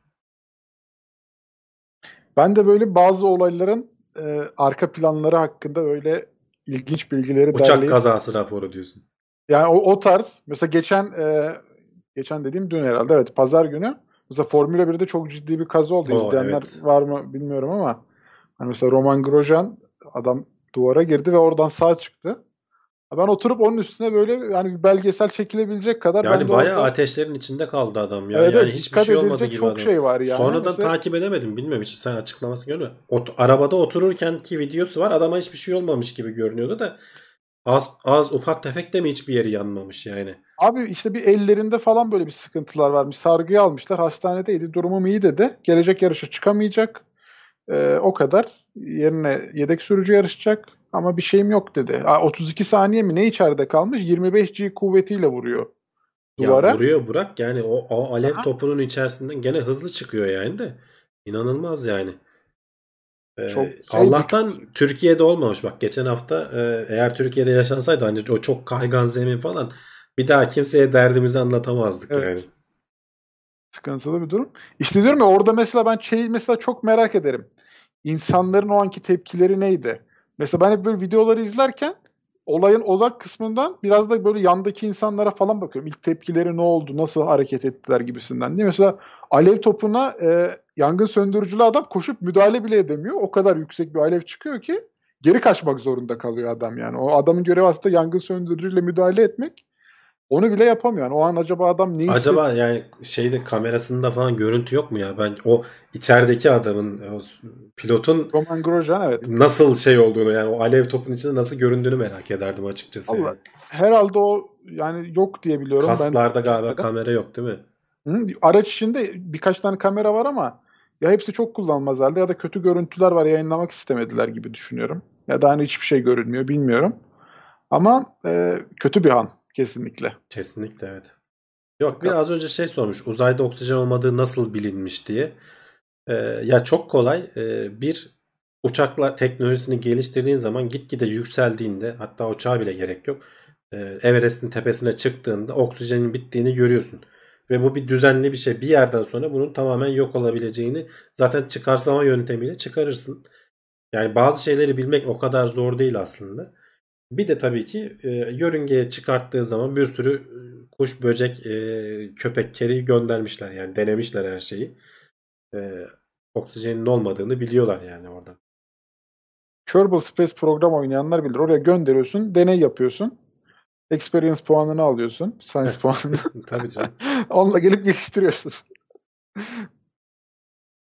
Ben de böyle bazı olayların arka planları hakkında böyle ilginç bilgileri Uçak derleyip kazası raporu diyorsun. yani o tarz mesela geçen dediğim dün herhalde evet pazar günü mesela Formula 1'de çok ciddi bir kaza oldu. O İzleyenler evet. var mı bilmiyorum ama hani mesela Roman Grosjean adam duvara girdi ve oradan sağ çıktı. Ben oturup onun üstüne böyle yani bir belgesel çekilebilecek kadar Yani bence bayağı orada ateşlerin içinde kaldı adam ya. evet, Yani evet hiçbir dikkat şey olmadı edilecek gibi çok adam. şey var yani. Sonradan Mesela takip edemedim. Bilmiyorum, hiç sen açıklaması görmedin. Arabada otururken ki videosu var. Adama hiçbir şey olmamış gibi görünüyordu da az ufak tefek de mi hiçbir yeri yanmamış yani. abi işte bir ellerinde falan böyle bir sıkıntılar varmış. Sargıyı almışlar. Hastanedeydi. Durumum iyi dedi. Gelecek yarışa çıkamayacak. O kadar. Yerine yedek sürücü yarışacak. Ama bir şeyim yok dedi. 32 saniye mi ne içeride kalmış? 25 G kuvvetiyle vuruyor Ya duvara. vuruyor Burak, yani o alev Aha. topunun içerisinden gene hızlı çıkıyor yani de. İnanılmaz yani. Çok şey bir Allah'tan Türkiye'de olmamış. Bak geçen hafta eğer Türkiye'de yaşansaydı ancak o çok kaygan zemin falan, bir daha kimseye derdimizi anlatamazdık yani. evet. Sıkıntılı bir durum. İşte diyorum ya orada mesela ben şeyi mesela çok merak ederim. İnsanların o anki tepkileri neydi? Mesela ben hep böyle videoları izlerken olayın odak kısmından biraz da böyle yandaki insanlara falan bakıyorum. İlk tepkileri ne oldu? Nasıl hareket ettiler gibisinden diye. Mesela alev topuna yangın söndürücülü adam koşup müdahale bile edemiyor. O kadar yüksek bir alev çıkıyor ki geri kaçmak zorunda kalıyor adam yani. O adamın görevi aslında yangın söndürücüyle müdahale etmek. Onu bile yapamıyor. Yani o an acaba adam ne hissetti? Acaba yani şeyde kamerasında falan görüntü yok mu ya? Ben o içerideki adamın, o pilotun Roman Grosjean evet. nasıl şey olduğunu, yani o alev topun içinde nasıl göründüğünü merak ederdim açıkçası Allah yani. herhalde o yani yok diye biliyorum. Ben Kasklarda galiba gelmeden. kamera yok değil mi? Hı, araç içinde birkaç tane kamera var ama ya hepsi çok kullanılmaz halde ya da kötü görüntüler var yayınlamak istemediler gibi düşünüyorum. Ya da hani hiçbir şey görünmüyor bilmiyorum. Ama kötü bir han kesinlikle. Kesinlikle evet. Yok, Bakalım. biraz önce şey sormuş. Uzayda oksijen olmadığı nasıl bilinmiş diye. Ya çok kolay. Bir uçakla teknolojisini geliştirdiğin zaman gitgide yükseldiğinde, hatta uçağa bile gerek yok. Everest'in tepesine çıktığında oksijenin bittiğini görüyorsun. Ve bu bir düzenli bir şey. Bir yerden sonra bunun tamamen yok olabileceğini zaten çıkarsama yöntemiyle çıkarırsın. Yani bazı şeyleri bilmek o kadar zor değil aslında. Bir de tabii ki yörüngeye çıkarttığı zaman bir sürü kuş, böcek, köpek, kedi göndermişler. Yani denemişler her şeyi. E, Oksijenin olmadığını biliyorlar yani orada. Kerbal Space Program oynayanlar bilir. Oraya gönderiyorsun, deney yapıyorsun. Experience puanını alıyorsun. Science puanını. Tabii canım. Onunla gelip geliştiriyorsun.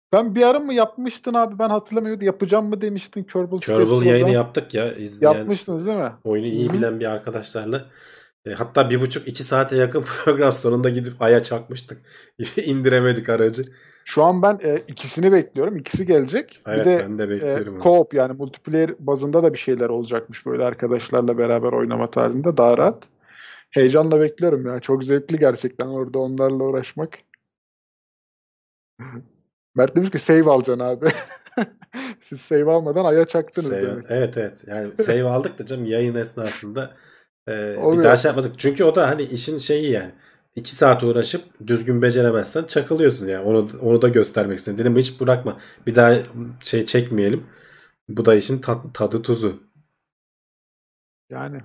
Ben bir ara mı yapmıştın abi, ben hatırlamıyorum. Yapacağım mı demiştin Kerbal Space Kerbal yayını Program. yaptık ya. İzleyen, Yapmıştınız değil mi? oyunu Hı iyi hı. bilen bir arkadaşlarla. Hatta 1,5-2 saate yakın program sonunda gidip Ay'a çakmıştık. İndiremedik aracı. Şu an ben ikisini bekliyorum. İkisi gelecek. Bir Evet, de ben de bekliyorum onu. co-op, yani multiplayer bazında da bir şeyler olacakmış böyle arkadaşlarla beraber oynama tarzında, daha rahat. Heyecanla bekliyorum ya. Çok zevkli gerçekten orada onlarla uğraşmak. Mert demiş ki save alacaksın abi. Siz save almadan aya çaktınız demek. Evet evet. Yani save aldık da canım, yayın esnasında bir daha Oluyor. şey yapmadık. Çünkü o da hani işin şeyi yani. 2 saat uğraşıp düzgün beceremezsen çakılıyorsun yani. Onu da göstermek istedim. Dedim hiç bırakma. Bir daha şey çekmeyelim. Bu da işin tadı tuzu. Yani.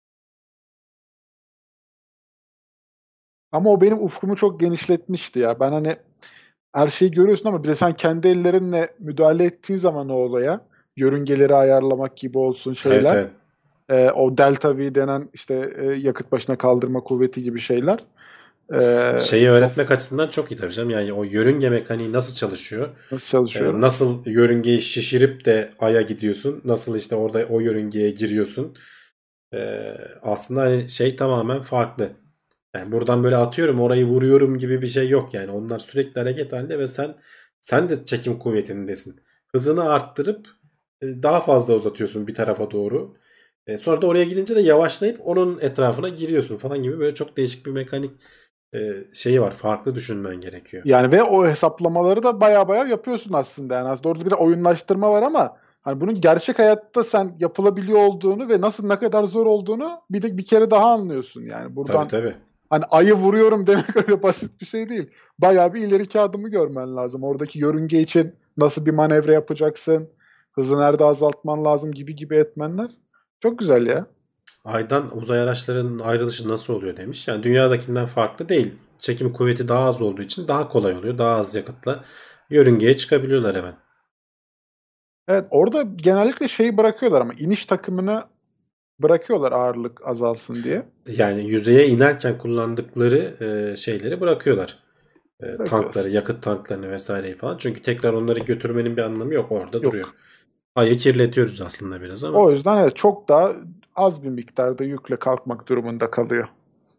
Ama o benim ufkumu çok genişletmişti ya. Ben hani her şeyi görüyorsun ama bir de sen kendi ellerinle müdahale ettiğin zaman o olaya, yörüngeleri ayarlamak gibi olsun Evet şeyler. evet. O delta V denen işte yakıt başına kaldırma kuvveti gibi şeyler. Şeyi Çok öğretmek açısından çok iyi tabii canım. Yani o yörünge mekaniği nasıl çalışıyor? nasıl çalışıyor? Nasıl yörüngeyi şişirip de Ay'a gidiyorsun? Nasıl işte orada o yörüngeye giriyorsun? Aslında hani şey tamamen farklı. Yani buradan böyle atıyorum orayı vuruyorum gibi bir şey yok yani. Onlar sürekli hareket halinde ve sen de çekim kuvvetindesin. Hızını arttırıp daha fazla uzatıyorsun bir tarafa doğru. Sonra da oraya gidince de yavaşlayıp onun etrafına giriyorsun falan gibi, böyle çok değişik bir mekanik şeyi var. Farklı düşünmen gerekiyor. Yani ve o hesaplamaları da baya baya yapıyorsun aslında. Yani aslında orada bir oyunlaştırma var ama hani bunun gerçek hayatta sen yapılabiliyor olduğunu ve nasıl, ne kadar zor olduğunu bir kere daha anlıyorsun yani. Tabii Buradan tabii. hani ayı vuruyorum demek öyle basit bir şey değil. Bayağı bir ileriki adımı görmen lazım. Oradaki yörünge için nasıl bir manevra yapacaksın, hızı nerede azaltman lazım gibi gibi etmenler. Çok güzel ya. Aydan uzay araçlarının ayrılışı nasıl oluyor demiş. Yani dünyadakinden farklı değil. Çekim kuvveti daha az olduğu için daha kolay oluyor. Daha az yakıtla yörüngeye çıkabiliyorlar hemen. Evet, orada genellikle şeyi bırakıyorlar ama iniş takımını bırakıyorlar ağırlık azalsın diye. Yani yüzeye inerken kullandıkları şeyleri bırakıyorlar. Tankları, Bırakıyoruz. yakıt tanklarını vesaireyi falan. Çünkü tekrar onları götürmenin bir anlamı yok. Orada duruyor. Yok. Ayı kirletiyoruz aslında biraz ama. O yüzden evet, çok daha az bir miktarda yükle kalkmak durumunda kalıyor.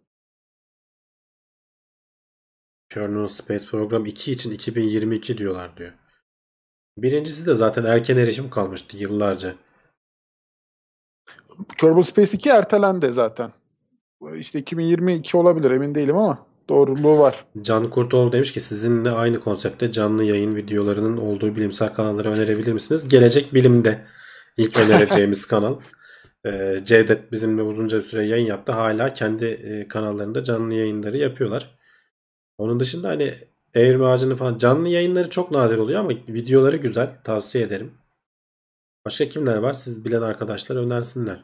Kerbal Space Program 2 için 2022 diyorlar diyor. Birincisi de zaten erken erişim kalmıştı yıllarca. Kerbal Space 2 ertelendi zaten. İşte 2022 olabilir, emin değilim ama doğruluğu var. Can Kurtoğlu demiş ki sizinle aynı konseptte canlı yayın videolarının olduğu bilimsel kanalları önerebilir misiniz? Gelecek Bilim'de ilk önereceğimiz kanal. Cevdet bizimle uzunca bir süre yayın yaptı. Hala kendi kanallarında canlı yayınları yapıyorlar. Onun dışında hani Evrim Ağacı'nın falan canlı yayınları çok nadir oluyor ama videoları güzel. Tavsiye ederim. Başka kimler var? Siz bilen arkadaşlar önersinler.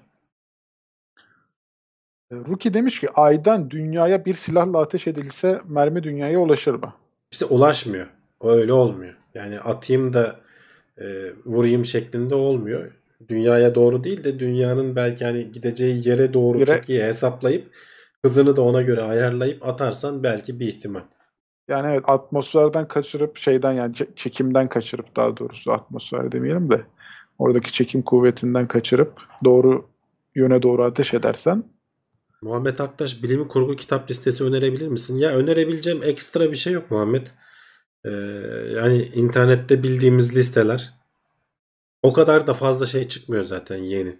Ruki demiş ki aydan dünyaya bir silahla ateş edilse mermi dünyaya ulaşır mı? İşte ulaşmıyor. O öyle olmuyor. Yani atayım da vurayım şeklinde olmuyor. Dünyaya doğru değil de dünyanın belki hani gideceği yere doğru Yere, çok iyi hesaplayıp hızını da ona göre ayarlayıp atarsan belki bir ihtimal. yani evet, atmosferden kaçırıp şeyden, yani çekimden kaçırıp, daha doğrusu atmosfer demeyelim de oradaki çekim kuvvetinden kaçırıp doğru yöne doğru ateş edersen. Muhammed Aktaş bilim kurgu kitap listesi önerebilir misin? Ya önerebileceğim ekstra bir şey yok Muhammed. Ee, Yani internette bildiğimiz listeler. O kadar da fazla şey çıkmıyor zaten yeni.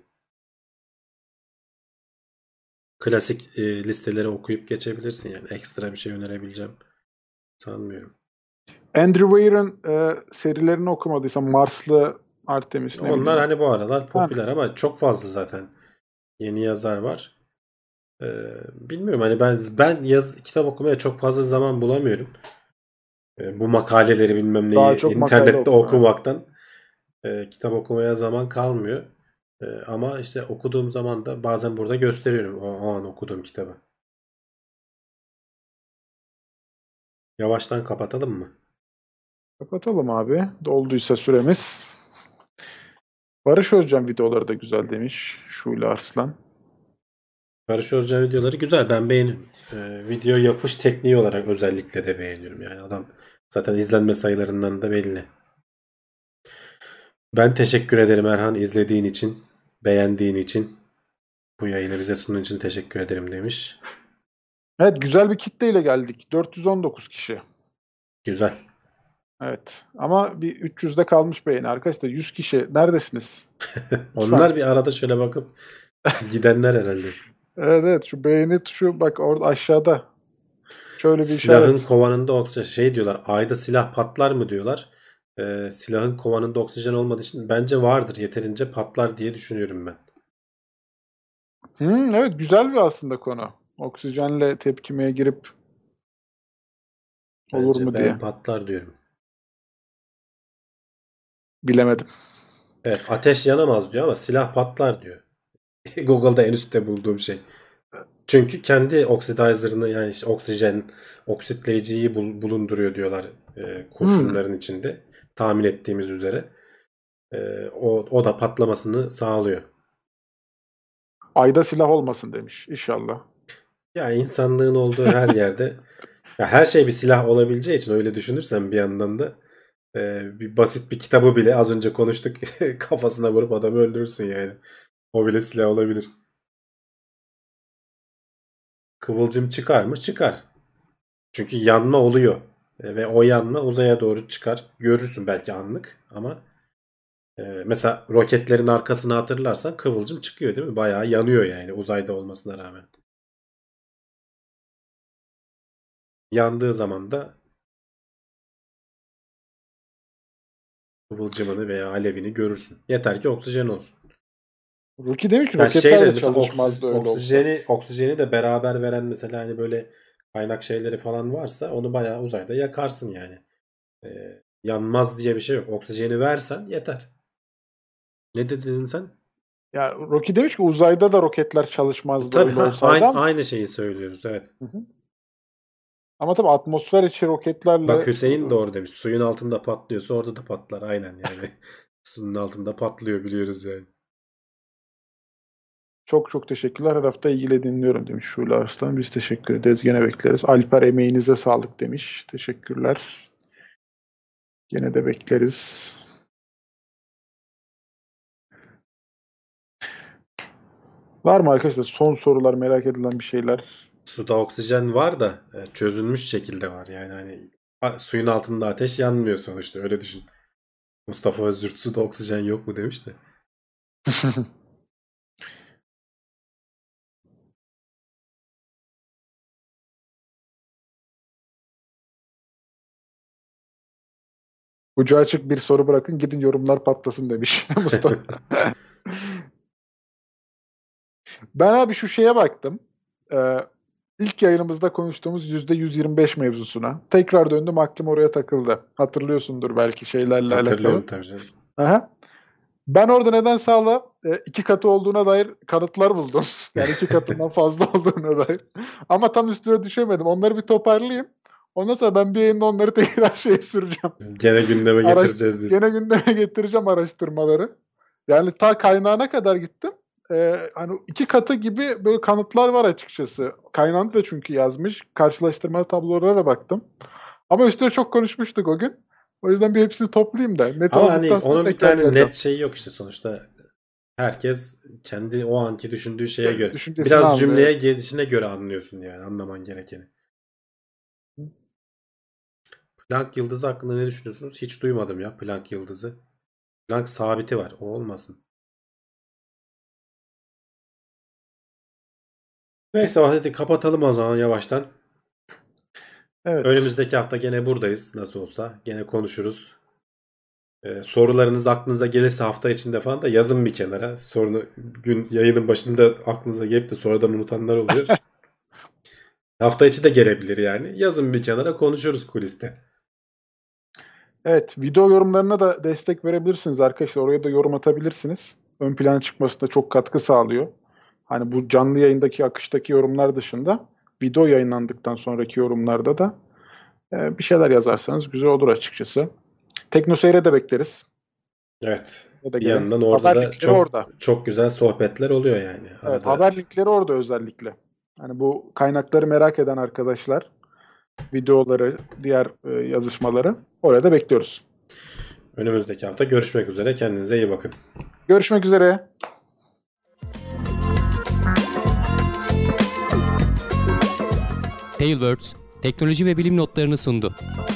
Klasik listeleri okuyup geçebilirsin yani. Ekstra bir şey önerebileceğim sanmıyorum. Andrew Weir'ın serilerini okumadıysan, Marslı Artemis, ne Onlar bileyim. hani bu aralar Yani, popüler ama çok fazla zaten yeni yazar var. Bilmiyorum hani ben kitap okumaya çok fazla zaman bulamıyorum. Bu makaleleri bilmem daha neyi çok makale internette okuma. Evet. okumaktan kitap okumaya zaman kalmıyor. Ama işte okuduğum zaman da bazen burada gösteriyorum o an okuduğum kitabı. Yavaştan kapatalım mı? Kapatalım abi. Dolduysa süremiz. Barış Özcan videoları da güzel demiş Şule Arslan. Barış Özcan videoları güzel, ben beğeniyorum. Video yapış tekniği olarak özellikle de beğeniyorum. Yani adam Zaten izlenme sayılarından da belli. Ben teşekkür ederim Erhan, izlediğin için, beğendiğin için. Bu yayını bize sunduğun için teşekkür ederim demiş. Evet, güzel bir kitleyle geldik. 419 kişi. Güzel. Evet. Ama bir 300'de kalmış beğeni arkadaşlar. 100 kişi. Neredesiniz? Onlar bir arada şöyle bakıp gidenler herhalde. Evet, evet, şu beğeni tuşu bak orada aşağıda. Şöyle bir Silahın işaret. kovanında oksijen şey diyorlar. Ayda silah patlar mı diyorlar. Silahın kovanında oksijen olmadığı için bence vardır. Yeterince patlar diye düşünüyorum ben. Evet, güzel bir aslında konu. Oksijenle tepkimeye girip olur Bence mu ben diye. patlar diyorum. Bilemedim. Evet, ateş yanamaz diyor ama silah patlar diyor. Google'da en üstte bulduğum şey. Çünkü kendi oxidizer'ını yani işte oksijen, oksitleyiciyi bulunduruyor diyorlar Hmm. kurşunların içinde. Tahmin ettiğimiz üzere. O da patlamasını sağlıyor. Ayda silah olmasın demiş. İnşallah. Ya insanlığın olduğu her yerde ya her şey bir silah olabileceği için öyle düşünürsen bir yandan da bir basit bir kitabı bile az önce konuştuk kafasına vurup adamı öldürürsün yani. O bile silah olabilir. Kıvılcım çıkar mı? Çıkar. Çünkü yanma oluyor. Ve o yanma uzaya doğru çıkar. Görürsün belki anlık ama mesela roketlerin arkasını hatırlarsan kıvılcım çıkıyor değil mi? Bayağı yanıyor yani uzayda olmasına rağmen. Yandığı zaman da kıvılcımını veya alevini görürsün. Yeter ki oksijen olsun. Ruki demiş ki Yani roketler şeyle de mesela çalışmazdı öyle olsa. oksijeni de beraber veren mesela hani böyle kaynak şeyleri falan varsa onu bayağı uzayda yakarsın yani. Yanmaz diye bir şey yok. Oksijeni versen yeter. Ne dedin sen? Ya Rocky demiş ki uzayda da roketler çalışmazdı Tabii öyle olsaydı ama. aynı şeyi söylüyoruz evet. Hı hı. Ama tabii atmosfer içi Bak roketlerle Hüseyin doğru demiş. Suyun altında patlıyorsa orada da patlar aynen yani. Suyun altında patlıyor biliyoruz yani. çok çok teşekkürler. Her hafta ilgili dinliyorum demiş Şule Arslan. Biz teşekkür ederiz. Gene bekleriz. Alper emeğinize sağlık demiş. Teşekkürler. Gene de bekleriz. Var mı arkadaşlar son sorular, merak edilen bir şeyler? Suda oksijen var da çözülmüş şekilde var yani hani suyun altında ateş yanmıyor sonuçta öyle düşün. Mustafa Özürt suda oksijen yok mu demiş de. Ucu açık bir soru bırakın gidin yorumlar patlasın demiş Mustafa. Ben abi şu şeye baktım. Ee, ilk yayınımızda konuştuğumuz %125 mevzusuna. Tekrar döndüm aklım oraya takıldı. Hatırlıyorsundur belki şeylerle alakalı. Hatırlıyorum tabii canım. Aha. Ben orada nedense hala iki katı olduğuna dair kanıtlar buldum. Yani iki katından fazla olduğuna dair. Ama tam üstüne düşemedim. Onları bir toparlayayım. Ondan sonra ben bir yayında onları tekrar süreceğim. Gene gündeme getireceğiz diyorsun. Gene gündeme getireceğim araştırmaları. Yani ta kaynağına kadar gittim. Hani iki katı gibi böyle kanıtlar var açıkçası. Kaynağını da çünkü yazmış. Karşılaştırmalı tablolara da baktım. Ama üstüne çok konuşmuştuk o gün. O yüzden bir hepsini toplayayım da. Net Ama hani olduktan sonra onun bir tekrar tane geleceğim. net şeyi yok işte sonuçta. Herkes kendi o anki düşündüğü şeye göre. Düşüncesini Biraz anlıyor. cümleye gelişine göre anlıyorsun yani anlaman gerekeni. Planck yıldızı hakkında ne düşünüyorsunuz? Hiç duymadım ya Planck yıldızı. Planck sabiti var. O olmasın. Neyse hadi kapatalım o zaman yavaştan. Evet. Önümüzdeki hafta gene buradayız nasıl olsa. Gene konuşuruz. Sorularınız aklınıza gelirse hafta içinde falan da yazın bir kenara. Sorunu gün yayının başında aklınıza gelip de sonradan unutanlar oluyor. Hafta içi de gelebilir yani. Yazın bir kenara konuşuruz kuliste. Evet. Video yorumlarına da destek verebilirsiniz arkadaşlar. Oraya da yorum atabilirsiniz. Ön plana çıkmasına çok katkı sağlıyor. Hani bu canlı yayındaki akıştaki yorumlar dışında video yayınlandıktan sonraki yorumlarda da bir şeyler yazarsanız güzel olur açıkçası. TeknoSeyir'e de bekleriz. Evet. Ya da Bir gene. yandan orada Haber da linkleri çok orada. çok güzel sohbetler oluyor yani Evet, arada. haber linkleri orada özellikle. Hani bu kaynakları merak eden arkadaşlar videoları, diğer yazışmaları. Oraya da bekliyoruz. Önümüzdeki hafta görüşmek üzere. Kendinize iyi bakın. Görüşmek üzere. Tailwords, teknoloji ve bilim notlarını sundu.